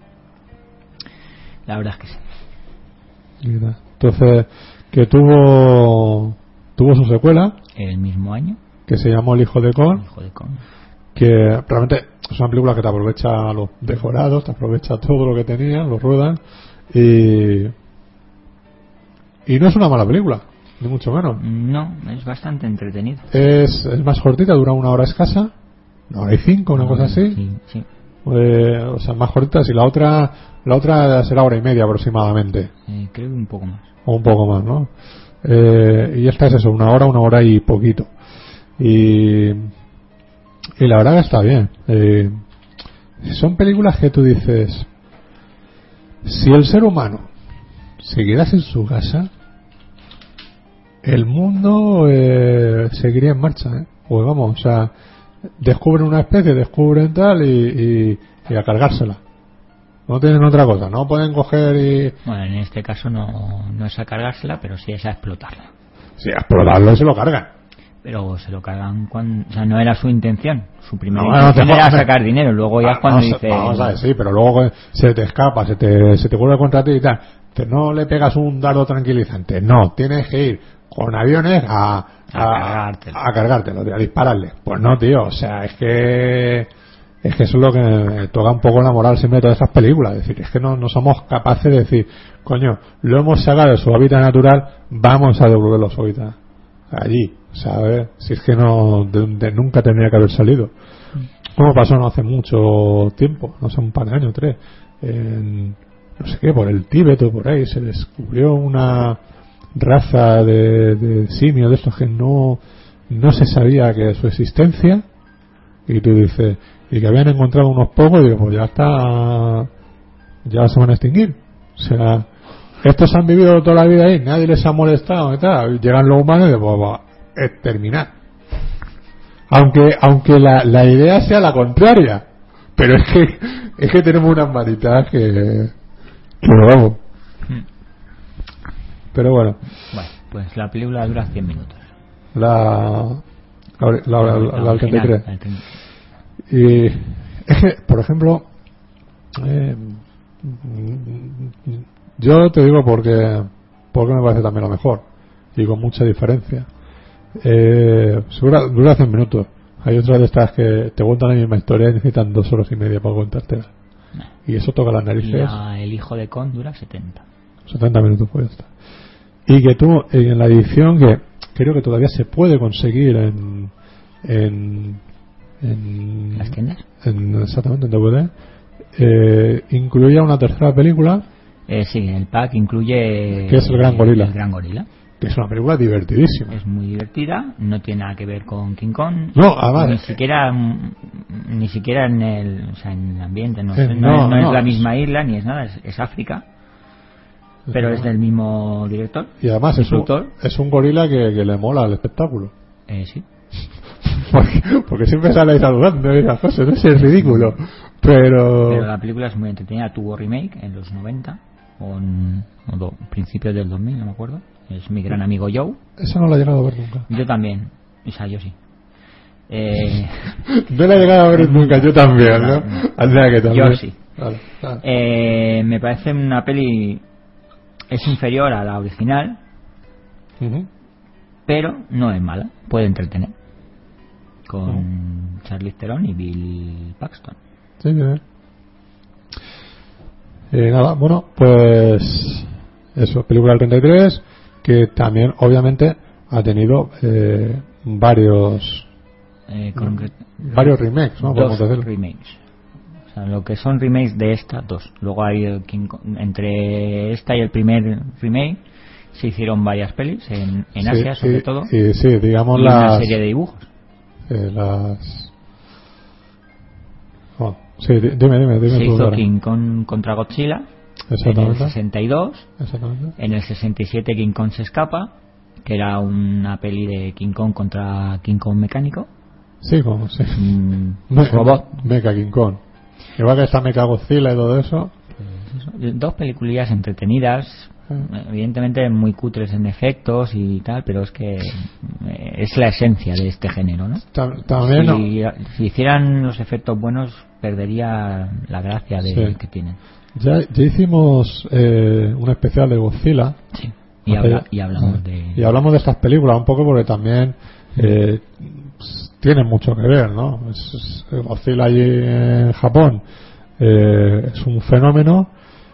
La verdad es que sí. Mira. Entonces, que tuvo tuvo su secuela el mismo año, que se llamó El Hijo de Kong, El Hijo de Kong, que realmente es una película que te aprovecha los decorados, te aprovecha todo lo que tenía, lo ruedan, y y no es una mala película, ni mucho menos. No, es bastante entretenida. Es, es más cortita, dura una hora escasa, una hora y cinco, una no, cosa así. Sí, sí. Eh, o sea, más cortita. Si la otra, la otra será hora y media aproximadamente. Eh, creo que un poco más. O un poco más, ¿no? Eh, y esta es eso, una hora, una hora y poquito. Y, y la verdad que está bien. Eh, son películas que tú dices, si el ser humano se quedase en su casa, el mundo eh, seguiría en marcha, ¿eh? Pues vamos, o sea, descubren una especie, descubren tal y, y, y a cargársela. No tienen otra cosa, no pueden coger y... Bueno, en este caso no, no es a cargársela, pero sí es a explotarla. Sí, a explotarlo y se lo cargan. Pero se lo cargan cuando... O sea, no era su intención. Su primera no, intención no era jodas. sacar dinero. Luego ya ah, es cuando vamos, dice... Vamos a ver, sí, pero luego se te escapa, se te, se te vuelve contra ti y tal. Que no le pegas un dardo tranquilizante. No, tienes que ir con aviones a, a, a cargártelo, a, cargártelo, a dispararle. Pues no, tío, o sea, es que es que eso es lo que toca un poco la moral siempre de todas estas películas. Es decir, es que no, no somos capaces de decir, coño, lo hemos sacado de su hábitat natural, vamos a devolverlo a su hábitat allí, ¿sabes? Si es que no, de, de nunca tendría que haber salido. Como pasó no hace mucho tiempo, no sé, un par de años, tres, en, no sé qué, por el Tíbet o por ahí, se descubrió una raza de, de simios de estos que no no se sabía que su existencia, y tú dices, y que habían encontrado unos pocos, y digo, pues ya está, ya se van a extinguir. O sea, estos han vivido toda la vida ahí, nadie les ha molestado y tal, llegan los humanos y digo, pues va a exterminar, aunque aunque la, la idea sea la contraria, pero es que es que tenemos unas manitas que que vamos. Pero bueno. Bueno, pues la película dura cien minutos. La. La, la, la, la, la treinta y tres. Y es que, por ejemplo, eh, yo te digo porque, porque me parece también lo mejor. Y con mucha diferencia. Eh, dura, dura cien minutos. Hay otras de estas que te cuentan la misma historia y necesitan dos horas y media para contártela. No. Y eso toca las narices. La, el hijo de Con dura setenta. setenta minutos, pues ya está. Y que tú, en la edición, que creo que todavía se puede conseguir en. en. en ¿Las tiendas? En, exactamente, en D V D, eh, incluía una tercera película. Eh, sí, el pack incluye. Que es El Gran Gorila. El Gran Gorila. Que es una película divertidísima. Es muy divertida, no tiene nada que ver con King Kong. No, además. Ni siquiera, ni siquiera en el, o sea, en el ambiente, no, Eh, no, no, es, no no. es la misma isla ni es nada, es, es África. Pero es del mismo director. Y además es un, productor. es un gorila que, que le mola el espectáculo. Eh, sí. porque, porque siempre sale ahí saludando y esas cosas, no es ridículo. Pero. Pero la película es muy entretenida. Tuvo remake en los noventa o en o do, principios del dos mil, no me acuerdo. Es mi gran amigo Joe. Esa no la he llegado a ver nunca. Yo también. O sea, yo sí. Eh, No la he llegado a ver nunca, yo también, ¿no? No, no. O sea que también. Yo sí. Vale, vale. Eh, me parece una peli. Es inferior a la original, Ujú. pero no es mala. Puede entretener. Con Uh-huh. Charlize Theron y Bill Paxton. Sí, bien. Eh, nada, bueno, pues. Eso, película del treinta y tres, que también, obviamente, ha tenido eh, varios. Eh, con re- varios remakes, ¿no? dos Podemos decirlo. remakes. O sea, lo que son remakes de esta, dos. Luego hay el King Kong- entre esta y el primer remake se hicieron varias pelis en, en Sí, Asia, sobre y- todo, Y sí, digamos y una las. serie de dibujos. eh, las. Oh, sí, di- dime, dime, dime. Se tú hizo ahora. King Kong contra Godzilla en el Exactamente. sesenta y dos, Exactamente. en el sesenta y siete King Kong se escapa, que era una peli de King Kong contra King Kong mecánico, Sí, como, sí. un Me- robot. Mecha King Kong. Igual que está Mecha Godzilla y todo eso. Dos peliculillas entretenidas, evidentemente muy cutres en efectos y tal, pero es que eh, es la esencia de este género, ¿no? Tam- También, ¿no? Si, si hicieran los efectos buenos, perdería la gracia de Sí. que tienen. Ya, ya hicimos eh, un especial de Godzilla. Sí. Y, Hace- habla- y hablamos de... Y hablamos de estas películas un poco porque también eh, tienen mucho que ver, ¿no? Es, es- Godzilla allí en Japón eh, es un fenómeno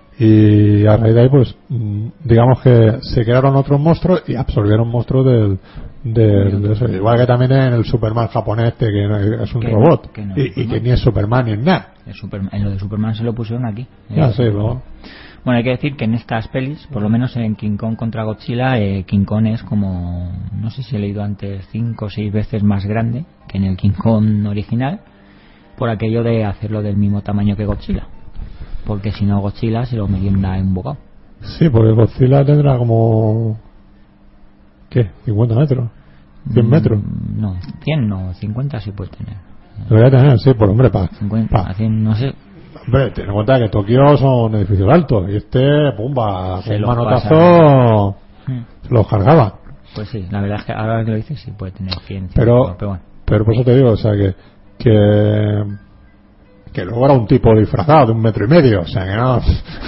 y a raíz de ahí, pues, mm, digamos que se crearon otros monstruos y absorbieron monstruos del, del- de eso. Igual que también en el Superman japonés, este, que no- es un Que- robot que no y, es y que Superman. ni es Superman ni es nada. el Superman- en lo de Superman se lo pusieron aquí. Ya Eh, sé, ¿no? Bueno, hay que decir que en estas pelis, por lo menos en King Kong contra Godzilla, eh, King Kong es como, no sé si he leído antes, cinco o seis veces más grande que en el King Kong original, por aquello de hacerlo del mismo tamaño que Godzilla. Porque si no, Godzilla se lo merienda en un bocado. Sí, porque Godzilla tendrá como... ¿Qué? cincuenta metros. cien Mm, metros. No, cien no, cincuenta sí puede tener. Debería tener, sí, por hombre, pa, cincuenta, pa. cien, no sé. Hombre, ten en cuenta que Tokio son edificios altos y este, pumba, Se con un lo manotazo Mm. se los cargaba. Pues sí, la verdad es que ahora que lo dices sí puede tener cien, Pero, cien, pero bueno. pero por eso te digo, o sea, que, que, que luego era un tipo disfrazado de un metro y medio, o sea, que no,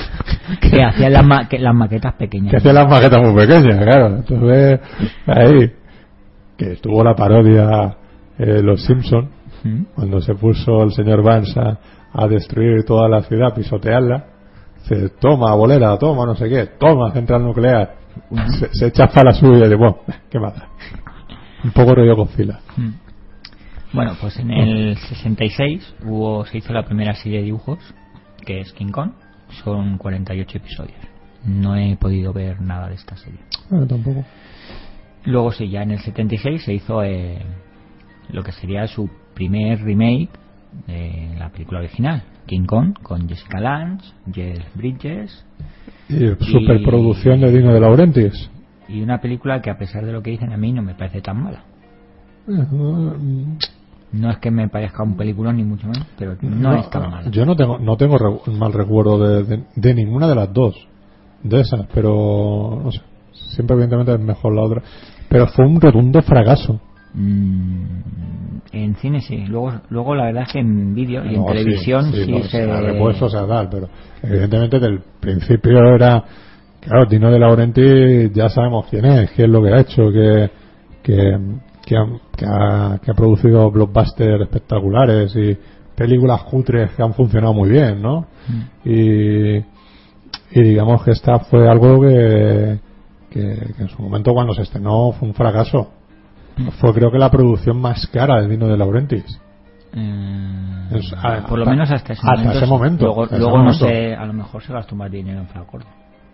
Que hacían las, ma- que las maquetas pequeñas. que hacía las maquetas muy pequeñas, claro. Entonces, ahí, que estuvo la parodia, eh, Los Simpson, Mm. cuando se puso el señor Vance a, a destruir toda la ciudad, pisotearla, se toma bolera, toma no sé qué, toma central nuclear, se, se echa para la suya y dice, bueno, ¿qué más da? Un poco rollo Godzilla. Mm. Bueno, pues en el sesenta y seis hubo, se hizo la primera serie de dibujos, que es King Kong. Son cuarenta y ocho episodios. No he podido ver nada de esta serie. Bueno, tampoco. Luego sí, ya en el setenta y seis se hizo eh, lo que sería su primer remake de la película original, King Kong, con Jessica Lange, Jeff Bridges, Y superproducción de Dino de Laurentiis. y una película que, a pesar de lo que dicen, a mí no me parece tan mala. Eh, no, No es que me parezca un peliculón ni mucho menos, pero no, es tan mala. Yo no tengo, no tengo re- mal recuerdo de, de, de ninguna de las dos, de esas, pero no sé, siempre evidentemente es mejor la otra. Pero fue un rotundo fracaso. Mm, en cine sí, luego luego la verdad es que en vídeo y en No, sí, televisión sí, no, se... ha repuesto, o sea, tal, pero evidentemente del principio era, claro, Dino de Laurentiis ya sabemos quién es, qué es lo que ha hecho, que, que, que, ha, que, ha, que ha producido blockbusters espectaculares y películas cutres que han funcionado muy bien, ¿no? Mm. Y, y digamos que esta fue algo que, que, que en su momento cuando se estrenó fue un fracaso. Mm. Fue creo que la producción más cara del Dino de Laurentiis. Mm, es, a, por lo hasta, menos hasta ese hasta momento. Ese momento luego hasta luego ese no momento. sé, a lo mejor se gastó más dinero en Flacor.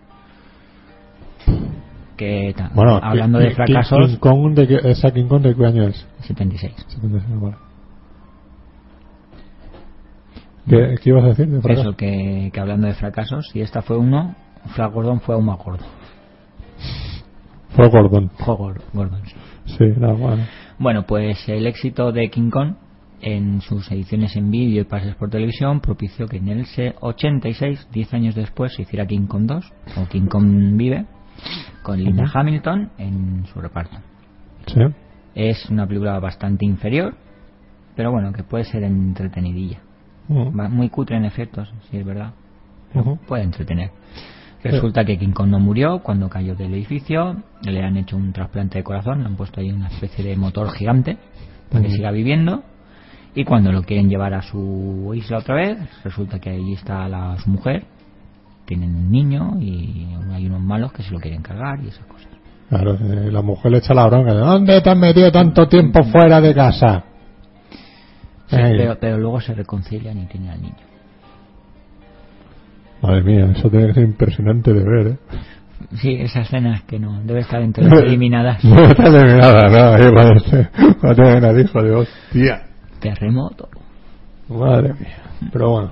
Que ta, bueno, hablando King, de fracasos, King Kong de qué, esa King Kong de qué año es? setenta y seis. setenta y seis, vale. ¿Qué, ¿Qué ibas a decir de fracasos? Eso, que, que hablando de fracasos, si esta fue uno, Flash Gordon fue aún más gordo. Fue Gordon. Fue Gordon, sí. Sí, nada, bueno. Bueno, pues el éxito de King Kong en sus ediciones en vídeo y pases por televisión propició que en el ochenta y seis, diez años después, se hiciera King Kong dos o King Kong Vive con Linda uh-huh. Hamilton en su reparto. Sí. Es una película bastante inferior, pero bueno, que puede ser entretenidilla. Uh-huh. Muy cutre en efectos, sí es verdad, uh-huh. puede entretener. Resulta que King Kong no murió cuando cayó del edificio, le han hecho un trasplante de corazón, le han puesto ahí una especie de motor gigante para que uh-huh. siga viviendo, y cuando lo quieren llevar a su isla otra vez, resulta que allí está la, su mujer, tienen un niño y hay unos malos que se lo quieren cargar y esas cosas. Claro, eh, la mujer le echa la bronca, ¿de dónde te has metido tanto tiempo fuera de casa? Sí, pero, pero luego se reconcilian y tienen al niño. Madre mía, eso tiene que ser impresionante de ver, ¿eh? Sí, esas escenas que no, debe estar entre las eliminadas. No está eliminada, no, ¿eh? Cuando, se, cuando te ven al hijo de hostia. Terremoto. Madre mía, pero bueno.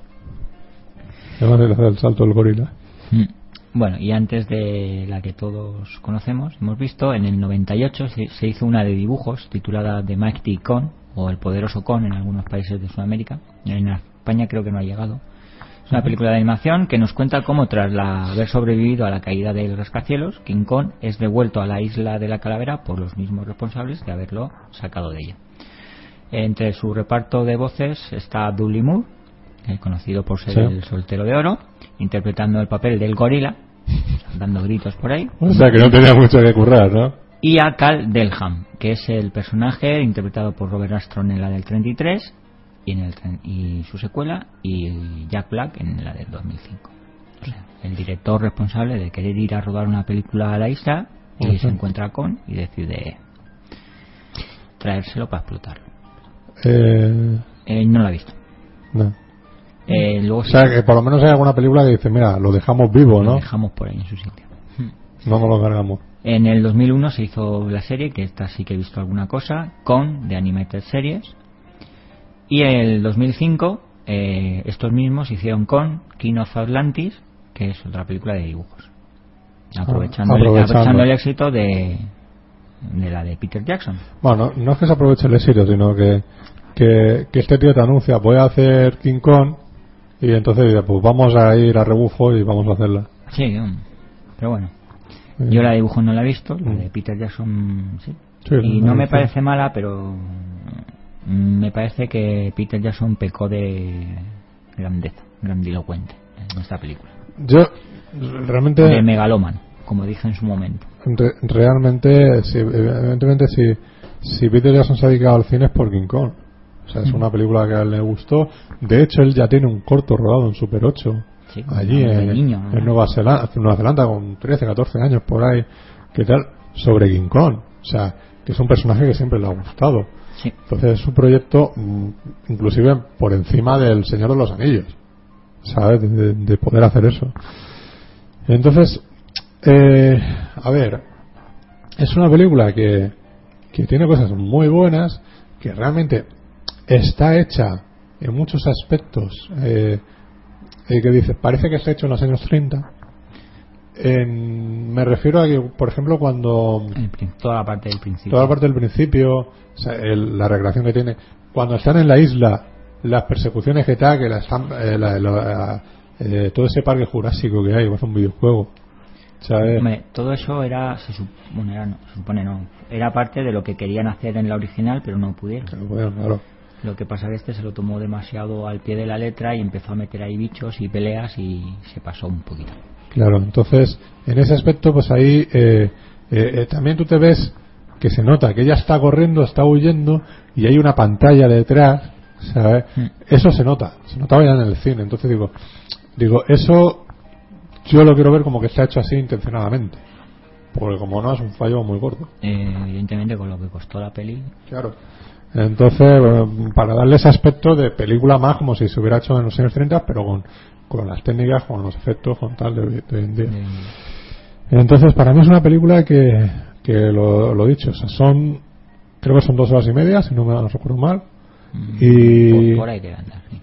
Además de hacer el salto del gorila. Mm. Bueno, y antes de la que todos conocemos, hemos visto, en el noventa y ocho se, se hizo una de dibujos titulada The Mighty Kong, o El Poderoso Kong en algunos países de Sudamérica. En España creo que no ha llegado. Es una película de animación que nos cuenta cómo, tras la, haber sobrevivido a la caída del rascacielos, King Kong es devuelto a la isla de la Calavera por los mismos responsables de haberlo sacado de ella. Entre su reparto de voces está Dudley Moore, eh, conocido por ser sí. el soltero de oro, interpretando el papel del gorila, dando gritos por ahí. O sea que no tenía mucho que currar, ¿no? Y a Cal Delham, que es el personaje interpretado por Robert Astron en la del treinta y tres y, en el, y su secuela, y Jack Black en la del dos mil cinco. O sea, el director responsable de querer ir a rodar una película a la isla y uh-huh. se encuentra con y decide traérselo para explotarlo. Eh... Eh, no lo ha visto. No. Eh, luego o sea, que por lo menos hay alguna película que dice, mira, lo dejamos vivo, ¿no? Lo dejamos por ahí en su sitio. No nos lo cargamos. En el dos mil uno se hizo la serie, que esta sí que he visto alguna cosa, con The Animated Series. Y en el dos mil cinco eh, estos mismos hicieron con King of Atlantis, que es otra película de dibujos. Aprovechando, ah, aprovechando. El, aprovechando el éxito de, de la de Peter Jackson. Bueno, no, no es que se aproveche el éxito, sino que, que, que este tío te anuncia, voy a hacer King Kong, y entonces dice, pues vamos a ir a rebufo y vamos a hacerla. Sí, pero bueno. Yo la de dibujos no la he visto, la de Peter Jackson sí. sí y no me parece mala, pero me parece que Peter Jackson pecó de grandeza, grandilocuente en esta película. Yo realmente... De megalómano, como dije en su momento. Re, realmente, sí, evidentemente, si, si Peter Jackson se ha dedicado al cine es por King Kong. O sea, es mm. una película que a él le gustó. De hecho, él ya tiene un corto rodado en Super ocho. Sí, allí en, niño, ¿no? en Nueva Zelanda, Nueva Zelanda con trece, catorce años por ahí, que tal, sobre King Kong. O sea, que es un personaje que siempre le ha gustado. Sí. Entonces es un proyecto inclusive por encima del Señor de los Anillos, ¿sabes? De, de, de poder hacer eso. Entonces, eh, a ver, es una película que, que tiene cosas muy buenas, que realmente está hecha en muchos aspectos eh, eh, que dices, parece que está hecho en los años treinta. En, me refiero a que, por ejemplo, cuando el, toda la parte del principio toda la parte del principio, o sea, el, la recreación que tiene cuando están en la isla, las persecuciones que está, que la, eh, la, la, eh, todo ese parque jurásico que hay, es un videojuego. ¿Sabes? Hombre, todo eso era se, sup, bueno, era, no, se supone no era parte de lo que querían hacer en la original, pero no pudieron. Pero bueno, claro. Lo que pasa es que este se lo tomó demasiado al pie de la letra y empezó a meter ahí bichos y peleas y se pasó un poquito. Claro, entonces en ese aspecto pues ahí eh, eh, eh, también tú te ves que se nota que ella está corriendo, está huyendo y hay una pantalla detrás, ¿sabes? Mm. Eso se nota, se notaba ya en el cine. Entonces digo, digo, eso yo lo quiero ver como que está hecho así intencionadamente, porque como no es un fallo muy gordo. Eh, evidentemente con lo que costó la peli. Claro. Entonces, eh, para darle ese aspecto de película más como si se hubiera hecho en los años treinta, pero con, con las técnicas, con los efectos, con tal de, de hoy en día. de- Entonces, para mí es una película que, que lo, lo dicho, o sea, son, creo que son dos horas y media, si no me no recuerdo mal, mm, y, por, por ahí debe andar, sí.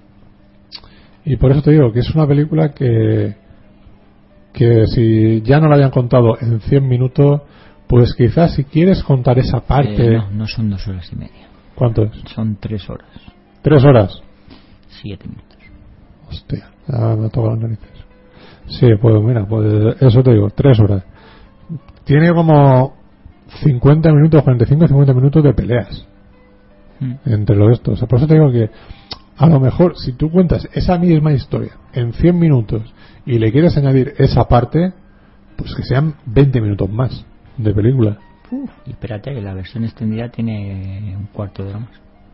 y por eso te digo que es una película que, que si ya no la habían contado en cien minutos, pues quizás si quieres contar esa parte, Eh, no, no son dos horas y media, ¿cuánto es? son tres horas, ¿Tres horas? siete minutos. Hostia, ya me toca las narices. Sí, pues mira, pues eso te digo, tres horas. Tiene como cincuenta minutos, cuarenta y cinco, cincuenta minutos de peleas Mm. entre los estos. O sea, por eso te digo que a lo mejor si tú cuentas esa misma historia en cien minutos y le quieres añadir esa parte, pues que sean veinte minutos más de película. Y espérate, que la versión extendida tiene un cuarto de hora más.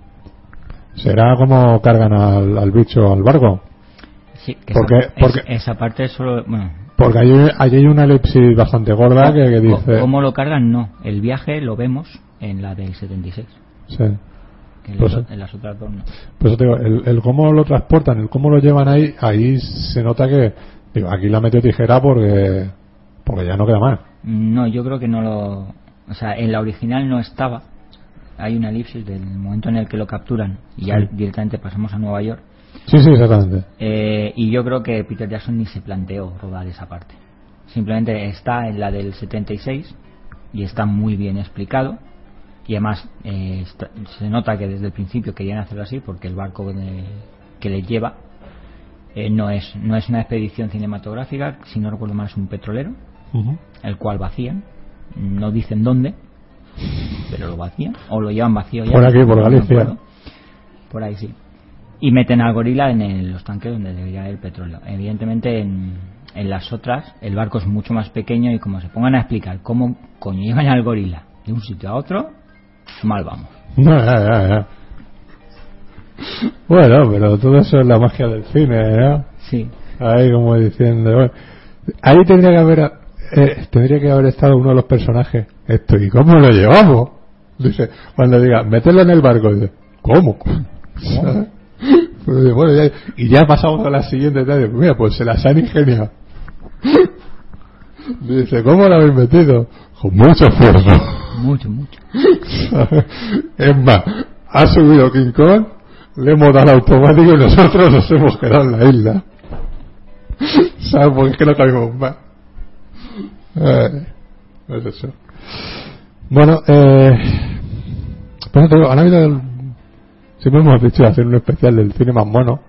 Será como cargan al, al bicho al barco. Sí, que Porque- esa, porque- es- esa parte es solo, bueno, Porque allí, allí hay una elipsis bastante gorda que, que co- dice... ¿cómo lo cargan? No, el viaje lo vemos en la del setenta y seis, Sí. que en, Pues las, sí. en las otras dos no. Pues te digo, el, el cómo lo transportan, el cómo lo llevan ahí, ahí se nota que, digo, aquí la metió tijera porque, porque ya no queda más. No, yo creo que no lo, o sea, en la original no estaba. Hay una elipsis del momento en el que lo capturan y ya Sí. directamente pasamos a Nueva York. Sí, sí, exactamente. Eh, y yo creo que Peter Jackson ni se planteó rodar esa parte. Simplemente está en la del setenta y seis y está muy bien explicado. Y además eh, está- se nota que desde el principio querían hacerlo así porque el barco de- que les lleva eh, no es no es una expedición cinematográfica, si no recuerdo mal es un petrolero, Ujú. el cual vacían. No dicen dónde, pero lo vacían o lo llevan vacío ya. Por aquí, por no me Galicia. acuerdo. Por ahí sí. Y meten al gorila en el- los tanques donde debería haber petróleo. Evidentemente en, en las otras el barco es mucho más pequeño y como se pongan a explicar cómo coño llevan al gorila de un sitio a otro, mal vamos. No, ya, ya, ya. Bueno, pero todo eso es la magia del cine, ¿no? Sí. Ahí como diciendo, bueno, ahí tendría que haber, eh, tendría que haber estado uno de los personajes. Esto, ¿y cómo lo llevamos? Dice, cuando diga, meterlo en el barco, dice, ¿cómo? ¿Sabes? Pues, bueno, ya- y ya pasamos a la siguiente tarde. Mira, pues se las han ingeniado. Dice, ¿cómo lo habéis metido? Con mucho esfuerzo. Mucho, mucho. ¿Sabes? Es más, ha subido King Kong, le hemos dado al automático y nosotros nos hemos quedado en la isla. ¿Sabes? Porque es que no cabemos más. Eh, pues eso. Bueno, eh, pues te digo, han habido el- siempre hemos dicho hacer un especial del cine más mono.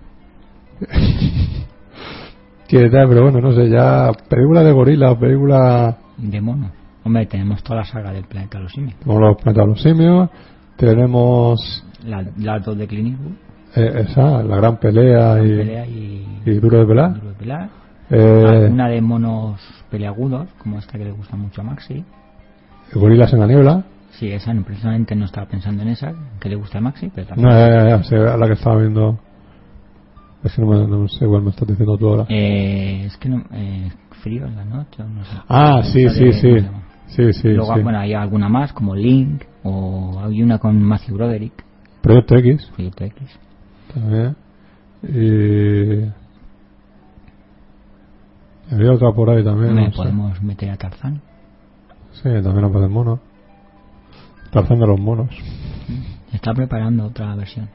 Que tal, pero bueno, no sé, ya película de gorila o película De mono. Hombre, tenemos toda la saga del planeta de los simios. como los planetas de los simios, tenemos La- Las dos de Clint Eastwood, eh, esa, la gran pelea y, pelea y, y duro de pelar. Duro de pelar. Eh, Una de monos peleagudos, como esta que le gusta mucho a Maxi. Gorilas en la niebla. Sí, esa no, precisamente no estaba pensando en esa, que le gusta a Maxi, pero también. No, ya, ya, ya, sé, la que estaba viendo. Es que no, me, no sé cuál me estás diciendo tú ahora. Eh, es que no. Eh, frío en la noche, o no sé. Ah, sí, Esa sí, de- sí. ¿cómo se llama? Sí, sí, Luego, sí. bueno, hay alguna más, como Link, o hay una con Matthew Broderick, Proyecto X Proyecto X. también. Y. Había otra por ahí también. Me no sé. podemos meter a Tarzán. Sí, también aparece el mono. Tarzán de los monos. Se está preparando otra versión.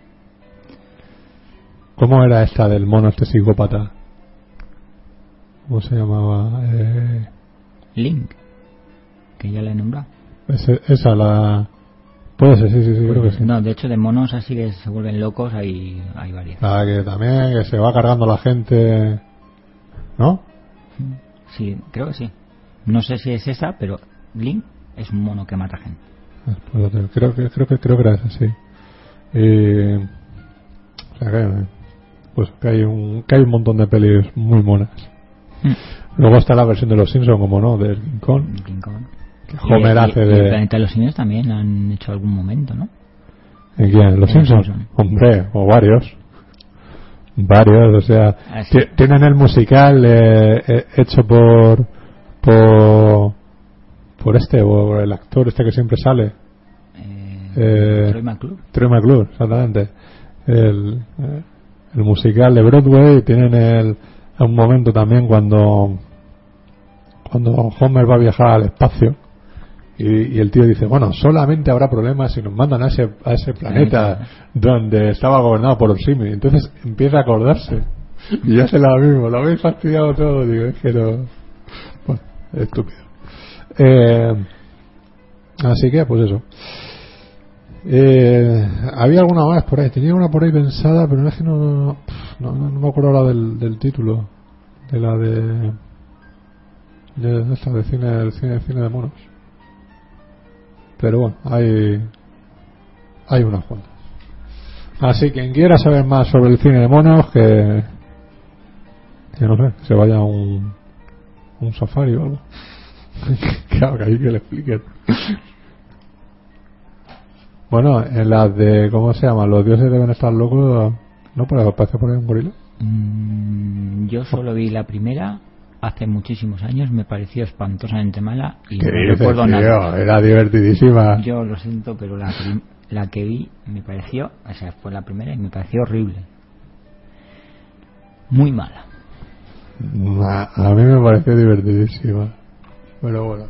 ¿Cómo era esta del mono este psicópata? ¿Cómo se llamaba? Eh, Link, que ya le he nombrado. ese- esa, la. Puede ser, sí, sí, sí, creo que sí. No, de hecho, de monos así que se vuelven locos hay, hay varias. La que también, que se va cargando la gente. ¿No? Sí, creo que sí. No sé si es esa, pero Link es un mono que mata gente. Pues, creo que creo que creo que era esa, sí. Y, o sea que, pues que hay un que hay un montón de pelis muy monas. Mm. Luego está la versión de los Simpsons, como no, del King Kong, King Kong. que Homer y, hace y, de... y el Planeta de los Simios también han hecho algún momento, ¿no? ¿En quién? ¿Los En Simpsons? Simpson. Hombre, o varios. Varios, o sea, Ah, sí. t- tienen el musical eh, eh, hecho por por por este, por el actor este que siempre sale. Eh, Eh, Troy McClure. Troy McClure, exactamente. El, eh, el musical de Broadway. Tienen el, un momento también cuando cuando Homer va a viajar al espacio y, y el tío dice, bueno, solamente habrá problemas si nos mandan a ese, a ese planeta donde estaba gobernado por los simios. Entonces empieza a acordarse y ya se lo mismo, lo habéis fastidiado todo. Digo, es que no, bueno, estúpido. Eh, así que pues eso. Eh, había alguna más por ahí, tenía una por ahí pensada, pero no es que no no, no, no me acuerdo ahora del, del título de la de de, de esta de cine, del cine, cine de monos, pero bueno, hay hay unas cuantas. Así que quien quiera saber más sobre el cine de monos, que que no sé, se vaya a un un safari o algo. que haga ahí, que le expliquen. Bueno, en las de, ¿cómo se llama? Los dioses deben estar locos, ¿no? Para parece poner un gorila. Mm, yo solo vi la primera hace muchísimos años, me pareció espantosamente mala y ¿Qué no dices, recuerdo tío? nada. Era divertidísima. Yo lo siento, pero la, prim- la que vi me pareció, o sea, fue la primera y me pareció horrible. Muy mala. A, a mí me pareció divertidísima. Pero bueno.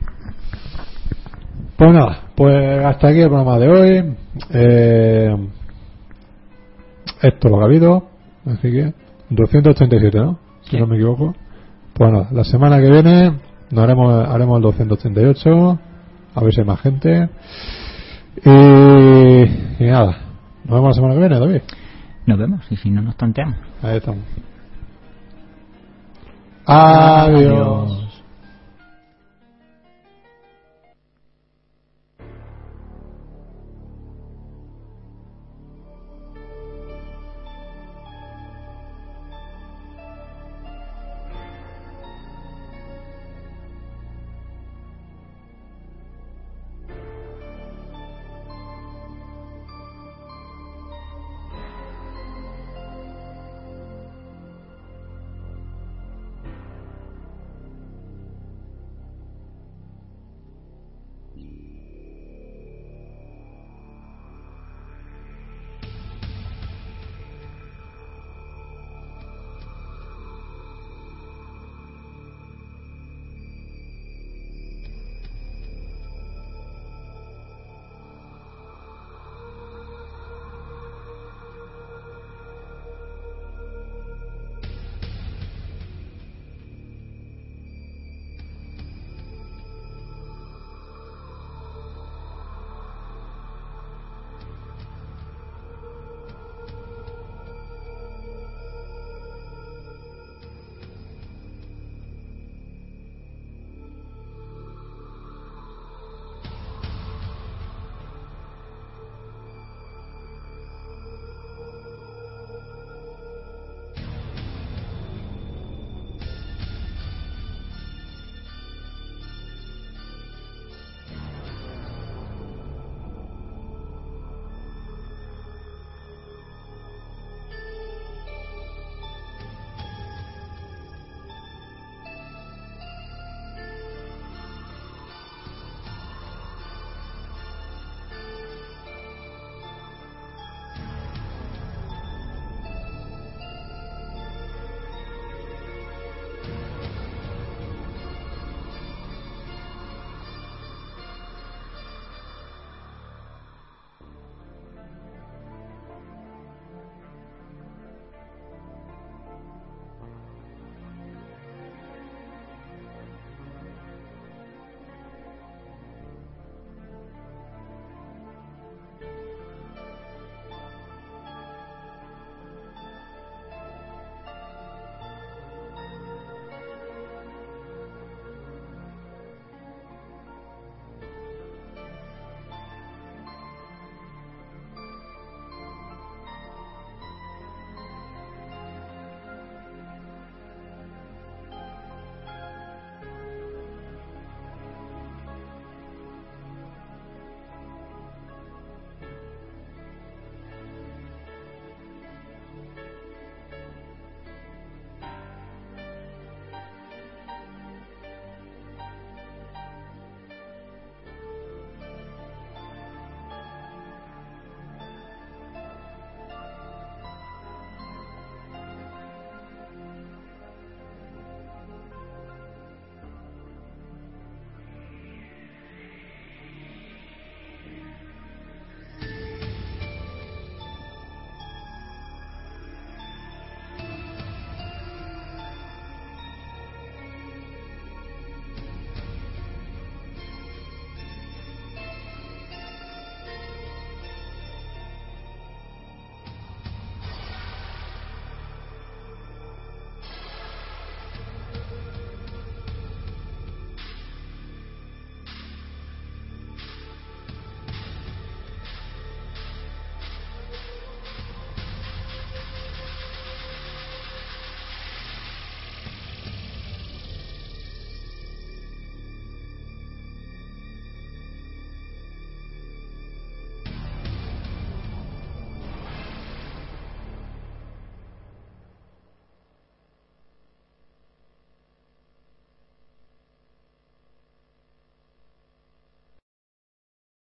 Pues nada, pues hasta aquí el programa de hoy. Eh, esto es lo que ha habido. Así que doscientos ochenta y siete, ¿no? Si Sí. no me equivoco. Pues nada, la semana que viene nos haremos, haremos el doscientos ochenta y ocho. A ver si hay más gente. Y, y nada, nos vemos la semana que viene, David. Nos vemos y si no nos tanteamos. Ahí estamos. Adiós. Adiós.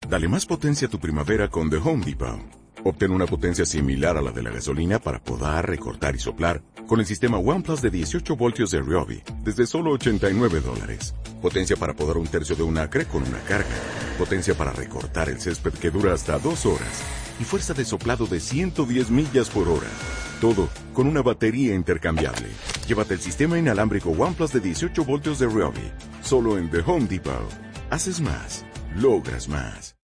Dale más potencia a tu primavera con The Home Depot. Obtén una potencia similar a la de la gasolina para podar, recortar y soplar con el sistema OnePlus de dieciocho voltios de Ryobi desde solo ochenta y nueve dólares. Potencia para podar un tercio de un acre con una carga. Potencia para recortar el césped que dura hasta dos horas. Y fuerza de soplado de ciento diez millas por hora. Todo con una batería intercambiable. Llévate el sistema inalámbrico OnePlus de dieciocho voltios de Ryobi. Solo en The Home Depot. Haces más. Logras más.